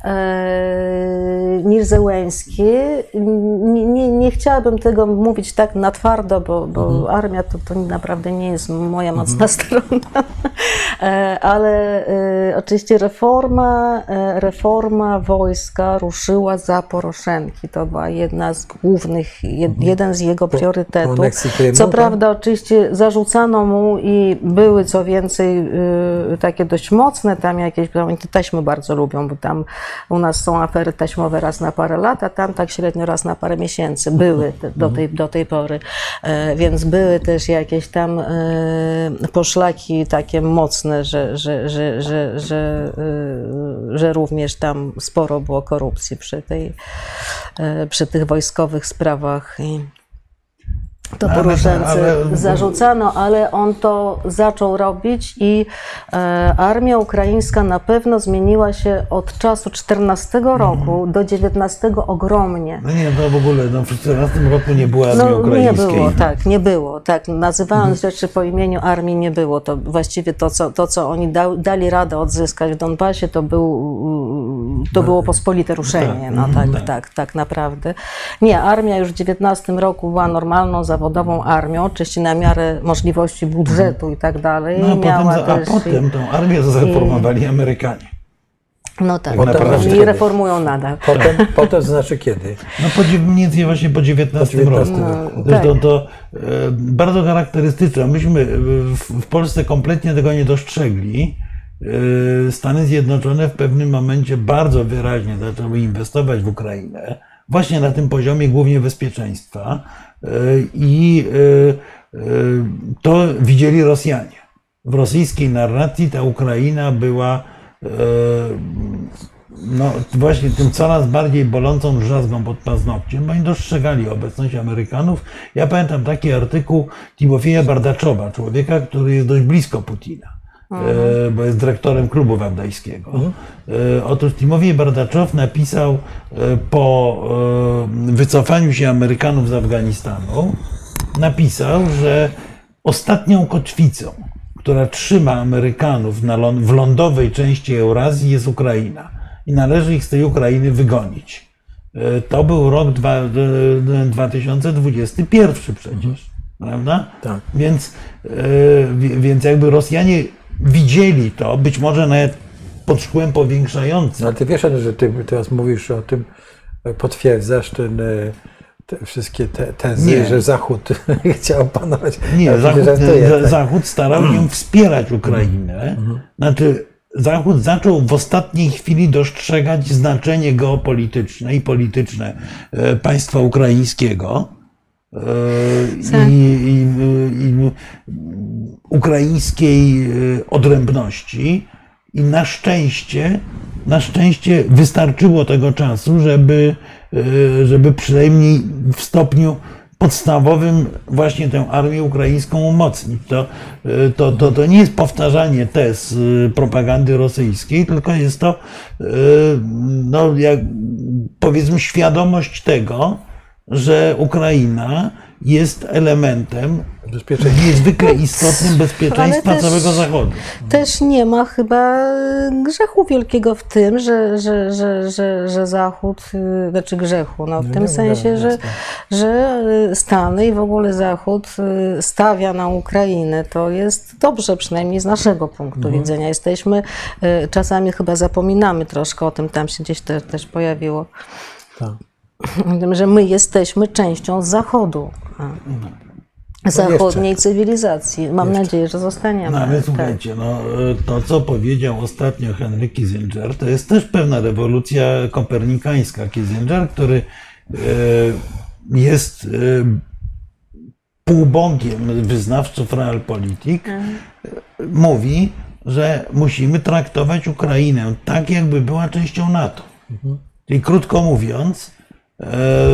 Speaker 3: e, niż Zełenski. Nie, nie, nie chciałabym tego mówić tak na twardo, bo, bo mhm. armia to, to naprawdę nie jest moja mocna mhm. strona. E, ale e, oczywiście reforma, e, reforma wojska ruszyła za Poroszenki. To była jedna z głównych, jed, mhm. jeden z jego priorytetów. Co
Speaker 1: tak?
Speaker 3: prawda oczywiście zarzucano mu i były co więcej y, takie dość mocne, tam jakieś, oni te taśmy bardzo lubią, bo tam u nas są afery taśmowe raz na parę lat, a tam tak średnio raz na parę miesięcy były te, do, tej, do tej pory, e, więc były też jakieś tam e, poszlaki takie mocne, że, że, że, że, że, e, że również tam sporo było korupcji przy, tej, e, przy tych wojskowych sprawach. I to Poroszence zarzucano, ale on to zaczął robić i e, armia ukraińska na pewno zmieniła się od czasu czternastego roku mm. do dziewiętnastego ogromnie.
Speaker 2: No nie, no w ogóle no, w czternastym roku nie było armii
Speaker 3: no,
Speaker 2: ukraińskiej.
Speaker 3: Nie było, tak, nie było. Tak, nazywając mm. rzeczy po imieniu armii nie było. To właściwie to, co, to, co oni da, dali radę odzyskać w Donbasie, to, był, to było pospolite ruszenie. No, tak, tak, tak, tak naprawdę. Nie, armia już w dziewiętnastym roku była normalną, zawodową armią, oczywiście na miarę możliwości budżetu i tak dalej.
Speaker 2: No, a,
Speaker 3: Miała
Speaker 2: potem,
Speaker 3: też
Speaker 2: a potem tą armię zreformowali i, Amerykanie.
Speaker 3: No tak,
Speaker 2: tak
Speaker 3: to i reformują nadal.
Speaker 1: Potem, potem znaczy kiedy?
Speaker 2: No po, mniej więcej właśnie po dziewiętnastym roku.
Speaker 3: No,
Speaker 2: Zresztą
Speaker 3: tak.
Speaker 2: to e, bardzo charakterystyczne. Myśmy w, w Polsce kompletnie tego nie dostrzegli. E, Stany Zjednoczone w pewnym momencie bardzo wyraźnie zaczęły inwestować w Ukrainę. Właśnie na tym poziomie głównie bezpieczeństwa. I to widzieli Rosjanie. W rosyjskiej narracji ta Ukraina była no, właśnie tym coraz bardziej bolącą drzazgą pod paznokciem, bo oni dostrzegali obecność Amerykanów. Ja pamiętam taki artykuł Timofieja Bardaczowa, człowieka, który jest dość blisko Putina. Mhm. Bo jest dyrektorem klubu wardajskiego. Mhm. Otóż Timofiej Bardaczow napisał po wycofaniu się Amerykanów z Afganistanu, napisał, że ostatnią kotwicą, która trzyma Amerykanów na ląd, w lądowej części Eurazji, jest Ukraina i należy ich z tej Ukrainy wygonić. To był rok dwa tysiące dwudziesty pierwszy przecież, prawda?
Speaker 1: Tak.
Speaker 2: Więc, więc jakby Rosjanie widzieli to, być może nawet pod szkłem powiększającym.
Speaker 1: No, ale ty wiesz, że ty teraz mówisz o tym, potwierdzasz ten, te wszystkie te tezy, nie. że Zachód chciał panować.
Speaker 2: Nie, Zachód, tak. Zachód starał się wspierać Ukrainę. Mhm. Znaczy, Zachód zaczął w ostatniej chwili dostrzegać znaczenie geopolityczne i polityczne państwa ukraińskiego. I, i, i ukraińskiej odrębności i na szczęście, na szczęście wystarczyło tego czasu, żeby, żeby przynajmniej w stopniu podstawowym właśnie tę armię ukraińską umocnić. To, to, to, to nie jest powtarzanie tez propagandy rosyjskiej, tylko jest to no, jak, powiedzmy świadomość tego, że Ukraina jest elementem niezwykle istotnym bezpieczeństwa też, całego Zachodu.
Speaker 3: Też nie ma chyba grzechu wielkiego w tym, że, że, że, że, że Zachód, znaczy grzechu, no, w no tym sensie, wiem, że, że Stany i w ogóle Zachód stawia na Ukrainę. To jest dobrze, przynajmniej z naszego punktu mhm. widzenia. Jesteśmy, czasami chyba zapominamy troszkę o tym, tam się gdzieś te, też pojawiło. Tak. Że my jesteśmy częścią Zachodu, zachodniej no cywilizacji. Mam jeszcze. nadzieję, że zostaniemy.
Speaker 2: No ale słuchajcie, tak. no, to co powiedział ostatnio Henry Kissinger, to jest też pewna rewolucja kopernikańska. Kissinger, który jest półbogiem wyznawców realpolitik, mhm. mówi, że musimy traktować Ukrainę tak, jakby była częścią NATO. Mhm. Czyli krótko mówiąc,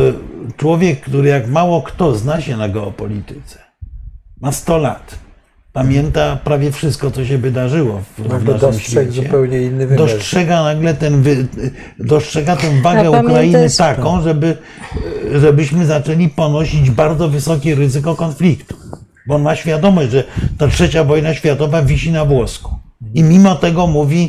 Speaker 2: człowiek, który jak mało kto zna się na geopolityce, ma sto lat pamięta prawie wszystko, co się wydarzyło w, w
Speaker 1: Nagle
Speaker 2: naszym
Speaker 1: dostrzegł
Speaker 2: świecie.
Speaker 1: zupełnie inny wymiar.
Speaker 2: Dostrzega nagle ten, wy, dostrzega tę wagę
Speaker 3: A
Speaker 2: Ukrainy
Speaker 3: pamiętasz-
Speaker 2: taką, żeby, żebyśmy zaczęli ponosić bardzo wysokie ryzyko konfliktu. Bo on ma świadomość, że ta trzecia wojna światowa wisi na włosku. I mimo tego mówi,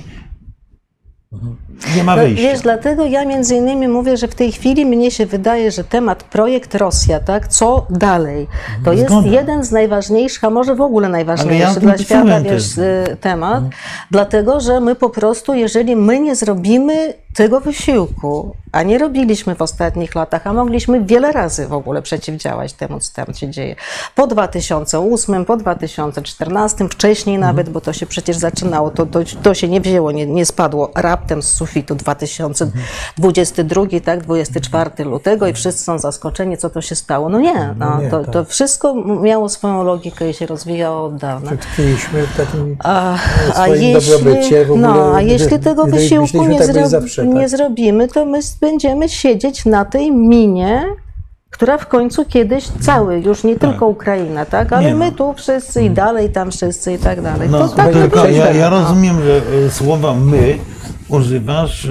Speaker 2: nie ma
Speaker 3: No,
Speaker 2: wyjścia.
Speaker 3: wiesz, dlatego ja między innymi mówię, że w tej chwili mnie się wydaje, że temat projekt Rosja, tak, co dalej, to jest
Speaker 2: Zgoda.
Speaker 3: jeden z najważniejszych, a może w ogóle najważniejszy
Speaker 2: Ale ja o tym
Speaker 3: dla świata,
Speaker 2: pisałem
Speaker 3: wiesz,
Speaker 2: też.
Speaker 3: y, temat, dlatego, że my po prostu, jeżeli my nie zrobimy tego wysiłku, a nie robiliśmy w ostatnich latach, a mogliśmy wiele razy w ogóle przeciwdziałać temu, co tam się dzieje. Po dwa tysiące ósmym, po dwa tysiące czternastym, wcześniej nawet, bo to się przecież zaczynało, to, to, to się nie wzięło, nie, nie spadło raptem z sufitu dwa tysiące dwudziesty drugi, tak, dwudziestego czwartego lutego i wszyscy są zaskoczeni, co to się stało. No nie, no,
Speaker 1: No nie,
Speaker 3: to,
Speaker 1: tak.
Speaker 3: to wszystko miało swoją logikę i się rozwijało od dawna.
Speaker 1: Tkiliśmy w takim
Speaker 3: A,
Speaker 1: swoim
Speaker 3: a, jeśli,
Speaker 1: dobrobycie w ogóle.
Speaker 3: no, a jeśli tego wysiłku
Speaker 1: myśleliśmy,
Speaker 3: nie,
Speaker 1: tak będzie
Speaker 3: zro,
Speaker 1: zawsze,
Speaker 3: nie
Speaker 1: tak.
Speaker 3: zrobimy, to my będziemy siedzieć na tej minie, która w końcu kiedyś cały, już nie tylko Ukraina, tak, ale
Speaker 2: Nie
Speaker 3: my
Speaker 2: ma.
Speaker 3: tu wszyscy i dalej tam wszyscy i tak dalej.
Speaker 2: No,
Speaker 3: to tak
Speaker 2: tylko
Speaker 3: nie
Speaker 2: ja,
Speaker 3: będzie.
Speaker 2: ja
Speaker 3: No.
Speaker 2: rozumiem, że e, słowa my używasz e,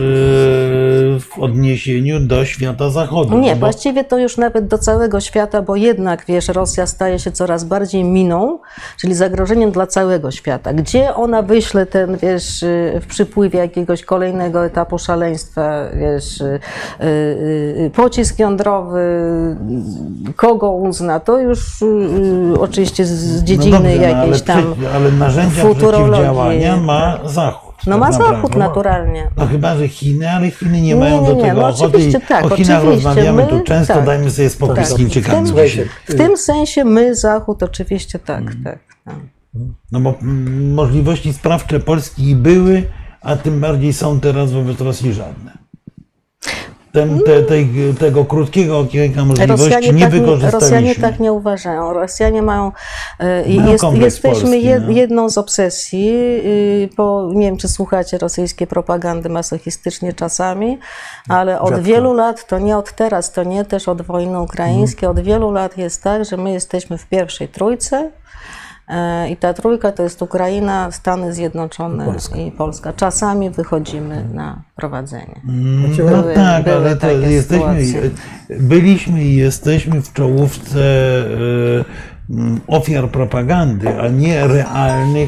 Speaker 2: w odniesieniu do świata zachodu.
Speaker 3: Nie,
Speaker 2: no bo-
Speaker 3: właściwie to już nawet do całego świata, bo jednak, wiesz, Rosja staje się coraz bardziej miną, czyli zagrożeniem dla całego świata. Gdzie ona wyśle ten, wiesz, y, w przypływie jakiegoś kolejnego etapu szaleństwa, wiesz, y, y, y, pocisk jądrowy, y, kogo uzna, to już y, y, oczywiście z dziedziny
Speaker 2: no dobrze, no,
Speaker 3: jakiejś
Speaker 2: ale,
Speaker 3: tam
Speaker 2: przeci- ale narzędzia
Speaker 3: futurologii.
Speaker 2: przeciwdziałania ma Zachód.
Speaker 3: No
Speaker 2: tak
Speaker 3: ma
Speaker 2: naprawdę.
Speaker 3: Zachód naturalnie.
Speaker 2: No chyba, że Chiny, ale Chiny nie
Speaker 3: Nie,
Speaker 2: mają
Speaker 3: nie,
Speaker 2: do
Speaker 3: nie,
Speaker 2: tego
Speaker 3: no
Speaker 2: ochoty.
Speaker 3: oczywiście
Speaker 2: I
Speaker 3: tak,
Speaker 2: o Chinach
Speaker 3: oczywiście.
Speaker 2: rozmawiamy
Speaker 3: My-
Speaker 2: tu często,
Speaker 3: tak.
Speaker 2: dajmy sobie spokój
Speaker 3: Tak.
Speaker 2: z Chińczykami.
Speaker 3: W
Speaker 1: Słuchajcie,
Speaker 3: W tym sensie my, Zachód, oczywiście tak, tak. tak.
Speaker 2: No bo mm, możliwości sprawcze Polski były, a tym bardziej są teraz wobec Rosji żadne. Ten, te, tej, tego krótkiego okienka możliwości
Speaker 3: Rosjanie
Speaker 2: nie
Speaker 3: tak,
Speaker 2: wykorzystaliśmy.
Speaker 3: Rosjanie tak nie uważają. Rosjanie mają. e,
Speaker 2: Mają
Speaker 3: Jest,
Speaker 2: kompleks
Speaker 3: jesteśmy
Speaker 2: Polski,
Speaker 3: jed,
Speaker 2: no.
Speaker 3: jedną z obsesji. y, Po, nie wiem, czy słuchacie rosyjskiej propagandy masochistycznie czasami, ale od
Speaker 1: Rzadko.
Speaker 3: wielu lat, to nie od teraz, to nie też od wojny ukraińskiej, od wielu lat jest tak, że my jesteśmy w pierwszej trójce. e, I ta trójka to jest Ukraina, Stany Zjednoczone
Speaker 1: Polska.
Speaker 3: i Polska. Czasami wychodzimy na prowadzenie.
Speaker 1: Znaczy,
Speaker 2: No
Speaker 3: Były-
Speaker 2: tak,
Speaker 3: były
Speaker 2: ale to
Speaker 3: takie
Speaker 2: jesteśmy,
Speaker 3: sytuacje.
Speaker 2: byliśmy i jesteśmy w czołówce e, m, ofiar propagandy, a nie realnych,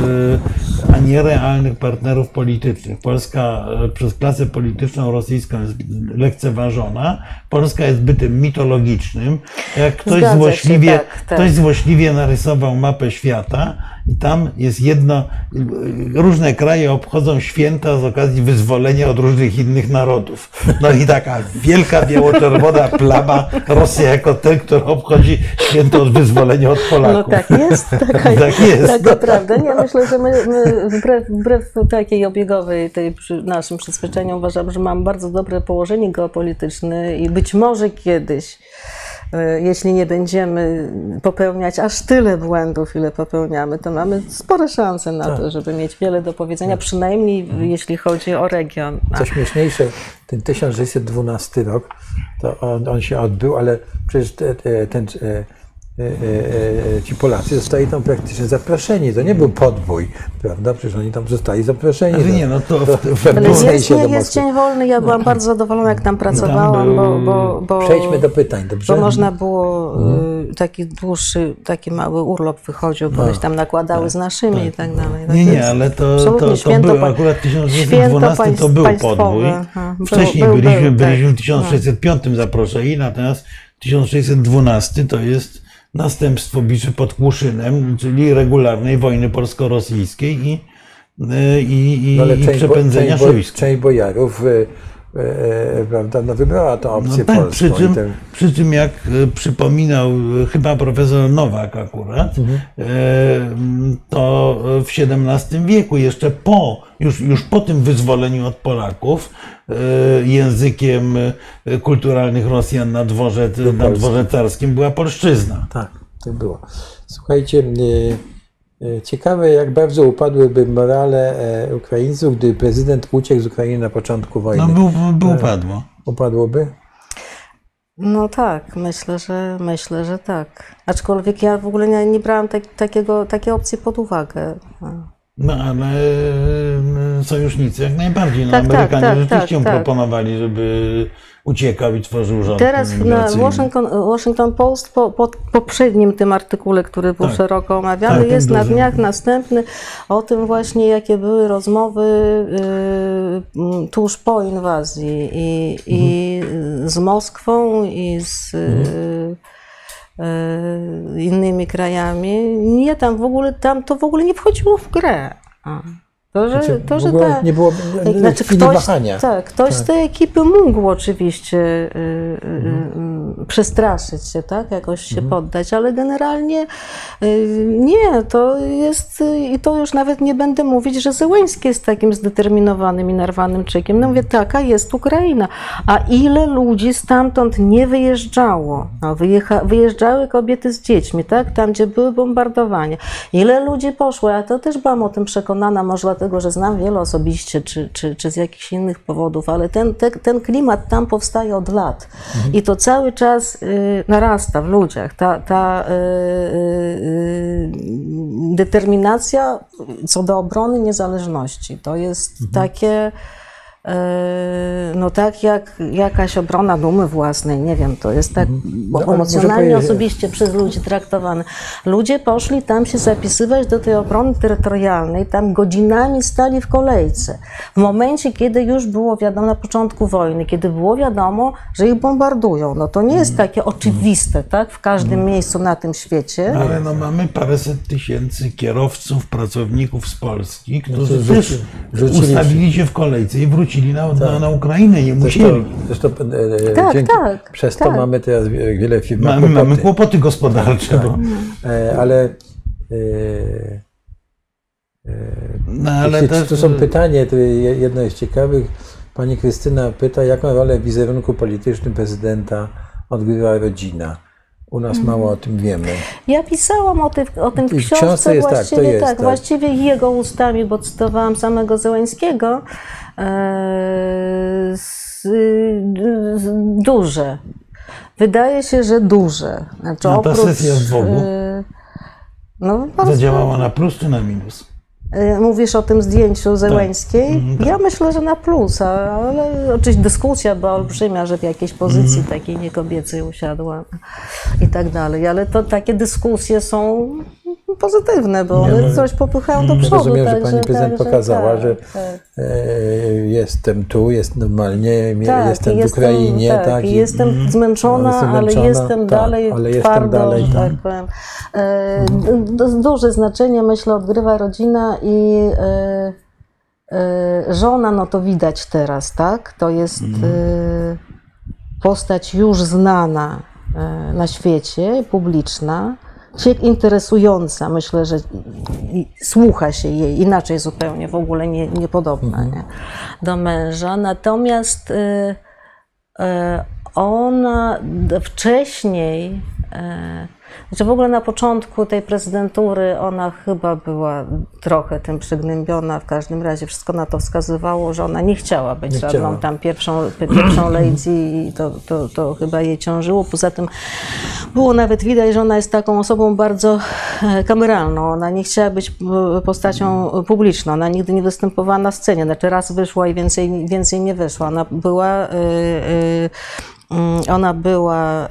Speaker 2: e, a nie realnych partnerów politycznych. Polska e, przez klasę polityczną rosyjską jest lekceważona. Polska jest bytem mitologicznym. Jak ktoś
Speaker 3: Zgadza się,
Speaker 2: złośliwie,
Speaker 3: tak, tak.
Speaker 2: ktoś złośliwie narysował mapę świata i tam jest jedno, różne kraje obchodzą święta z okazji wyzwolenia od różnych innych narodów. No i taka wielka biało-czerwona plama, Rosja jako ten, który obchodzi święto od wyzwolenia od Polaków.
Speaker 3: No tak jest, taka,
Speaker 2: Tak jest.
Speaker 3: taka prawda. Nie, myślę, że my, my wbrew, wbrew takiej obiegowej, tej przy naszym przyzwyczajeniu uważam, że mamy bardzo dobre położenie geopolityczne i być może kiedyś, e, jeśli nie będziemy popełniać aż tyle błędów, ile popełniamy, to mamy spore szanse na to, żeby mieć wiele do powiedzenia, przynajmniej jeśli chodzi o region. A-
Speaker 1: Co śmieszniejsze, ten tysiąc sześćset dwunasty rok, to on, on się odbył, ale przecież te, te, ten, e, e, e, ci Polacy zostali tam praktycznie zaproszeni. To nie był podbój, prawda? Przecież oni tam zostali zaproszeni.
Speaker 2: Ale
Speaker 1: do-
Speaker 2: nie, no to w-
Speaker 1: do-
Speaker 2: w-
Speaker 1: w pewnym
Speaker 3: Ale jest,
Speaker 1: sensie
Speaker 3: nie,
Speaker 1: do
Speaker 3: jest
Speaker 1: Moskwy.
Speaker 3: dzień wolny, ja byłam bardzo zadowolona, jak tam pracowałam, bo, bo, bo,
Speaker 1: Przejdźmy do pytań, dobrze?
Speaker 3: bo można było y, taki dłuższy, taki mały urlop wychodził, bo się tam nakładały z naszymi i tak dalej. Tak
Speaker 2: Nie, nie,
Speaker 3: jest
Speaker 2: ale to,
Speaker 3: absolutnie
Speaker 2: to, to
Speaker 3: święto
Speaker 2: był
Speaker 3: pa-
Speaker 2: akurat tysiąc sześćset
Speaker 3: święto
Speaker 2: dwunasty to
Speaker 3: państw-
Speaker 2: był
Speaker 3: państwowe,
Speaker 2: podbój.
Speaker 3: aha. Był-
Speaker 2: Wcześniej
Speaker 3: był-
Speaker 2: byliśmy,
Speaker 3: był,
Speaker 2: byliśmy w
Speaker 3: tak.
Speaker 2: tysiąc sześćset piątym zaproszeni, natomiast tysiąc sześćset dwunasty to jest następstwo biczy pod Kłuszynem, czyli regularnej wojny polsko-rosyjskiej i, i, i,
Speaker 1: No, ale
Speaker 2: i
Speaker 1: część, bo,
Speaker 2: przepędzenia
Speaker 1: część, bo,
Speaker 2: wojsk.
Speaker 1: część bojarów e, e, prawda, no, wybrała tą
Speaker 2: No
Speaker 1: opcję
Speaker 2: tak,
Speaker 1: polską.
Speaker 2: przy
Speaker 1: i
Speaker 2: czym,
Speaker 1: ten-
Speaker 2: przy czym jak e, przypominał e, chyba profesor Nowak akurat,
Speaker 1: Mhm.
Speaker 2: e, to w siedemnastym wieku, jeszcze po, już, już po tym wyzwoleniu od Polaków, e, językiem e, kulturalnych Rosjan na dworze, na dworze carskim była polszczyzna.
Speaker 1: Tak, tak było. Słuchajcie, e, e, ciekawe, jak bardzo upadłyby morale e, Ukraińców, gdy prezydent uciekł z Ukrainy na początku wojny.
Speaker 2: No był, był padło.
Speaker 1: Upadłoby?
Speaker 3: No tak, myślę, że myślę, że tak. Aczkolwiek ja w ogóle nie, nie brałam tak, takiego, takiej opcji pod uwagę.
Speaker 2: No ale sojusznicy jak najbardziej. No,
Speaker 3: Tak, tak,
Speaker 2: Amerykanie
Speaker 3: tak,
Speaker 2: rzeczywiście
Speaker 3: tak, tak.
Speaker 2: proponowali, żeby uciekał i tworzył rząd
Speaker 3: Teraz na
Speaker 2: migracyjny.
Speaker 3: Washington, Washington Post po, po poprzednim tym artykule, który był
Speaker 2: Tak.
Speaker 3: szeroko omawiany,
Speaker 2: Tak,
Speaker 3: jest
Speaker 2: ten
Speaker 3: na
Speaker 2: duży.
Speaker 3: dniach następny o tym właśnie, jakie były rozmowy y, tuż po inwazji i, i z Moskwą i z y, y, innymi krajami. Nie, tam w ogóle, tam to w ogóle nie wchodziło w grę. A. To, że,
Speaker 1: Znaczy,
Speaker 3: to,
Speaker 1: w
Speaker 3: że
Speaker 1: ogóle
Speaker 3: ta,
Speaker 1: nie było
Speaker 3: znaczy
Speaker 1: chwili
Speaker 3: ktoś,
Speaker 1: wahania.
Speaker 3: tak, ktoś z tej ekipy mógł oczywiście y, y, y, przestraszyć się, tak, jakoś się poddać, ale generalnie y, nie, to jest, y, i to już nawet nie będę mówić, że Zełenski jest takim zdeterminowanym i narwanym czekiem. No mówię, taka jest Ukraina. A ile ludzi stamtąd nie wyjeżdżało? No, wyjecha, wyjeżdżały kobiety z dziećmi, tak, tam gdzie były bombardowania. Ile ludzi poszło? Ja to też byłam o tym przekonana, może dlatego, że znam wiele osobiście, czy, czy, czy z jakichś innych powodów, ale ten, te, ten klimat tam powstaje od lat mhm. i to cały czas y, narasta w ludziach. Ta, ta y, y, determinacja co do obrony niezależności. To jest mhm. takie, y, no tak jak jakaś obrona dumy własnej, nie wiem, to jest tak
Speaker 1: No,
Speaker 3: emocjonalnie, osobiście przez ludzi traktowane. Ludzie poszli tam się zapisywać do tej obrony terytorialnej, tam godzinami stali w kolejce. W momencie, kiedy już było wiadomo, na początku wojny, kiedy było wiadomo, że ich bombardują, no to nie jest takie oczywiste, tak, w każdym miejscu na tym świecie.
Speaker 2: Ale no mamy paręset tysięcy kierowców, pracowników z Polski, którzy
Speaker 1: Rzuci-
Speaker 2: też
Speaker 1: rzucili
Speaker 2: ustawili się w kolejce i wrócili na, na, na Ukrainę, nie
Speaker 1: Zresztą,
Speaker 2: musieli.
Speaker 1: zresztą e,
Speaker 3: Tak,
Speaker 1: dzięki,
Speaker 3: tak,
Speaker 1: przez to
Speaker 3: tak.
Speaker 1: mamy teraz wiele firm.
Speaker 2: Mamy,
Speaker 1: kłopoty.
Speaker 2: mamy kłopoty gospodarcze. Bo,
Speaker 1: E, ale e, e,
Speaker 2: no, ale
Speaker 1: jeśli
Speaker 2: też,
Speaker 1: tu są pytania, to je- jedno jest ciekawych. Pani Krystyna pyta, jaką rolę w wizerunku politycznym prezydenta odgrywa rodzina. U nas mało o tym wiemy.
Speaker 3: Ja pisałam o, ty, o tym w
Speaker 1: I w
Speaker 3: książce,
Speaker 1: książce jest tak, to
Speaker 3: właściwie
Speaker 1: jest,
Speaker 3: tak,
Speaker 1: tak.
Speaker 3: właściwie jego ustami, bo cytowałam samego Zełenskiego, e, z, z, duże. Wydaje się, że duże. Znaczy,
Speaker 2: A ta sesja w Bogu?
Speaker 3: e, no, po prostu-
Speaker 2: zadziałała na plus czy na minus?
Speaker 3: E, Mówisz o tym zdjęciu Zełenskiej?
Speaker 2: Mhm, tak.
Speaker 3: Ja myślę, że na plus, ale oczywiście dyskusja była olbrzymia, że w jakiejś pozycji
Speaker 2: Mhm.
Speaker 3: takiej niekobiecej usiadła i tak dalej, ale to takie dyskusje są pozytywne, bo one
Speaker 2: no,
Speaker 3: coś popychają do przodu.
Speaker 1: Rozumiem, że
Speaker 3: także-
Speaker 1: pani prezydent
Speaker 3: także
Speaker 1: pokazała,
Speaker 3: tak,
Speaker 1: że
Speaker 3: tak.
Speaker 1: e, jestem tu, jest normalnie, mie-
Speaker 3: Tak,
Speaker 1: jestem w
Speaker 3: jestem,
Speaker 1: Ukrainie.
Speaker 3: tak,
Speaker 1: Tak,
Speaker 3: i
Speaker 1: i-
Speaker 3: jestem zmęczona,
Speaker 1: jestem
Speaker 3: ale
Speaker 1: zmęczona,
Speaker 3: jestem
Speaker 1: tak,
Speaker 3: dalej
Speaker 1: ale jestem
Speaker 3: twardo,
Speaker 1: dalej,
Speaker 3: że tak
Speaker 1: tak.
Speaker 3: powiem. E, d- duże znaczenie, myślę, odgrywa rodzina i e, e, żona, no to widać teraz, tak? To jest e, postać już znana e, na świecie, publiczna, cie- interesująca, myślę, że i- i słucha się jej inaczej zupełnie, w ogóle nie, niepodobna nie? do męża. Natomiast e, e, ona d- wcześniej, e, znaczy w ogóle na początku tej prezydentury ona chyba była trochę tym przygnębiona, w każdym razie wszystko na to wskazywało, że ona nie chciała być
Speaker 1: Nie
Speaker 3: żadną
Speaker 1: chciała.
Speaker 3: tam pierwszą, pierwszą lady i to, to, to chyba jej ciążyło. Poza tym było nawet widać, że ona jest taką osobą bardzo e, kameralną. Ona nie chciała być e, postacią publiczną. Ona nigdy nie występowała na scenie. Znaczy raz wyszła i więcej, więcej nie wyszła. Ona była e, e, Mm, Ona była e,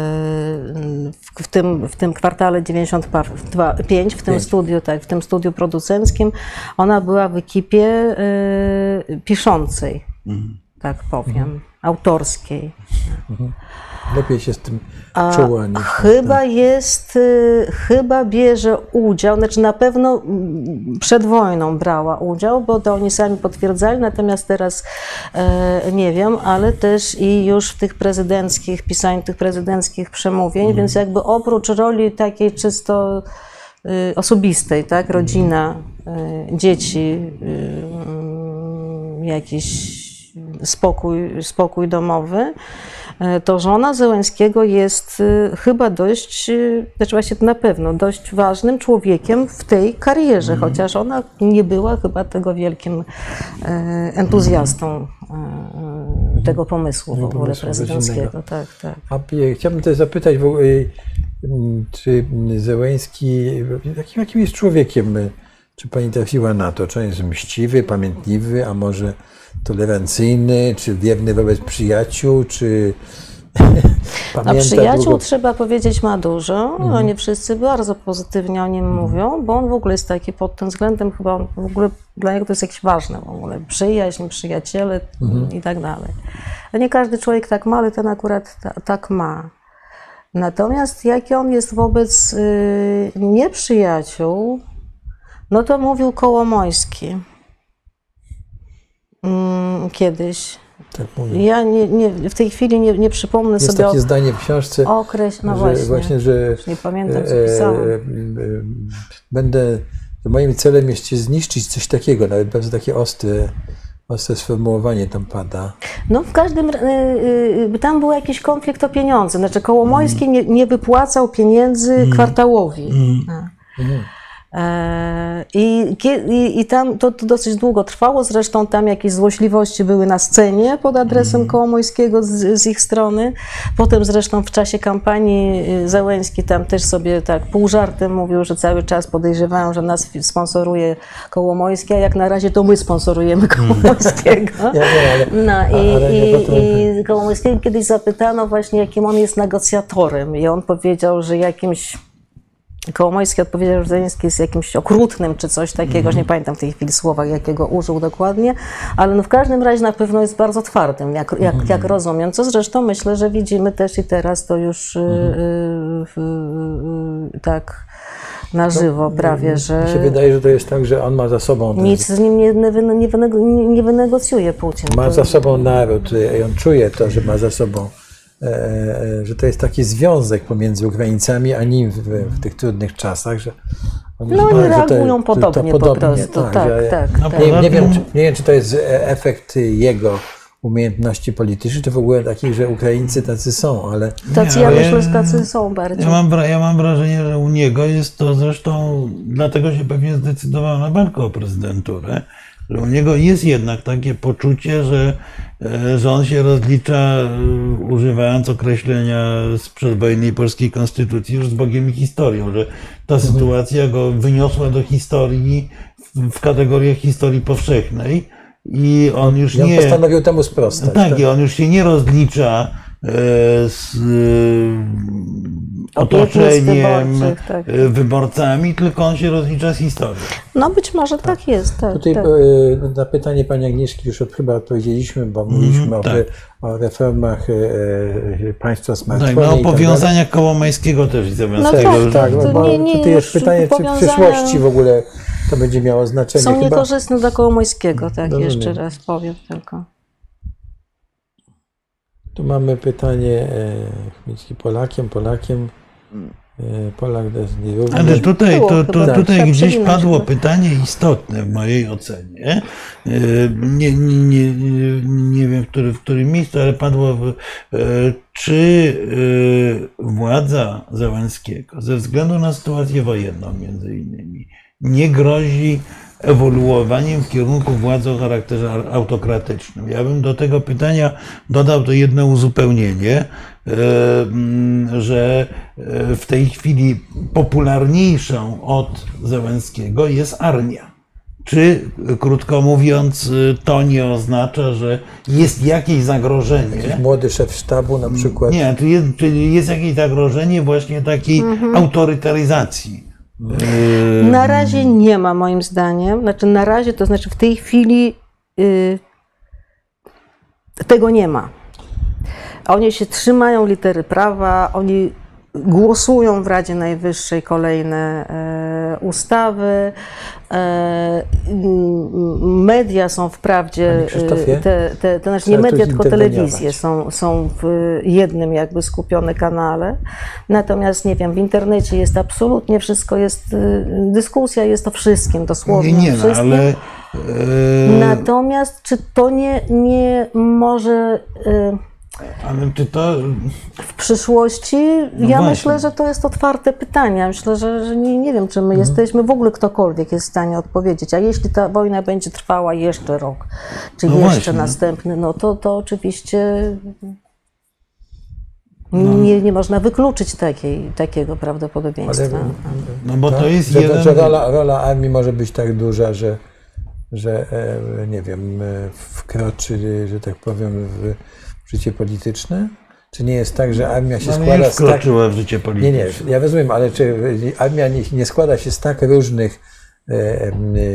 Speaker 3: w, w, tym, w tym kwartale dziewięćdziesiąt pięć, w tym
Speaker 1: Pięć.
Speaker 3: studiu, tak, w tym studiu producenckim, ona była w ekipie e, piszącej, tak powiem, autorskiej.
Speaker 1: Lepiej się z tym
Speaker 3: A
Speaker 1: czuła niż
Speaker 3: chyba jest, y, chyba bierze udział, znaczy na pewno mm, przed wojną brała udział, bo to oni sami potwierdzali, natomiast teraz e, nie wiem, ale też i już w tych prezydenckich, pisaniu tych prezydenckich przemówień, więc jakby oprócz roli takiej czysto y, osobistej, tak, rodzina, y, dzieci, y, jakiś spokój, spokój domowy, to żona Zełenskiego jest y, chyba dość, y, znaczy właśnie na pewno dość ważnym człowiekiem w tej karierze,
Speaker 1: Mhm.
Speaker 3: chociaż ona nie była chyba tego wielkim y, entuzjastą y, tego pomysłu w
Speaker 1: Tego
Speaker 3: ogóle
Speaker 1: pomysłu
Speaker 3: prezydenckiego.
Speaker 1: rodzinnego.
Speaker 3: Tak, tak.
Speaker 1: A e, chciałbym też zapytać, w ogóle, e, czy Zełenski, jakim, jakim jest człowiekiem? e, Czy pani trafiła na to, czy on jest mściwy, pamiętliwy, a może tolerancyjny, czy wierny wobec przyjaciół, czy
Speaker 3: A
Speaker 1: pamięta
Speaker 3: przyjaciół,
Speaker 1: długo...
Speaker 3: trzeba powiedzieć, ma dużo.
Speaker 1: Mhm.
Speaker 3: Oni wszyscy bardzo pozytywnie o nim mówią, bo on w ogóle jest taki pod tym względem, chyba on w ogóle dla niego to jest jakieś ważne w ogóle. Przyjaźń, przyjaciele i tak dalej. A nie każdy człowiek tak ma, ale ten akurat ta, tak ma. Natomiast jaki on jest wobec y, nieprzyjaciół, no to mówił Kołomoński mm, kiedyś.
Speaker 1: Tak mówię.
Speaker 3: Ja nie, nie, w tej chwili nie, nie przypomnę
Speaker 1: Jest
Speaker 3: sobie
Speaker 1: takie
Speaker 3: o
Speaker 1: zdanie w książce,
Speaker 3: okreś, no
Speaker 1: że
Speaker 3: właśnie,
Speaker 1: właśnie, że
Speaker 3: już nie pamiętam, co
Speaker 1: e,
Speaker 3: pisałam.
Speaker 1: e, e, będę, że moim celem jest cię zniszczyć, coś takiego, nawet bardzo takie ostre, ostre sformułowanie tam pada.
Speaker 3: No w każdym, y, y, tam był jakiś konflikt o pieniądze, znaczy Kołomoński nie, nie wypłacał pieniędzy kwartałowi.
Speaker 1: Mhm.
Speaker 3: E, I, kie- i, I tam to, to dosyć długo trwało, zresztą tam jakieś złośliwości były na scenie pod adresem Kołomońskiego z, z ich strony. Potem zresztą w czasie kampanii y, Zełenski tam też sobie tak pół żartem mówił, że cały czas podejrzewają, że nas fi- sponsoruje Kołomoński, a jak na razie to my sponsorujemy Kołomońskiego.
Speaker 1: Ja wiem, ale,
Speaker 3: No
Speaker 1: a-
Speaker 3: i,
Speaker 1: ale nie
Speaker 3: i,
Speaker 1: potem-
Speaker 3: i Kołomońskiego kiedyś zapytano właśnie, jakim on jest negocjatorem i on powiedział, że jakimś Kołomoński odpowiedział, że Zełenski jest jakimś okrutnym czy coś takiego, już nie pamiętam w tej chwili słowa, jakiego użył dokładnie, ale no w każdym razie na pewno jest bardzo twardym, jak, jak, jak rozumiem, co zresztą myślę, że widzimy też i teraz to już y, y, y, y, tak na żywo prawie, że
Speaker 1: Mi się wydaje, że to jest tak, że on ma za sobą ten,
Speaker 3: nic z nim nie, nie, wyne- nie, wynego- nie wynegocjuje Putin.
Speaker 1: ma
Speaker 3: To-
Speaker 1: za sobą naród i on czuje to, że ma za sobą, e, e, że to jest taki związek pomiędzy Ukraińcami a nim w, w tych trudnych czasach, że oni
Speaker 3: No
Speaker 1: że
Speaker 3: oni
Speaker 1: to-
Speaker 3: reagują
Speaker 1: to- to
Speaker 3: podobnie po prostu, tak,
Speaker 1: że-
Speaker 3: tak,
Speaker 2: No,
Speaker 3: tak.
Speaker 1: Nie, nie, wiem,
Speaker 2: Poza
Speaker 1: czy, nie wiem, czy to jest efekt jego umiejętności politycznych, czy w ogóle takich, że Ukraińcy tacy są, ale
Speaker 3: Tacy,
Speaker 2: Nie,
Speaker 3: ja
Speaker 2: ale
Speaker 3: myślę,
Speaker 2: ja-
Speaker 3: że tacy są bardziej.
Speaker 2: Ja mam, wra- ja mam wrażenie, że u niego jest to zresztą, dlatego się pewnie zdecydował na walkę o prezydenturę, że u niego jest jednak takie poczucie, że, e, że on się rozlicza, e, używając określenia z przedwojennej polskiej konstytucji, już z Bogiem i historią, że ta sytuacja go wyniosła do historii w, w kategoriach historii powszechnej i on już
Speaker 1: i on
Speaker 2: nie...
Speaker 1: postanowił temu sprostać.
Speaker 2: Tak, i on już się nie rozlicza e, z e, otoczeniem,
Speaker 3: wyborczych, tak.
Speaker 2: e, wyborcami, tylko on się rozlicza z historią.
Speaker 3: No być może tak jest, tak.
Speaker 1: Tutaj
Speaker 3: tak.
Speaker 1: e, na pytanie pani Agnieszki już od, chyba odpowiedzieliśmy, bo mówiliśmy o,
Speaker 2: tak.
Speaker 1: re- o reformach e, e, państwa
Speaker 2: Tak,
Speaker 1: smartfona
Speaker 2: no o
Speaker 1: i tak dalej.
Speaker 2: powiązaniach Kołomońskiego też i zamiast
Speaker 3: No
Speaker 2: tego,
Speaker 3: tak,
Speaker 2: że-
Speaker 1: Tak,
Speaker 3: to
Speaker 1: bo
Speaker 3: nie- nie,
Speaker 1: tutaj jest
Speaker 3: już
Speaker 1: pytanie, czy w
Speaker 3: powiązania-
Speaker 1: przyszłości w ogóle to będzie miało znaczenie.
Speaker 3: Są
Speaker 1: Chyba,
Speaker 3: niekorzystne dla Kołomońskiego, tak,
Speaker 1: Rozumiem.
Speaker 3: jeszcze raz powiem tylko.
Speaker 1: tu mamy pytanie e, Chmielski Polakiem, Polakiem, e, Polak decydował.
Speaker 2: Ale tutaj,
Speaker 3: Było
Speaker 2: to, to,
Speaker 3: chyba.
Speaker 2: tutaj
Speaker 3: Tak,
Speaker 2: gdzieś
Speaker 3: przewinąć
Speaker 2: padło
Speaker 3: chyba.
Speaker 2: pytanie istotne w mojej ocenie. E, Nie, nie, nie, nie wiem, w, który, w którym miejscu, ale padło, w, e, czy e, władza Zełenskiego ze względu na sytuację wojenną między innymi nie grozi ewoluowaniem w kierunku władzy o charakterze autokratycznym. Ja bym do tego pytania dodał to jedno uzupełnienie, e, mm, że e, w tej chwili popularniejszą od Zełenskiego jest armia. Czy, krótko mówiąc, to nie oznacza, że jest jakieś zagrożenie?
Speaker 1: Młody szef sztabu na przykład.
Speaker 2: Nie, czy jest, czy jest jakieś zagrożenie właśnie takiej autorytaryzacji? E,
Speaker 3: Na razie nie ma moim zdaniem, znaczy na razie, to znaczy w tej chwili y, tego nie ma. Oni się trzymają litery prawa, oni głosują w Radzie Najwyższej kolejne e, ustawy. E, m, media są wprawdzie,
Speaker 1: Panie Krzysztofie,
Speaker 3: e, te, te, to znaczy nie
Speaker 1: trzeba tu
Speaker 3: media, tylko
Speaker 1: zinterweniować.
Speaker 3: telewizje są, są w jednym jakby skupionym kanale. Natomiast nie wiem, w internecie jest absolutnie wszystko, jest y, dyskusja jest o wszystkim, dosłownie
Speaker 2: nie, nie,
Speaker 3: o
Speaker 2: no,
Speaker 3: wszystkim.
Speaker 2: ale e,
Speaker 3: Natomiast czy to nie, nie może, y,
Speaker 2: Ale czy to...
Speaker 3: W przyszłości
Speaker 2: No
Speaker 3: ja
Speaker 2: właśnie.
Speaker 3: myślę, że to jest otwarte pytanie. Ja myślę, że, że nie, nie wiem, czy my
Speaker 2: Mhm.
Speaker 3: jesteśmy, w ogóle ktokolwiek jest w stanie odpowiedzieć. A jeśli ta wojna będzie trwała jeszcze rok, czy
Speaker 2: No
Speaker 3: jeszcze
Speaker 2: właśnie.
Speaker 3: następny, no to, to oczywiście nie, nie można wykluczyć takiej, takiego prawdopodobieństwa.
Speaker 1: Ale-
Speaker 2: No bo to
Speaker 1: Tak?
Speaker 2: jest
Speaker 1: że,
Speaker 2: jeden...
Speaker 1: że rola, rola armii może być tak duża, że, że e, nie wiem, e, wkroczy, że tak powiem, w życie polityczne? Czy nie jest tak, że armia się
Speaker 2: No, ale
Speaker 1: składa
Speaker 2: już
Speaker 1: z tak...
Speaker 2: wkroczyła w życie
Speaker 1: Nie,
Speaker 2: polityczne.
Speaker 1: nie, ja rozumiem, ale czy armia nie, nie składa się z tak różnych e, e,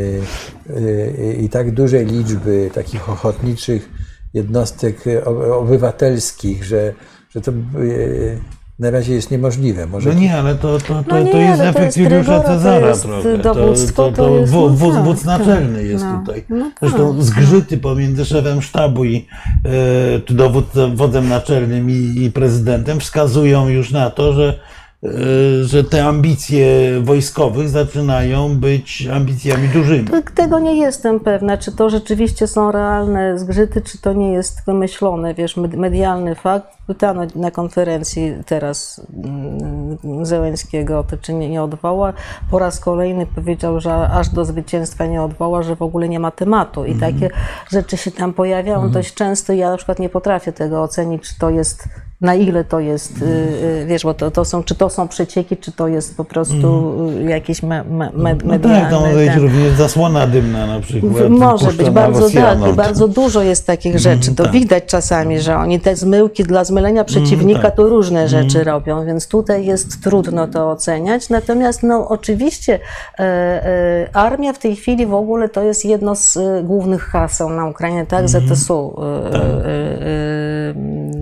Speaker 1: e, i tak dużej liczby takich ochotniczych jednostek o- obywatelskich, że, że to e, na razie jest niemożliwe. Może
Speaker 2: No nie, ale to, to, to,
Speaker 3: No nie,
Speaker 2: to jest
Speaker 3: ale to
Speaker 2: efekt
Speaker 3: jest
Speaker 2: Juliusza
Speaker 3: rygora, to
Speaker 2: Cezara
Speaker 3: jest
Speaker 2: trochę.
Speaker 3: dowództwo,
Speaker 2: to, to,
Speaker 3: to
Speaker 2: to
Speaker 3: jest-
Speaker 2: wó-
Speaker 3: no
Speaker 2: wódz,
Speaker 3: tak,
Speaker 2: wódz naczelny
Speaker 3: tak,
Speaker 2: jest
Speaker 3: no,
Speaker 2: tutaj.
Speaker 3: no
Speaker 2: Zresztą
Speaker 3: tak.
Speaker 2: zgrzyty pomiędzy szefem sztabu i e, czy dowódcą, wodzem naczelnym i, i prezydentem wskazują już na to, że e, że te ambicje wojskowych zaczynają być ambicjami dużymi.
Speaker 3: To- Tego nie jestem pewna, czy to rzeczywiście są realne zgrzyty, czy to nie jest wymyślone, wiesz, med- medialny fakt. Pytano na konferencji teraz mm, Zełenskiego o to, czy nie, nie odwoła. Po raz kolejny powiedział, że aż do zwycięstwa nie odwoła, że w ogóle nie ma tematu. I takie rzeczy się tam pojawiają dość często. Ja na przykład nie potrafię tego ocenić, czy to jest, na ile to jest, y, y, wiesz, bo to, to są, czy to są przecieki, czy to jest po prostu y, jakiś me, me, me,
Speaker 2: No
Speaker 3: medialny...
Speaker 2: tak, to może być
Speaker 3: ten-
Speaker 2: również zasłona dymna na przykład.
Speaker 3: może być,
Speaker 2: puszczona
Speaker 3: bardzo
Speaker 2: Rosjanom.
Speaker 3: tak, bardzo dużo jest takich rzeczy. To
Speaker 2: tak.
Speaker 3: widać czasami, że oni te zmyłki dla zmylenia przeciwnika
Speaker 2: tak.
Speaker 3: to różne rzeczy robią, więc tutaj jest trudno to oceniać. Natomiast no oczywiście e, e, armia w tej chwili w ogóle to jest jedno z e, głównych haseł na Ukrainie, tak, Z S U. E, e, e,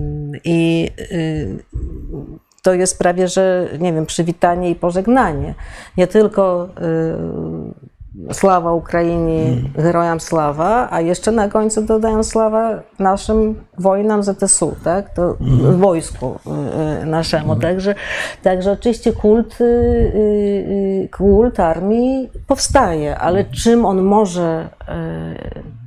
Speaker 3: I e, to jest prawie, że nie wiem, przywitanie i pożegnanie. Nie tylko y, sława Ukrainie, herojom sława, a jeszcze na końcu dodają sława naszym wojnam Z S U, tak? To wojsku y, y, naszemu. Także, także oczywiście kult, y, y, kult armii powstaje, ale czym on może y,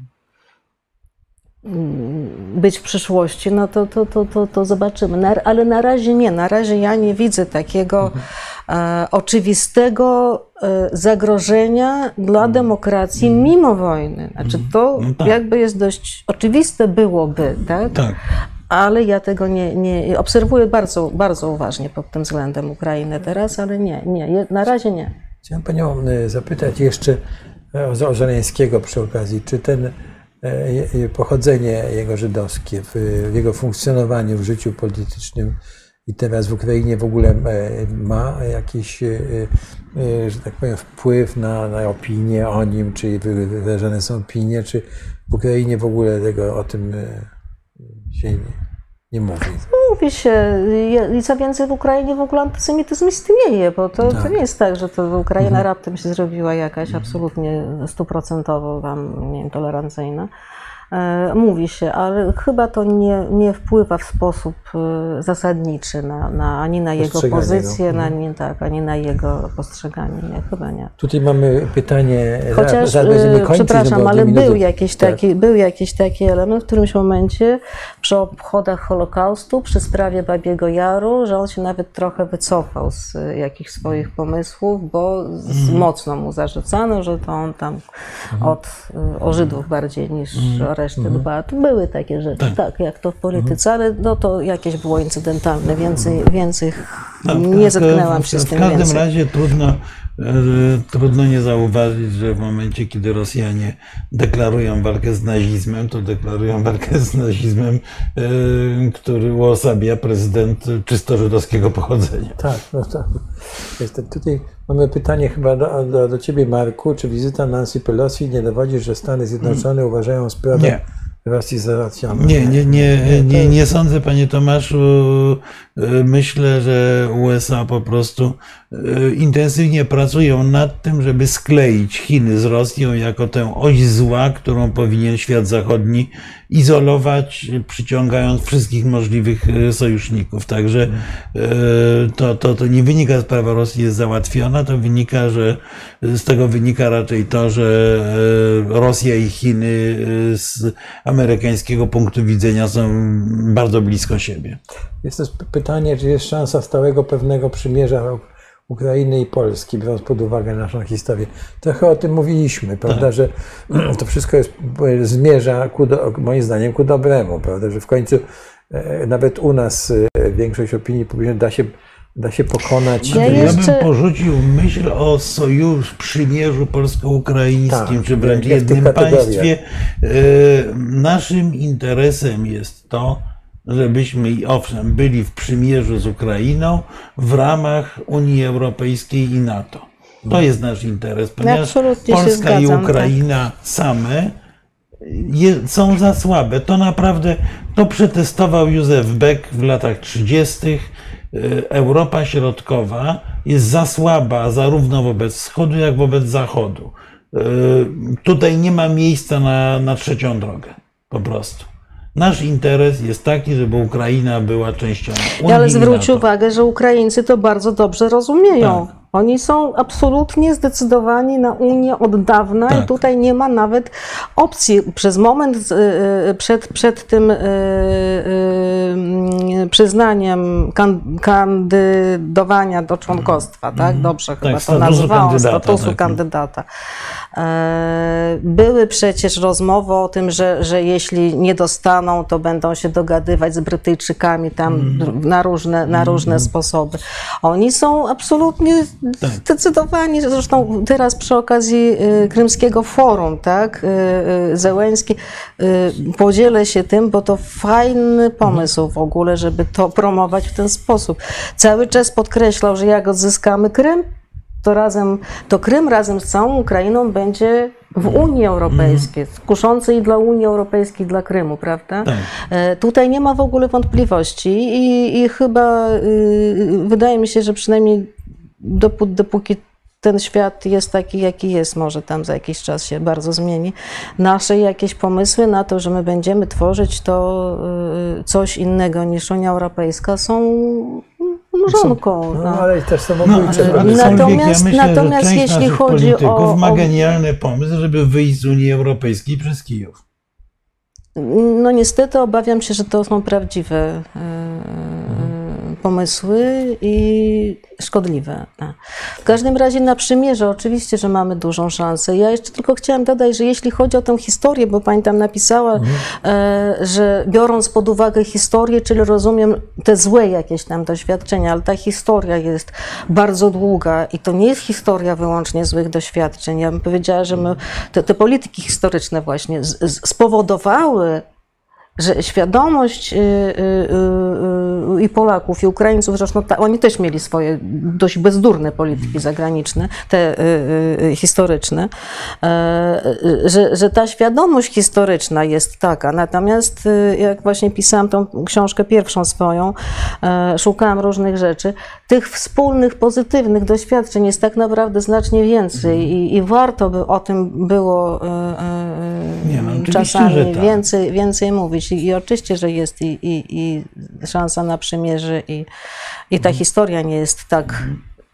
Speaker 3: być w przyszłości, no to, to, to, to, to zobaczymy. Na, ale na razie nie, na razie ja nie widzę takiego e, oczywistego e, zagrożenia dla demokracji mimo wojny. Znaczy to
Speaker 2: No tak.
Speaker 3: jakby jest dość oczywiste byłoby, tak?
Speaker 2: Tak.
Speaker 3: Ale ja tego nie, nie obserwuję bardzo, bardzo uważnie pod tym względem Ukrainę teraz, ale nie, nie, je- na razie nie.
Speaker 1: Chciałem Panią e, zapytać jeszcze o o Żeleńskiego przy okazji, czy ten e, je- pochodzenie jego żydowskie w, w jego funkcjonowaniu w życiu politycznym i teraz w Ukrainie w ogóle e, ma jakiś, e, e, że tak powiem, wpływ na, na opinię o nim, czy wy- wyrażane są opinie, czy w Ukrainie w ogóle tego o tym e, się nie, nie mówi.
Speaker 3: Mówi się, i- i co więcej, w Ukrainie w ogóle antysemityzm istnieje, bo to, to
Speaker 1: Tak.
Speaker 3: nie jest tak, że to Ukraina raptem się zrobiła jakaś absolutnie stuprocentowo tam, nie wiem, tolerancyjna. E, Mówi się, ale chyba to nie, nie wpływa w sposób e, zasadniczy na, na, ani na jego
Speaker 1: Postrzeganie
Speaker 3: pozycję,
Speaker 1: go.
Speaker 3: na, nie, tak, ani na jego postrzeganie. Nie, chyba nie.
Speaker 1: Tutaj mamy pytanie,
Speaker 3: Chociaż,
Speaker 1: zaraz będziemy
Speaker 3: e,
Speaker 1: kończyć,
Speaker 3: przepraszam,
Speaker 1: no bo
Speaker 3: ale
Speaker 1: dwie
Speaker 3: był
Speaker 1: minuty.
Speaker 3: jakiś,
Speaker 1: Tak.
Speaker 3: taki, był jakiś taki element w którymś momencie przy obchodach Holokaustu, przy sprawie Babiego Jaru, że on się nawet trochę wycofał z e, jakichś swoich pomysłów, bo z, mocno mu zarzucano, że to on tam od, e, o Żydów bardziej niż o resztę dba. To były takie rzeczy, tak, jak to w polityce, ale no to jakieś było incydentalne, więcej, więcej
Speaker 2: No, w
Speaker 3: nie
Speaker 2: ka-
Speaker 3: zetknęłam
Speaker 2: w-
Speaker 3: się z
Speaker 2: W
Speaker 3: tym
Speaker 2: każdym
Speaker 3: więcej.
Speaker 2: razie trudno, e, trudno nie zauważyć, że w momencie, kiedy Rosjanie deklarują walkę z nazizmem, to deklarują walkę z nazizmem, e, który uosabia prezydent czysto żydowskiego pochodzenia.
Speaker 1: Tak, no tak. Jest, tutaj mamy pytanie chyba do, do, do Ciebie, Marku. Czy wizyta Nancy Pelosi nie dowodzi, że Stany Zjednoczone uważają sprawę
Speaker 2: Nie.
Speaker 1: Rosji za racjonalną?
Speaker 2: Nie, nie, nie, nie, nie sądzę, panie Tomaszu. Myślę, że U S A po prostu intensywnie pracują nad tym, żeby skleić Chiny z Rosją jako tę oś zła, którą powinien świat zachodni izolować, przyciągając wszystkich możliwych sojuszników. Także to, to, to nie wynika, że sprawa Rosji jest załatwiona, to wynika, że z tego wynika raczej to, że Rosja i Chiny z amerykańskiego punktu widzenia są bardzo blisko siebie.
Speaker 1: Jest też pytanie, czy jest szansa stałego pewnego przymierza Ukrainy i Polski, biorąc pod uwagę naszą historię. Trochę o tym mówiliśmy, prawda, tak. że to wszystko jest, zmierza, ku do, moim zdaniem, ku dobremu, prawda, że w końcu nawet u nas większość opinii publicznej da się, da się pokonać.
Speaker 2: Ja, jeszcze... ja bym porzucił myśl o sojuszu, przymierzu polsko-ukraińskim, tak, czy wręcz jednym państwie. Naszym interesem jest to, żebyśmy, owszem, byli w przymierzu z Ukrainą w ramach Unii Europejskiej i NATO. To jest nasz interes, ponieważ Polska i Ukraina tak. same są za słabe. To naprawdę, to przetestował Józef Beck w latach trzydziestych. Europa Środkowa jest za słaba zarówno wobec Wschodu, jak wobec Zachodu. Tutaj nie ma miejsca na, na trzecią drogę, po prostu. Nasz interes jest taki, żeby Ukraina była częścią Unii.
Speaker 3: Ale zwróć uwagę, że Ukraińcy to bardzo dobrze rozumieją. Tak. Oni są absolutnie zdecydowani na Unię od dawna tak. i tutaj nie ma nawet opcji. Przez moment przed, przed tym przyznaniem kandydowania do członkostwa, tak? Dobrze tak, chyba to nazwało, statusu tak. kandydata. Były przecież rozmowy o tym, że, że jeśli nie dostaną, to będą się dogadywać z Brytyjczykami tam mm. na różne, na różne mm. sposoby. Oni są absolutnie tak. zdecydowani, zresztą teraz przy okazji Krymskiego Forum, tak, Zełenski, podzielę się tym, bo to fajny pomysł w ogóle, żeby to promować w ten sposób. Cały czas podkreślał, że jak odzyskamy Krym, to razem, to Krym razem z całą Ukrainą będzie w Unii Europejskiej, kuszący i dla Unii Europejskiej, i dla Krymu, prawda? Tak. Tutaj nie ma w ogóle wątpliwości i, i chyba y, wydaje mi się, że przynajmniej dopóki, dopóki ten świat jest taki, jaki jest, może tam za jakiś czas się bardzo zmieni, nasze jakieś pomysły na to, że my będziemy tworzyć to y, coś innego niż Unia Europejska są mrzonką.
Speaker 1: No, no ale też samobójcze.
Speaker 2: No, natomiast ja myślę, natomiast że jeśli chodzi o, ma genialny pomysł, żeby wyjść z Unii Europejskiej przez Kijów.
Speaker 3: No niestety obawiam się, że to są prawdziwe pomysły i szkodliwe. W każdym razie na przymierze oczywiście, że mamy dużą szansę. Ja jeszcze tylko chciałam dodać, że jeśli chodzi o tę historię, bo pani tam napisała, mhm. e, że biorąc pod uwagę historię, czyli rozumiem te złe jakieś tam doświadczenia, ale ta historia jest bardzo długa i to nie jest historia wyłącznie złych doświadczeń. Ja bym powiedziała, że my, te, te polityki historyczne właśnie z, z, spowodowały, że świadomość y, y, y, i Polaków, i Ukraińców, zresztą ta, oni też mieli swoje dość bezdurne polityki zagraniczne, te y, y, historyczne, y, że, że ta świadomość historyczna jest taka. Natomiast y, jak właśnie pisałam tą książkę pierwszą swoją, y, szukałam różnych rzeczy, tych wspólnych, pozytywnych doświadczeń jest tak naprawdę znacznie więcej i, i warto by o tym było y, y, Nie, no, czasami tak. więcej, więcej mówić. I, i oczywiście, że jest i, i, i szansa na przymierze i, i ta historia nie jest tak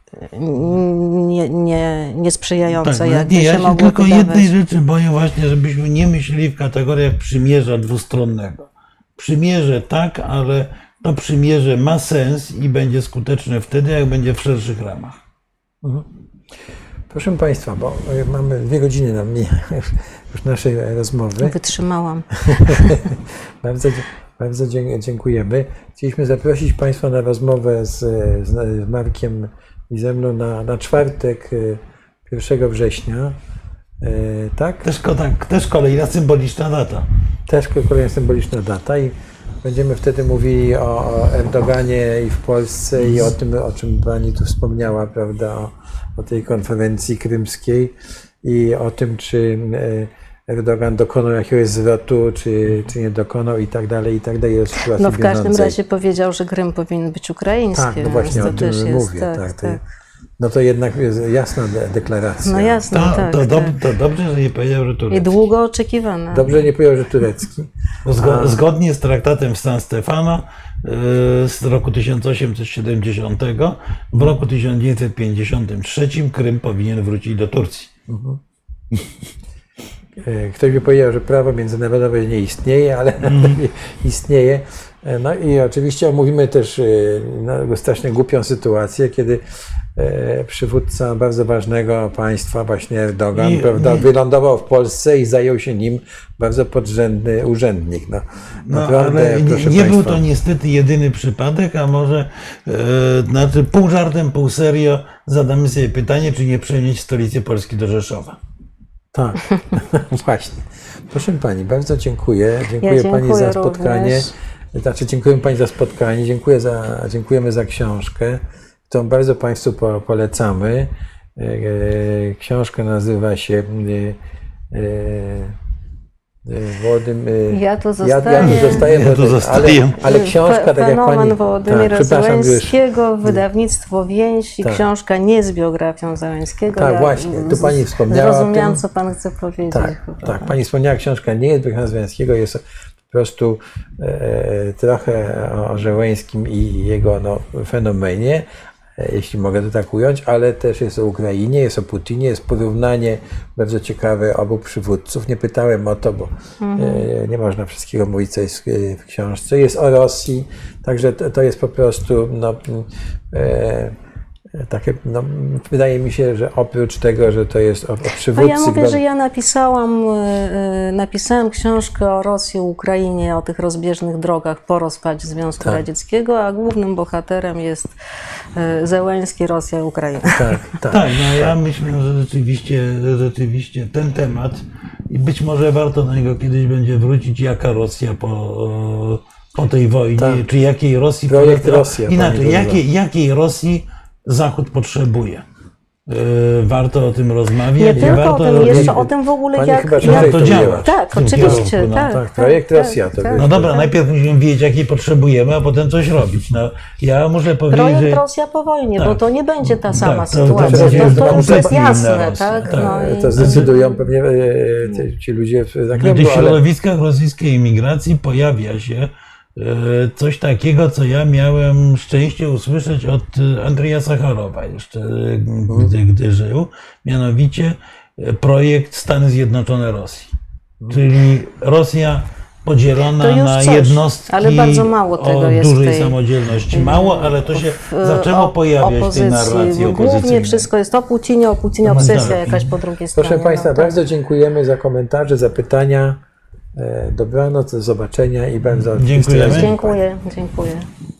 Speaker 3: nie, nie, niesprzyjająca, tak, jak
Speaker 2: nie,
Speaker 3: by się
Speaker 2: ja
Speaker 3: mogło
Speaker 2: tylko
Speaker 3: wydawać.
Speaker 2: jednej rzeczy boję właśnie, żebyśmy nie myśleli w kategoriach przymierza dwustronnego. Przymierze tak, ale to przymierze ma sens i będzie skuteczne wtedy, jak będzie w szerszych ramach.
Speaker 1: Mhm. Proszę Państwa, bo mamy dwie godziny na mnie już naszej rozmowy.
Speaker 3: Wytrzymałam.
Speaker 1: bardzo, bardzo dziękujemy. Chcieliśmy zaprosić Państwa na rozmowę z, z Markiem i ze mną na, na czwartek, pierwszego września. Tak?
Speaker 2: Też, tak? Też kolejna symboliczna data.
Speaker 1: Też kolejna symboliczna data i będziemy wtedy mówili o, o Erdoganie i w Polsce i o tym, o czym Pani tu wspomniała, prawda, o, o tej konferencji krymskiej i o tym, czy Erdogan dokonał jakiegoś zwrotu, czy, czy nie dokonał i tak dalej, i tak dalej.
Speaker 3: No w każdym razie powiedział, że Krym powinien być ukraiński.
Speaker 1: Tak, no właśnie o tym mówię. Tak, tak, tak. No to jednak jest jasna deklaracja.
Speaker 3: No jasne,
Speaker 2: to,
Speaker 3: tak,
Speaker 2: to,
Speaker 3: tak.
Speaker 2: Dob to dobrze, że nie powiedział, że turecki.
Speaker 3: I długo oczekiwana.
Speaker 1: Dobrze, nie powiedział, że turecki.
Speaker 2: Zgo zgodnie z traktatem w San Stefano z roku tysiąc osiemset siedemdziesiątego w roku tysiąc dziewięćset pięćdziesiątym trzecim Krym powinien wrócić do Turcji. Mhm.
Speaker 1: Ktoś by powiedział, że prawo międzynarodowe nie istnieje, ale mm. istnieje. No i oczywiście omówimy też no, strasznie głupią sytuację, kiedy przywódca bardzo ważnego państwa, właśnie Erdogan, I, prawda, nie. wylądował w Polsce i zajął się nim bardzo podrzędny urzędnik. No,
Speaker 2: no naprawdę, ale nie, nie był to niestety jedyny przypadek, a może e, znaczy pół żartem, pół serio zadamy sobie pytanie, czy nie przenieść stolicy Polski do Rzeszowa.
Speaker 1: Tak, właśnie. Proszę Pani, bardzo dziękuję. Dziękuję,
Speaker 3: ja dziękuję
Speaker 1: Pani za spotkanie.
Speaker 3: Również.
Speaker 1: Znaczy, dziękuję Pani za spotkanie, dziękuję za, dziękujemy za książkę, którą bardzo Państwu po, polecamy. Książka nazywa się Władimir.
Speaker 3: Ja tu zostaję.
Speaker 1: Ja, ja tu zostaję,
Speaker 2: ja tu zostaję.
Speaker 1: Ale, ale książka, tak jak Pani...
Speaker 3: Władimira tak, Zełenskiego, wydawnictwo Więź i tak. książka nie z biografią Zełenskiego.
Speaker 1: Tak,
Speaker 3: ja
Speaker 1: właśnie, tu Pani wspomniała
Speaker 3: Zrozumiałam,
Speaker 1: o tym.
Speaker 3: co Pan chce powiedzieć.
Speaker 1: Tak, tak, Pani wspomniała, książka nie jest biografią Zełenskiego, jest po prostu e, trochę o Zełenskim i jego no, fenomenie, e, jeśli mogę to tak ująć, ale też jest o Ukrainie, jest o Putinie, jest porównanie bardzo ciekawe obu przywódców. Nie pytałem o to, bo mhm. e, nie można wszystkiego mówić, co jest w książce. Jest o Rosji, także to, to jest po prostu no, e, takie, no, wydaje mi się, że oprócz tego, że to jest o, o przywódcy...
Speaker 3: No ja mówię, że ja napisałam, napisałam książkę o Rosji, Ukrainie, o tych rozbieżnych drogach po rozpadzie Związku tak. Radzieckiego, a głównym bohaterem jest Zełenski, Rosja, Ukraina.
Speaker 1: Tak, tak,
Speaker 2: tak, no ja myślę, że rzeczywiście, że rzeczywiście ten temat i być może warto do niego kiedyś będzie wrócić, jaka Rosja po, po tej wojnie, tak. czy jakiej Rosji...
Speaker 1: Projekt po, Rosja.
Speaker 2: Inaczej, jakiej, jakiej Rosji Zachód potrzebuje. Warto o tym rozmawiać.
Speaker 3: Nie tylko
Speaker 2: warto
Speaker 3: o tym, jeszcze o tym w ogóle,
Speaker 1: Pani
Speaker 3: jak,
Speaker 1: chyba,
Speaker 3: jak
Speaker 2: to działa.
Speaker 3: Tak, oczywiście.
Speaker 2: Kierunku, no.
Speaker 3: tak,
Speaker 1: tak, projekt
Speaker 3: tak,
Speaker 1: Rosja. To
Speaker 3: tak,
Speaker 2: no dobra,
Speaker 3: tak.
Speaker 2: najpierw musimy wiedzieć, jakiej potrzebujemy, a potem coś robić. No, ja muszę powiedzieć,
Speaker 3: projekt
Speaker 2: że...
Speaker 3: Rosja po wojnie, tak. bo to nie będzie ta sama
Speaker 2: tak, to,
Speaker 3: sytuacja.
Speaker 2: To, to,
Speaker 3: to, to już jest jasne,
Speaker 2: Rosję,
Speaker 3: tak?
Speaker 2: tak.
Speaker 3: No
Speaker 1: i... To zdecydują pewnie ci ludzie w
Speaker 2: zakręgu, w środowiskach ale... rosyjskiej imigracji pojawia się coś takiego, co ja miałem szczęście usłyszeć od Andrzeja Sacharowa jeszcze, gdy, gdy żył, mianowicie projekt Stany Zjednoczone Rosji. Czyli Rosja podzielona na
Speaker 3: coś,
Speaker 2: jednostki
Speaker 3: ale bardzo mało tego
Speaker 2: o
Speaker 3: jest
Speaker 2: dużej
Speaker 3: tej,
Speaker 2: samodzielności. Mało, ale to się zaczęło pojawiać w tej narracji opozycyjnej.
Speaker 3: Głównie wszystko jest o Putinie, o Putinie obsesja jakaś po drugiej stronie.
Speaker 1: Proszę Państwa,
Speaker 3: no, tak.
Speaker 1: bardzo dziękujemy za komentarze, za pytania. Dobranoc, do zobaczenia i bardzo
Speaker 2: dziękujemy.
Speaker 3: Dziękuję, dziękuję.